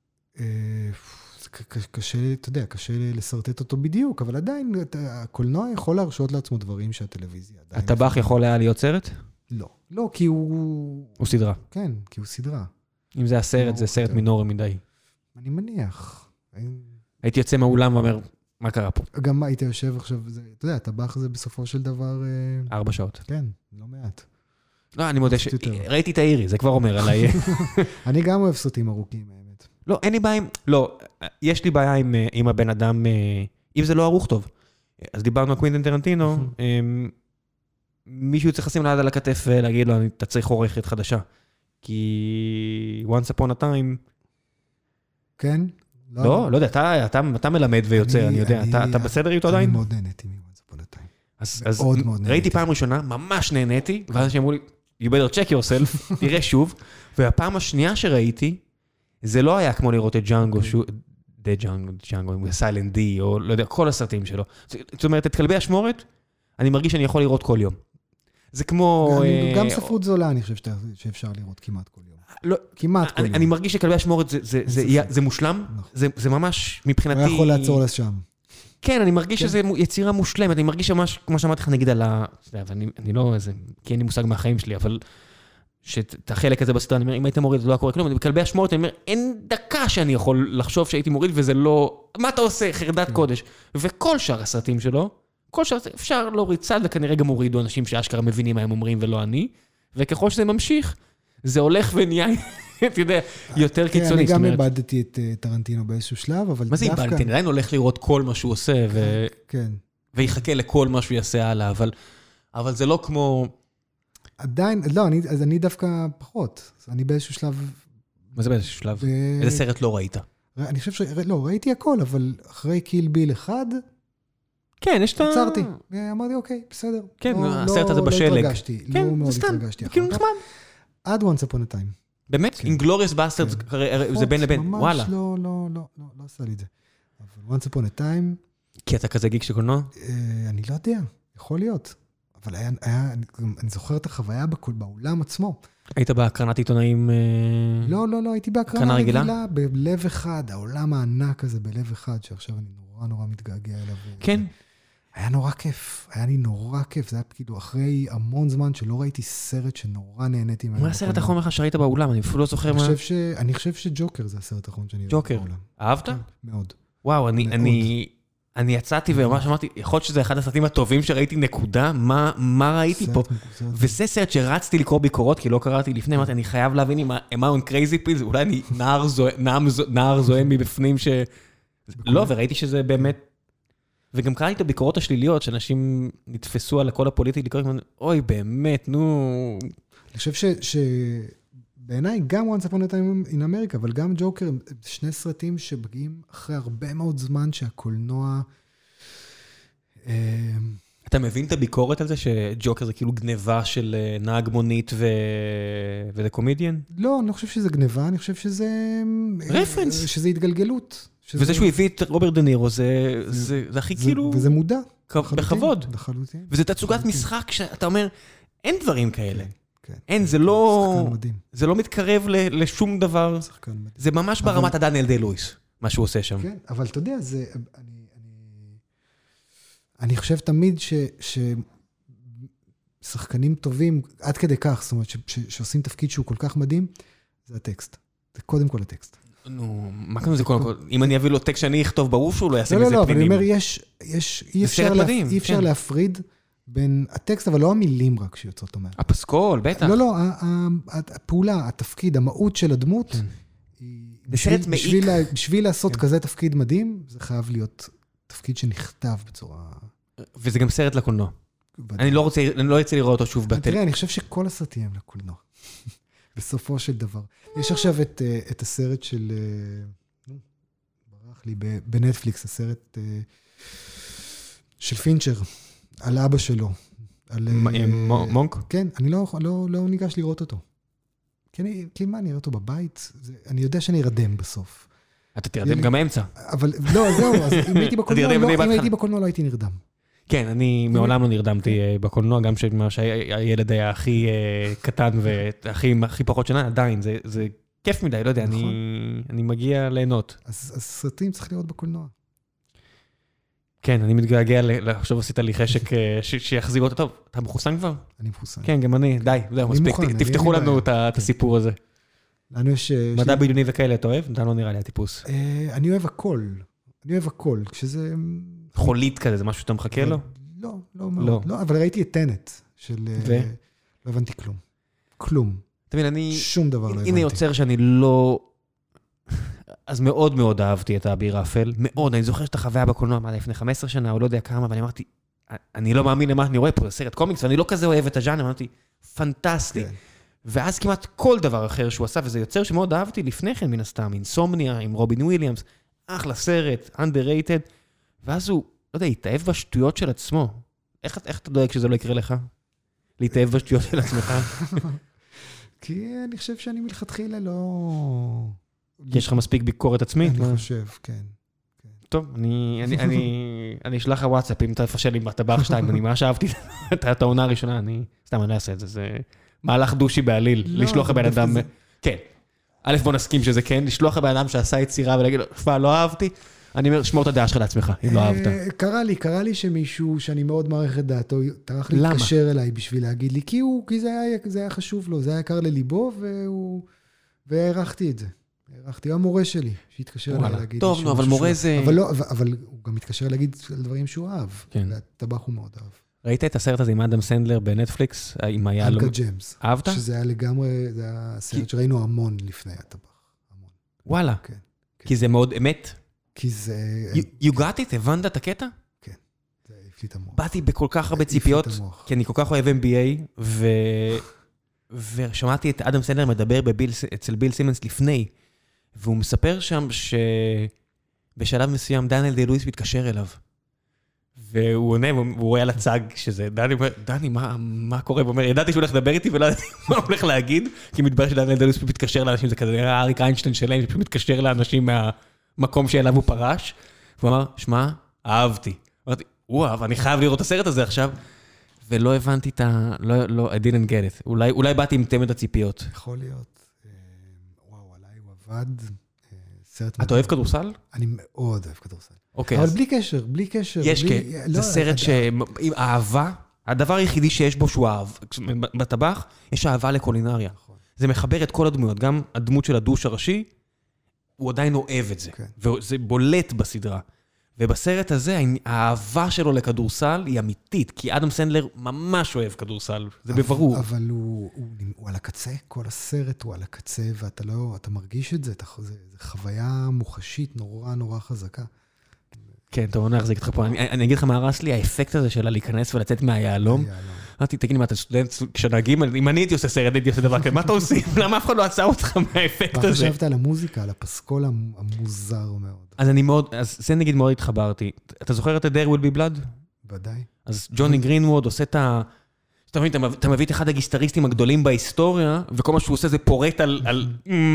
קשה, אתה יודע, קשה לסרטט אותו בדיוק, אבל עדיין הקולנוע יכול להרשות לעצמו דברים שהטלוויזיה עדיין... הטבח יכול היה להיות סרט? לא. לא, כי הוא... הוא סדרה. כן, כי הוא סדרה. אם זה הסרט, זה סרט מינורי מדי. אני מניח. הייתי יוצא מהאולם ואומר, מה קרה פה? גם הייתי יושב עכשיו, אתה יודע, הטבח זה בסופו של דבר... 4 שעות. כן, לא מעט. לא, אני מודה שראיתי את האירי, זה כבר אומר עליי. אני גם אוהב סרטים ארוכים, האמת. לא, אין לי בעיה עם... לא, יש לי בעיה עם הבן אדם, אם זה לא ערוך טוב. אז דיברנו על קווינטין טרנטינו, מישהו צריך לשים ליד על הכתף ולהגיד לו, אתה צריך עורכת חדשה. כי once upon a time... כן? לא יודע, אתה מלמד ויוצר, אני יודע. אתה בסדר איתו עדיין? אני מאוד נהניתי מ-Once Upon a Time. אז ראיתי פעם ראשונה, ממש נהניתי, ואז שאמרו לי, you better check yourself, תראה שוב, והפעם השנייה שראיתי, זה לא היה כמו לראות את ג'אנגו, ג'אנגו, סיילנט די, או לא יודע, כל הסרטים שלו. זאת אומרת, את כלבי השמורת, אני מרגיש שאני יכול לראות כל יום. זה כמו... גם ספרות זולה, אני חושב שאפשר לראות כמעט כל יום. לא, כמעט כל יום. אני מרגיש שכלבי השמורת זה מושלם, זה ממש מבחינתי... הוא יכול לעצור לשם. כן, אני מרגיש שזה יצירה מושלמת, אני מרגיש ממש, כמו שאמרתי לך, נגיד על ה... אני לא איזה, כי אין לי מושג מהחיים שלי, אבל שאת החלק הזה בסרט, אני אומר, אם היית מוריד, זה לא היה קורה כלום, בכלבי השמורת, אני אומר, אין דקה שאני יכול לחשוב שהייתי מוריד, וזה לא... מה אתה עושה? חרדת קודש. וכל שאר הסרטים שלו, כל שאר אפשר להוריד צד, וכנראה גם הורידו אנשים שאשכרה מבינים מה הם אומרים ולא אני, וככל שזה ממשיך, זה הולך ונהיה, אתה יודע, יותר קיצוני. אני גם איבדתי את טרנטינו באיזשהו שלב, אבל דווקא... מה זה איבדתי? אני עדיין הולך לראות כל מה שהוא עושה, ויחכה לכל מה שהוא יעשה הלאה, אבל זה לא כמו... עדיין, לא, אז אני דווקא פחות. אני באיזשהו שלב... מה זה באיזשהו שלב? איזה סרט לא ראית? אני חושב לא, ראיתי הכל, אבל אחרי קיל ביל אחד... כן, יש את ה... עצרתי, אמרתי, אוקיי, בסדר. כן, הסרט הזה בשלג. לא התרגשתי, לא מאוד התרגשתי. כאילו נחמד. עד Once Upon a Time. באמת? Inglourious Basterds, זה בין לבין, וואלה. ממש לא עשה לי את זה. אבל Once Upon a Time... כי אתה כזה גיק של קולנוע? אני לא יודע, יכול להיות. אבל אני זוכר את החוויה באולם עצמו. היית בהקרנת עיתונאים... לא, הייתי בהקרנה רגילה, בלב אחד, העולם הענק הזה בלב אחד, שעכשיו אני נורא מתגעגע אליו. כן. היה נורא כיף, היה לי נורא כיף, זה היה כאילו אחרי המון זמן שלא ראיתי סרט שנורא נהניתי ממנו. מה הסרט האחרון לך שראית באולם? אני אפילו לא זוכר מה... אני חושב שג'וקר זה הסרט האחרון שאני ראיתי באולם. ג'וקר, אהבת? מאוד. וואו, אני יצאתי וממש אמרתי, יכול להיות שזה אחד הסרטים הטובים שראיתי נקודה, מה ראיתי פה? וזה סרט שרצתי לקרוא ביקורות, כי לא קראתי לפני, אמרתי, אני חייב להבין אם I'm on crazy pills, אולי אני נער זוהם מבפנים ש... לא, וראיתי שזה באמת... וגם קראתי את הביקורות השליליות, שאנשים נתפסו על הכל הפוליטי, אוי, באמת, נו... אני חושב שבעיניי גם Once Upon a Time in America, אבל גם ג'וקר, שני סרטים שבגיעים אחרי הרבה מאוד זמן שהקולנוע... אתה מבין את הביקורת על זה, שג'וקר זה כאילו גניבה של נהג מונית וזה קומדיאן? לא, אני לא חושב שזה גניבה, אני חושב שזה... רפרנס. שזה התגלגלות. וזה שהוא הביא את רוברט דנירו, זה הכי כאילו... וזה מודע. בכבוד. לחלוטין. וזה תצוגת משחק שאתה אומר, אין דברים כאלה. כן. אין, זה לא מתקרב לשום דבר. זה ממש ברמת הדניאל די לואיס, מה שהוא עושה שם. כן, אבל אתה יודע, אני חושב תמיד ששחקנים טובים, עד כדי כך, זאת אומרת, שעושים תפקיד שהוא כל כך מדהים, זה הטקסט. זה קודם כל הטקסט. נו, מה קודם זה קודם כל? אם אני אביא לו טקסט שאני אכתוב ברור שהוא לא יעשה מזה פנינים. לא, אבל אני אומר, אי אפשר להפריד בין הטקסט, אבל לא המילים רק שיוצאות אומר. הפסקול, בטח. לא, הפעולה, התפקיד, המהות של הדמות, בשביל לעשות כזה תפקיד מדהים, זה חייב להיות תפקיד שנכתב בצורה... וזה גם סרט לקולנוע. אני לא רוצה לראות אותו שוב בטל. תראה, אני חושב שכל הסרטים הם לקולנוע. בסופו של דבר. יש עכשיו את הסרט של... ברח לי, בנטפליקס, הסרט של פינצ'ר, על אבא שלו. מונק? כן, אני לא ניגש לראות אותו. כי מה, אני אראה אותו בבית? אני יודע שאני ארדם בסוף. אתה תרדם גם האמצע. אבל לא, זהו, אז אם הייתי בקולנוע לא הייתי נרדם. כן, אני מעולם לא נרדמתי בקולנוע, גם שהילד היה הכי קטן והכי פחות שנה, עדיין, זה כיף מדי, לא יודע, אני מגיע ליהנות. אז סרטים צריך לראות בקולנוע. כן, אני מתגעגע, עכשיו עשית לי חשק שיחזיר אותו טוב. אתה מחוסן כבר? אני מחוסן. כן, גם אני, די, מספיק, תפתחו לנו את הסיפור הזה. לנו יש... מדע בדיוני וכאלה, אתה אוהב? אתה לא נראה לי הטיפוס. אני אוהב הכל, כשזה... חולית כזה, זה משהו שאתה מחכה לו? לא, אבל ראיתי את טנט של... לא הבנתי כלום. תבין, אני... שום דבר לא הבנתי. הנה יוצר שאני לא... אז מאוד מאוד אהבתי את האביר האפל, מאוד, אני זוכר שאת החוויה בקולנוע, מה, לפני 15 שנה, או לא יודע כמה, ואני אמרתי, אני לא מאמין למה אני רואה פה, זה סרט קומיקס, ואני לא כזה אוהב את הז'אנר, אמרתי, פנטסטי. ואז כמעט כל דבר אחר שהוא עשה, וזה יוצר שמאוד אהבתי לפני כן, מן הסתם, אינסומניה, עם רובין וויליאמס, אחלה סרט, underrated, ואז הוא, לא יודע, התאהב בשטויות של עצמו. איך אתה דואג שזה לא יקרה לך? להתאהב בשטויות של עצמך? כי אני חושב שאני מלכתחילה לא... יש לך מספיק ביקורת עצמית? אני חושב, כן. טוב, אני אשלח לך וואטסאפ, אם אתה תפשל לי בטבח 2, אני ממש אהבתי את העונה הראשונה, סתם אני לא אעשה את זה, זה מהלך דושי בעליל, לשלוח לבן אדם, כן, א' בוא נסכים שזה כן, לשלוח לבן אדם שעשה יצירה ולהגיד לו, שפה, לא אהבתי, אני אומר, שמור את הדעה שלך לעצמך, אם לא אהבת. קרה לי שמישהו שאני מאוד מעריך את דעתו, טרח להתקשר אליי בשביל להגיד לי, כי זה היה חשוב לו, זה היה יקר לליבו, והערכתי את זה. הערכתי, המורה שלי, שהתקשר אליי להגיד... טוב, נו, אבל מורה זה... אבל הוא גם התקשר להגיד על דברים שהוא אהב. כן. והטבח הוא מאוד אהב. ראית את הסרט הזה עם אדם סנדלר בנטפליקס? עם היה לו... אנקה ג'יימס. אהבת? שזה היה לגמרי, זה היה סרט שראינו המון לפני הטבח. המון. וואלה. כן. כי זה מאוד אמת? כי זה... You got it? הבנת את הקטע? כן. זה הפליט המוח. באתי בכל כך הרבה ציפיות, כי אני כל כך אוהב MBA, ושמעתי את אדם סנדלר מדבר אצל ביל סימנס לפני, והוא מספר שם שבשלב מסוים דניאל די לואיס מתקשר אליו. והוא עונה, והוא רואה על הצג שזה, דני, מה קורה? הוא אומר, ידעתי שהוא הולך לדבר איתי ולא ידעתי מה הוא הולך להגיד, כי מתברר שדניאל די לואיס מתקשר לאנשים, זה כזה אריק איינשטיין שלהם, שפשוט מתקשר לאנשים מהמקום שאליו הוא פרש, והוא אמר, שמע, אהבתי. אמרתי, וואו, אני חייב לראות את הסרט הזה עכשיו, ולא הבנתי את ה... לא, I didn't get it. אולי באתי עם תמת הציפיות. יכול להיות. עבד, סרט... אתה אוהב כדורסל? אני מאוד אוהב כדורסל. אוקיי. אבל בלי קשר. יש, זה סרט עם אהבה, הדבר היחידי שיש בו שהוא אהב, בטבח, יש אהבה לקולינריה. זה מחבר את כל הדמויות, גם הדמות של הדוש הראשי, הוא עדיין אוהב את זה, וזה בולט בסדרה. ובסרט הזה, האהבה שלו לכדורסל היא אמיתית, כי אדם סנדלר ממש אוהב כדורסל, זה בברור. אבל הוא על הקצה, כל הסרט הוא על הקצה, ואתה לא, אתה מרגיש את זה, זה חוויה מוחשית נורא נורא חזקה. כן, טוב, אני אחזיק אותך פה. אני אגיד לך מה הרס לי, האפקט הזה שלה להיכנס ולצאת מהיעלום. אמרתי, תגיד לי, מה, אתה סטודנט כשנהגים, אם אני הייתי עושה סרט, הייתי עושה דבר כזה, מה אתה עושים? למה אף אחד לא עצר אותך מהאפקט הזה? מה חשבת על המוזיקה, על הפסקול המוזר מאוד? אז זה נגיד מאוד התחברתי. אתה זוכר את There Will Be Blood? ודאי. אז ג'וני גרינווד עושה את ה... אתה מביא את אחד הגיסטריסטים הגדולים בהיסטוריה, וכל מה שהוא עושה זה פורט על...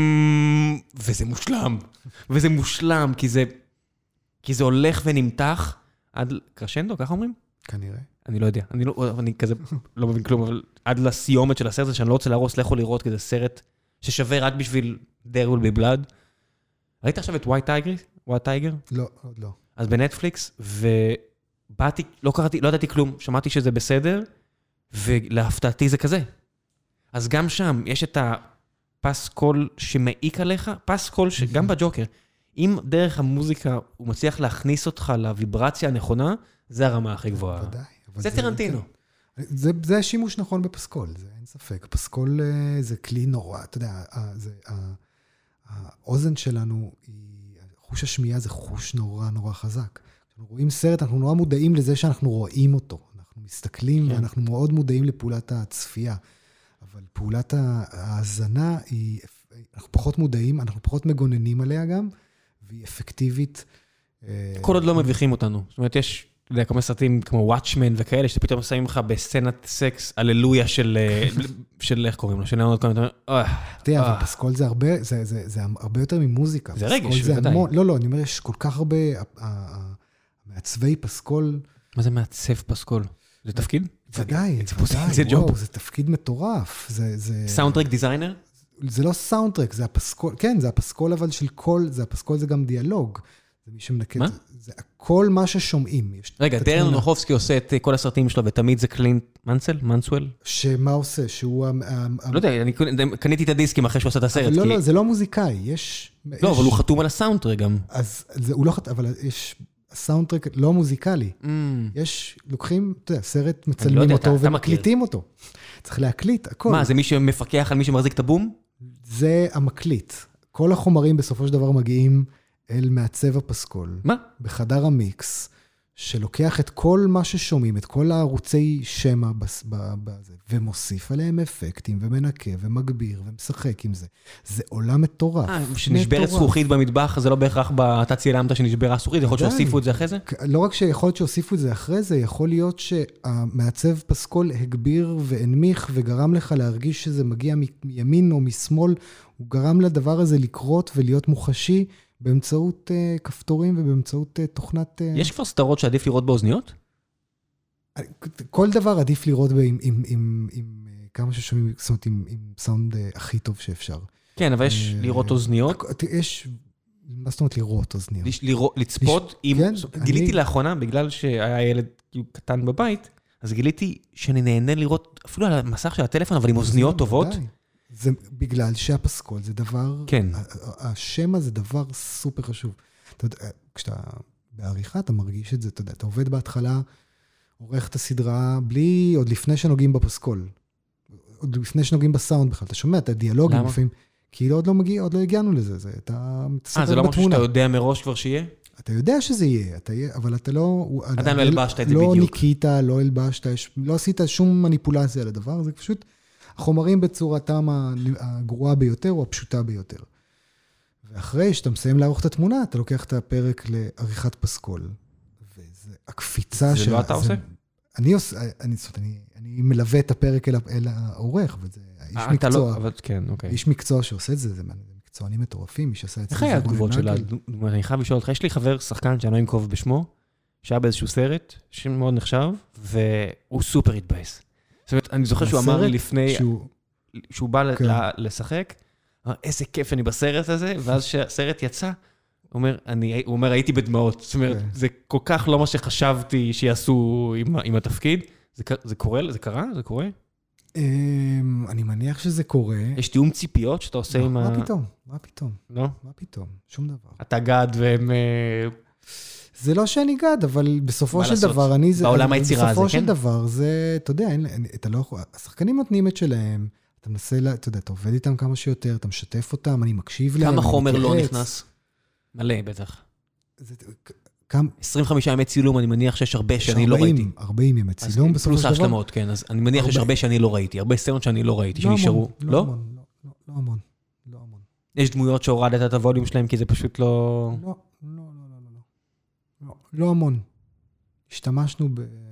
וזה מושלם. וזה מושלם, כי זה הולך ונמתח עד קרשנדו, ככה אומרים? כנראה. אני לא יודע, אני כזה לא מבין כלום, אבל עד לסיומת של הסרט הזה, שאני לא רוצה להרוס, לכו לראות, כי זה סרט ששווה רק בשביל There Will Be Blood. ראית עכשיו את White Tiger? לא, עוד לא. אז בנטפליקס, ובאתי, לא ידעתי כלום, שמעתי שזה בסדר, ולהפתעתי זה כזה. אז גם שם יש את הפסקול שמעיק עליך, פסקול שגם בג'וקר, אם דרך המוזיקה הוא מצליח להכניס אותך לוויברציה הנכונה, זה הרמה הכי גבוהה. ודאי. זה טרנטינו. זה שימוש נכון בפסקול, זה אין ספק. פסקול זה כלי נורא, אתה יודע, האוזן שלנו, חוש השמיעה זה חוש נורא נורא חזק. כשאנחנו רואים סרט, אנחנו נורא מודעים לזה שאנחנו רואים אותו. אנחנו מסתכלים ואנחנו מאוד מודעים לפעולת הצפייה. אבל פעולת ההאזנה היא, אנחנו פחות מודעים, אנחנו פחות מגוננים עליה גם, והיא אפקטיבית. כל עוד לא מביכים אותנו. זאת אומרת, יש, אתה יודע, כמה סרטים כמו וואטשמן וכאלה, שפתאום שמים לך בסצנת סקס, הללויה של איך קוראים לו, שנענות כל מיני, תראה, אבל פסקול זה הרבה יותר ממוזיקה. זה רגש, בוודאי. לא, אני אומר, יש כל כך הרבה, מעצבי פסקול. מה זה מעצב פסקול? זה תפקיד? ודאי, זה תפקיד מטורף. סאונדטרק דיזיינר? זה לא סאונדטרק, זה הפסקול, כן, זה הפסקול אבל של כל, זה הפסקול זה גם דיאלוג. זה מי שמנקד, זה כל מה ששומעים. רגע, דרן נוחובסקי עושה את כל הסרטים שלו, ותמיד זה קלינט מנסואל? שמה עושה? שהוא... לא יודע, אני קניתי את הדיסקים אחרי שהוא עושה את הסרט. לא, זה לא מוזיקאי, יש... לא, אבל הוא חתום על הסאונדטרק גם. אז הוא לא חתום, אבל יש... הסאונדטרק לא מוזיקלי. יש, לוקחים, אתה יודע, סרט מצלמים אותו ומקליטים אותו. צריך להקליט, הכל. מה, זה מי שמפקח על מי שמחזיק את הבום? זה המקליט. כל החומרים בסופו של דבר מגיעים אל מעצב הפסקול. מה? בחדר המיקס, שלוקח את כל מה ששומעים, את כל הערוצי שמע בזה, ומוסיף עליהם אפקטים, ומנקה, ומגביר, ומשחק עם זה. זה עולם מטורף. שנשברת זכוכית במטבח, זה לא בהכרח אתה צילמת שנשברה זכוכית, יכול להיות שהוסיפו את זה אחרי זה? לא רק שיכול להיות שהוסיפו את זה אחרי זה, יכול להיות שהמעצב פסקול הגביר והנמיך, וגרם לך להרגיש שזה מגיע מימין או משמאל, הוא גרם לדבר הזה לקרות ולהיות מוחשי, באמצעות כפתורים ובאמצעות תוכנת... יש כבר סדרות שעדיף לראות באוזניות? כל דבר עדיף לראות עם כמה ששומעים, זאת אומרת, עם סאונד הכי טוב שאפשר. כן, אבל יש לראות אוזניות? יש, מה זאת אומרת לראות אוזניות? לצפות, גיליתי לאחרונה, בגלל שהיה ילד קטן בבית, אז גיליתי שאני נהנה לראות, אפילו על המסך של הטלפון, אבל עם אוזניות טובות. זה בגלל שהפסקול זה דבר, כן. השמה זה דבר סופר חשוב. אתה יודע, כשאתה בעריכה, אתה מרגיש את זה, אתה יודע, אתה עובד בהתחלה, עורך את הסדרה, בלי, עוד לפני שנוגעים בפסקול. עוד לפני שנוגעים בסאונד בכלל, אתה שומע את הדיאלוגים לפעמים, כאילו עוד לא הגענו לזה, זה, אתה מתעסק בתמונה. זה לא משהו שאתה יודע מראש כבר שיהיה? אתה יודע שזה יהיה, אבל אתה לא... אתה לא הלבשת את זה בדיוק. לא ניקית, לא הלבשת, לא עשית שום מניפולציה לדבר, זה פשוט... החומרים בצורתם הגרועה ביותר או הפשוטה ביותר. ואחרי שאתה מסיים לערוך את התמונה, אתה לוקח את הפרק לעריכת פסקול. וזה הקפיצה זה לא אתה עושה? אני מלווה את הפרק אל העורך, וזה איש מקצוע. כן, אוקיי. איש מקצוע שעושה את זה, זה מקצוענים מטורפים, מי שעשה את זה. איך היה התגובות שלה? אני חייב לשאול אותך, יש לי חבר שחקן שאני לא אנקוב בשמו, שהיה באיזשהו סרט, שמאוד נחשב, והוא סופר התבאס. זאת אומרת, אני זוכר שהוא אמר לי לפני, שהוא בא לשחק, איזה כיף אני בסרט הזה, ואז שהסרט יצא, הוא אומר, הייתי בדמעות. זאת אומרת, זה כל כך לא מה שחשבתי שיעשו עם התפקיד. זה קורה? זה קרה? זה קורה? אני מניח שזה קורה. יש תיאום ציפיות שאתה עושה עם ה... מה פתאום? לא? מה פתאום? שום דבר. אתה גד והם... זה לא שאני גד, אבל בסופו של דבר, בעולם היצירה הזה, כן? בסופו של דבר, זה, אתה יודע, אתה לא יכול, השחקנים נותנים את שלהם, אתה מנסה, אתה יודע, אתה עובד איתם כמה שיותר, אתה משתף אותם, אני מקשיב להם. כמה חומר לא נכנס? מלא, בטח. 25 ימי צילום, אני מניח שיש הרבה שאני לא ראיתי. 40 ימי צילום בסופו של דבר. פלוס ההשלמות, כן, אז אני מניח שיש הרבה שאני לא ראיתי, הרבה סצנות שאני לא ראיתי, שנשארו. לא המון. יש דמויות שהורדת את הווליום שלהם, כי זה פשוט לא... לא המון. השתמשנו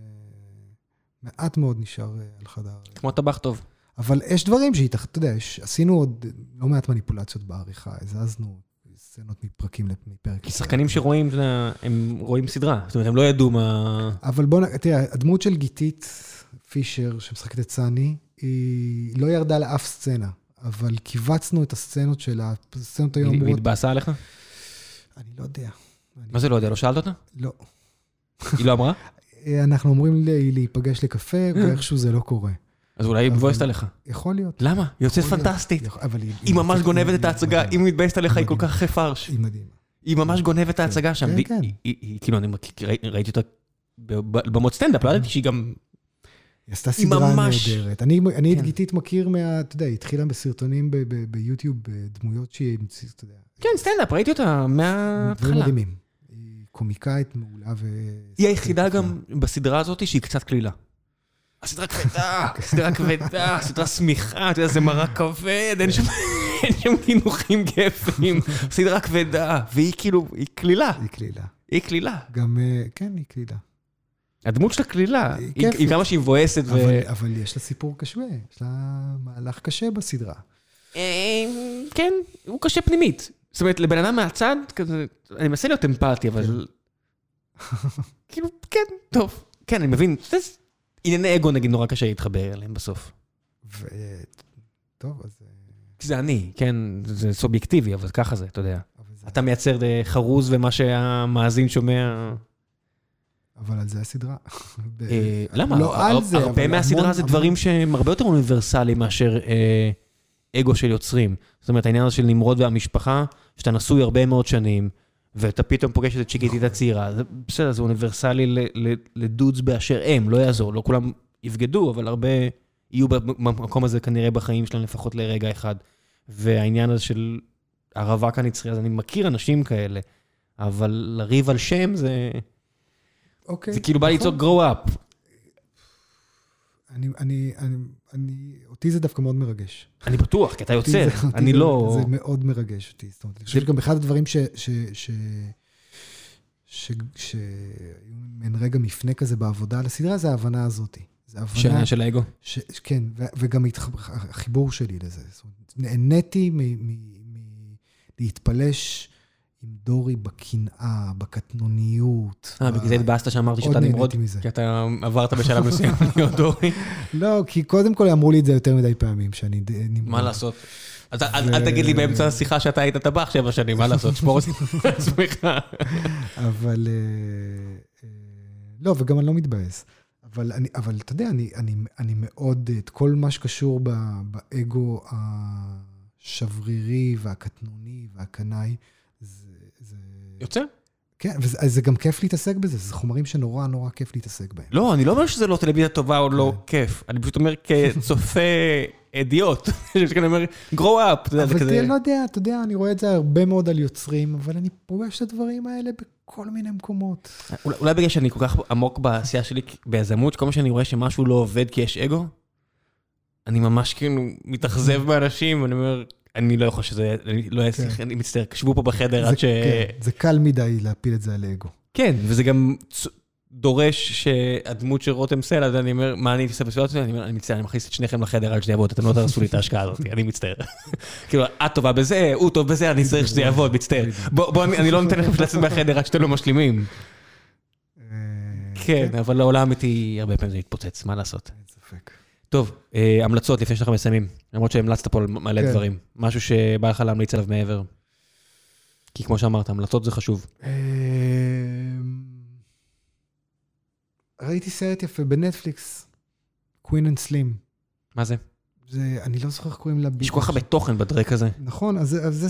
מעט מאוד נשאר על חדר. כמו טבח טוב. אבל יש דברים שאיתך, אתה יודע, עשינו עוד לא מעט מניפולציות בעריכה, הזזנו סצנות מפרקים לפרק. כי שחקנים שרואים, הם רואים סדרה, זאת אומרת, הם לא ידעו מה... אבל בוא, תראה, הדמות של גיתית פישר, שמשחקת את סני, היא לא ירדה לאף סצנה, אבל קיבצנו את הסצנות שלה, הסצנות היום... היא התבאסה עליך? אני לא יודע. מה זה לא יודע? לא שאלת אותה? לא. היא לא אמרה? אנחנו אומרים להיפגש לקפה, ואיכשהו זה לא קורה. אז אולי היא מבואסת עליך. יכול להיות. למה? היא יוצאת פנטסטית. היא ממש גונבת את ההצגה. אם היא מתבאסת עליך, היא כל כך פרש. היא מדהימה. היא ממש גונבת את ההצגה שם. כאילו, אני ראיתי אותה במות סטנדאפ, לא ידעתי שהיא גם... היא עשתה סדרה נהדרת. אני את גיתית מכיר אתה יודע, היא התחילה בסרטונים ביוטיוב, בדמויות שהיא... כן, סטנדאפ, ראיתי אותה מההתחלה. מדהימים. היא קומיקאית מעולה היא היחידה גם בסדרה הזאת שהיא קצת כלילה. הסדרה כבדה, סדרה סמיכה, זה מראה כבד, אין שם חינוכים גפים, סדרה כבדה, והיא כאילו, היא כלילה. היא כלילה. גם, כן, היא כלילה. הדמות שלה כלילה, היא כמה שהיא מבואסת. אבל יש לה סיפור קשה, יש לה מהלך קשה בסדרה. כן, הוא קשה פנימית. זאת אומרת, לבן אדם מהצד, אני מנסה להיות אמפתי, אבל... כאילו, כן, טוב. כן, אני מבין. ענייני אגו, נגיד, נורא קשה להתחבר אליהם בסוף. טוב, אז... זה אני, כן, זה סובייקטיבי, אבל ככה זה, אתה יודע. אתה מייצר חרוז ומה שהמאזין שומע... אבל על זה הסדרה. למה? הרבה מהסדרה זה דברים שהם הרבה יותר אוניברסליים מאשר אגו של יוצרים. זאת אומרת, העניין הזה של נמרוד והמשפחה, שאתה נשוי הרבה מאוד שנים, ואתה פתאום פוגש את צ'יקיתית הצעירה. בסדר, זה אוניברסלי לדודס באשר הם, לא יעזור, לא כולם יבגדו, אבל הרבה יהיו במקום הזה כנראה בחיים שלהם לפחות לרגע אחד. והעניין הזה של הרווק הנצחי, אז אני מכיר אנשים כאלה, אבל לריב על שם זה... אוקיי. זה כאילו בא לצעוק grow up. אותי זה דווקא מאוד מרגש. אני בטוח, כי אתה יוצר, אני לא... זה מאוד מרגש אותי. זאת אומרת, אני חושב שגם אחד הדברים שהיו רגע מפנה כזה בעבודה על הסדרה, זה ההבנה הזאת. של האגו? כן, וגם החיבור שלי לזה. נהניתי להתפלש עם דורי בקנאה, בקטנוניות. בגלל זה התבאסת שאמרתי שאתה נמרוד, כי אתה עברת בשלב מסוים להיות דורי. לא, כי קודם כל אמרו לי את זה יותר מדי פעמים, שאני נמרוד. מה לעשות? אל תגיד לי באמצע השיחה שאתה היית טבח 7 שנים, מה לעשות? שפור עצמך. אבל, לא, וגם אני לא מתבאס. אבל אתה יודע, אני מאוד, את כל מה שקשור באגו השברירי והקטנוני והקנאי, זה... יוצא? כן, וזה גם כיף להתעסק בזה, זה חומרים שנורא נורא כיף להתעסק בהם. לא, אני לא אומר שזה לא טלוויזיה טובה או לא כיף, אני פשוט אומר כצופה אידיוט, שאני אומר, grow up. אבל לא יודע, אתה יודע, אני רואה את זה הרבה מאוד על יוצרים, אבל אני פוגש את הדברים האלה בכל מיני מקומות. אולי בגלל שאני כל כך עמוק בעשייה שלי ביזמות, כל מה שאני רואה שמשהו לא עובד כי יש אגו, אני ממש כאילו מתאכזב באנשים, ואני אומר, אני לא יכול שזה, אני מצטער, קשבו פה בחדר עד ש... זה קל מדי להפיל את זה על אגו. כן, וזה גם דורש שהדמות של רותם סלע, אני אומר, מה אני אעשה בסיטואציה? אני מצטער, אני מכניס את שניכם לחדר עד שזה יעבוד, אתם לא תרסו לי את ההשקעה הזאת, אני מצטער. כאילו, את טובה בזה, הוא טוב בזה, אני צריך שזה יעבוד, מצטער. בוא, אני לא נותן לכם לצאת מהחדר עד שאתם לא משלימים. כן, אבל לעולם איתי הרבה פעמים זה מתפוצץ, מה לעשות? אין ספק. טוב, המלצות לפני שאנחנו מסיימים, למרות שהמלצת פה על מלא דברים. משהו שבא לך להמליץ עליו מעבר. כי כמו שאמרת, המלצות זה חשוב. ראיתי סרט יפה בנטפליקס, קווין אנד סלים. מה זה? אני לא זוכר איך קוראים לה. יש כל כך הרבה תוכן בדרק הזה. נכון, אז זה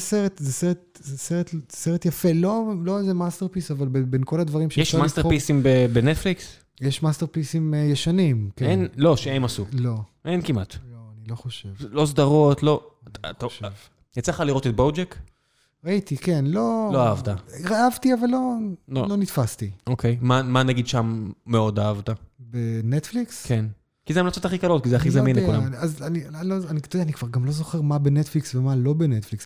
סרט יפה, לא איזה מאסטרפיס, אבל בין כל הדברים יש מאסטרפיסים בנטפליקס? יש מאסטרפיסים ישנים. אין, לא, שהם עשו. לא. אין כמעט. לא, אני לא חושב. לא סדרות, לא. יצא לך לראות את בוג'ק? ראיתי, כן, לא... לא אהבת. אהבתי, אבל לא נתפסתי. אוקיי, מה נגיד שם מאוד אהבת? בנטפליקס? כן. כי זה המלצות הכי קלות, כי זה הכי זמין לכולם. אז אני כבר גם לא זוכר מה בנטפליקס ומה לא בנטפליקס.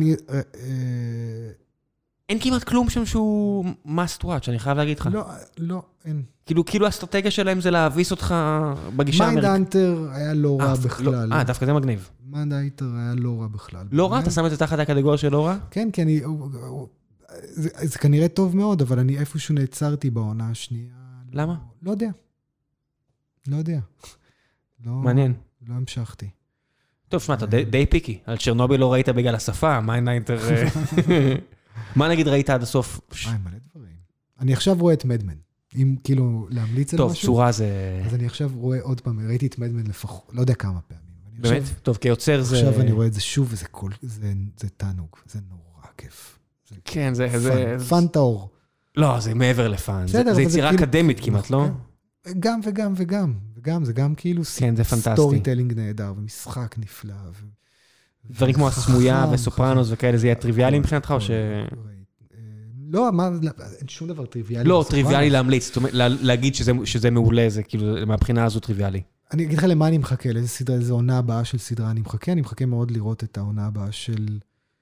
אין כמעט כלום שם שהוא must watch, אני חייב להגיד לך. לא, אין. כאילו האסטרטגיה שלהם זה להביס אותך בגישה מיינד האנטר היה לא רע בכלל. דווקא זה מגניב. מיינד האנטר היה לא רע בכלל. לא רע? אתה שם את זה תחת הקטגוריה של לא רע? כן, כי זה כנראה טוב מאוד, אבל אני איפשהו נעצרתי בעונה השנייה. למה? לא יודע. מעניין. לא המשכתי. טוב, שמע, אתה די פיקי. על צ'רנוביל לא ראית בגלל השפה, מיינד האנטר... מה נגיד ראית עד הסוף? מלא דברים. אני עכשיו רואה את מדמן. אם כאילו להמליץ על משהו. טוב, צורה זה... אז אני עכשיו רואה עוד פעם, ראיתי את מדמן לפחות, לא יודע כמה פעמים. באמת? טוב, כיוצר זה... עכשיו אני רואה את זה שוב, וזה תענוג, זה נורא כיף. כן, זה... פן טהור. לא, זה מעבר לפן. זה יצירה אקדמית כמעט, לא? גם וגם, זה גם כאילו סטורי טלינג נהדר, ומשחק נפלא. דברים כמו הסמויה וסופרנוס וכאלה, זה יהיה טריוויאלי מבחינתך או ש... לא, אין שום דבר טריוויאלי. לא, טריוויאלי להמליץ, זאת אומרת, להגיד שזה מעולה, זה כאילו, מהבחינה הזו טריוויאלי. אני אגיד לך למה אני מחכה, לאיזה סדרה, איזו עונה הבאה של סדרה אני מחכה מאוד לראות את העונה הבאה של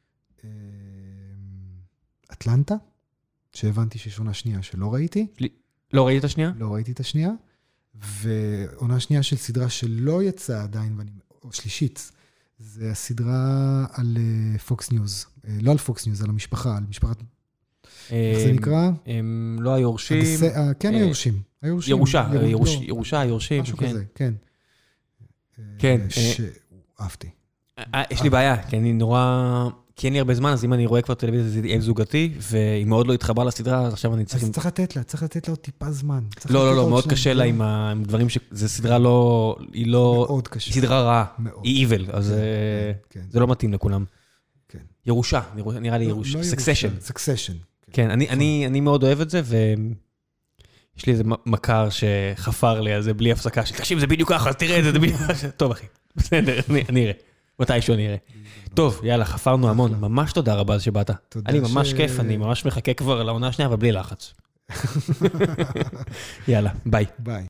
אטלנטה, שהבנתי שיש עונה שנייה שלא ראיתי. לא ראיתי את השנייה? לא ראיתי את השנייה, ועונה שנייה של סדרה שלא יצאה עדיין, או שלישית, זה הסדרה על פוקס ניוז. לא על פוקס ניוז, על המשפחה, על משפחת... איך זה נקרא? לא היורשים. כן, היורשים. ירושה, היורשים. משהו כזה, כן. כן. שאהבתי. יש לי בעיה, כי אני נורא... כי אין לי הרבה זמן, אז אם אני רואה כבר טלוויזיה, זה אין זוגתי, והיא מאוד לא התחבר לסדרה, אז עכשיו אני צריך... אז צריך לתת לה עוד טיפה זמן. לא, מאוד קשה לה עם דברים שזו סדרה לא... היא לא... מאוד קשה. סדרה רעה. היא evil, אז זה לא מתאים לכולם. כן. ירושה, נראה לי ירושה. סקסשן. כן, אני מאוד אוהב את זה, ויש לי איזה מכר שחפר לי על זה בלי הפסקה, תקשיב, זה בדיוק ככה, אז תראה את זה, זה בדיוק ככה. טוב, אחי, בסדר, אני אראה. מתישהו אני אראה. טוב, יאללה, חפרנו המון. ממש תודה רבה שבאת. אני ממש כיף, אני ממש מחכה כבר לעונה השנייה, אבל בלי לחץ. יאללה, ביי. ביי.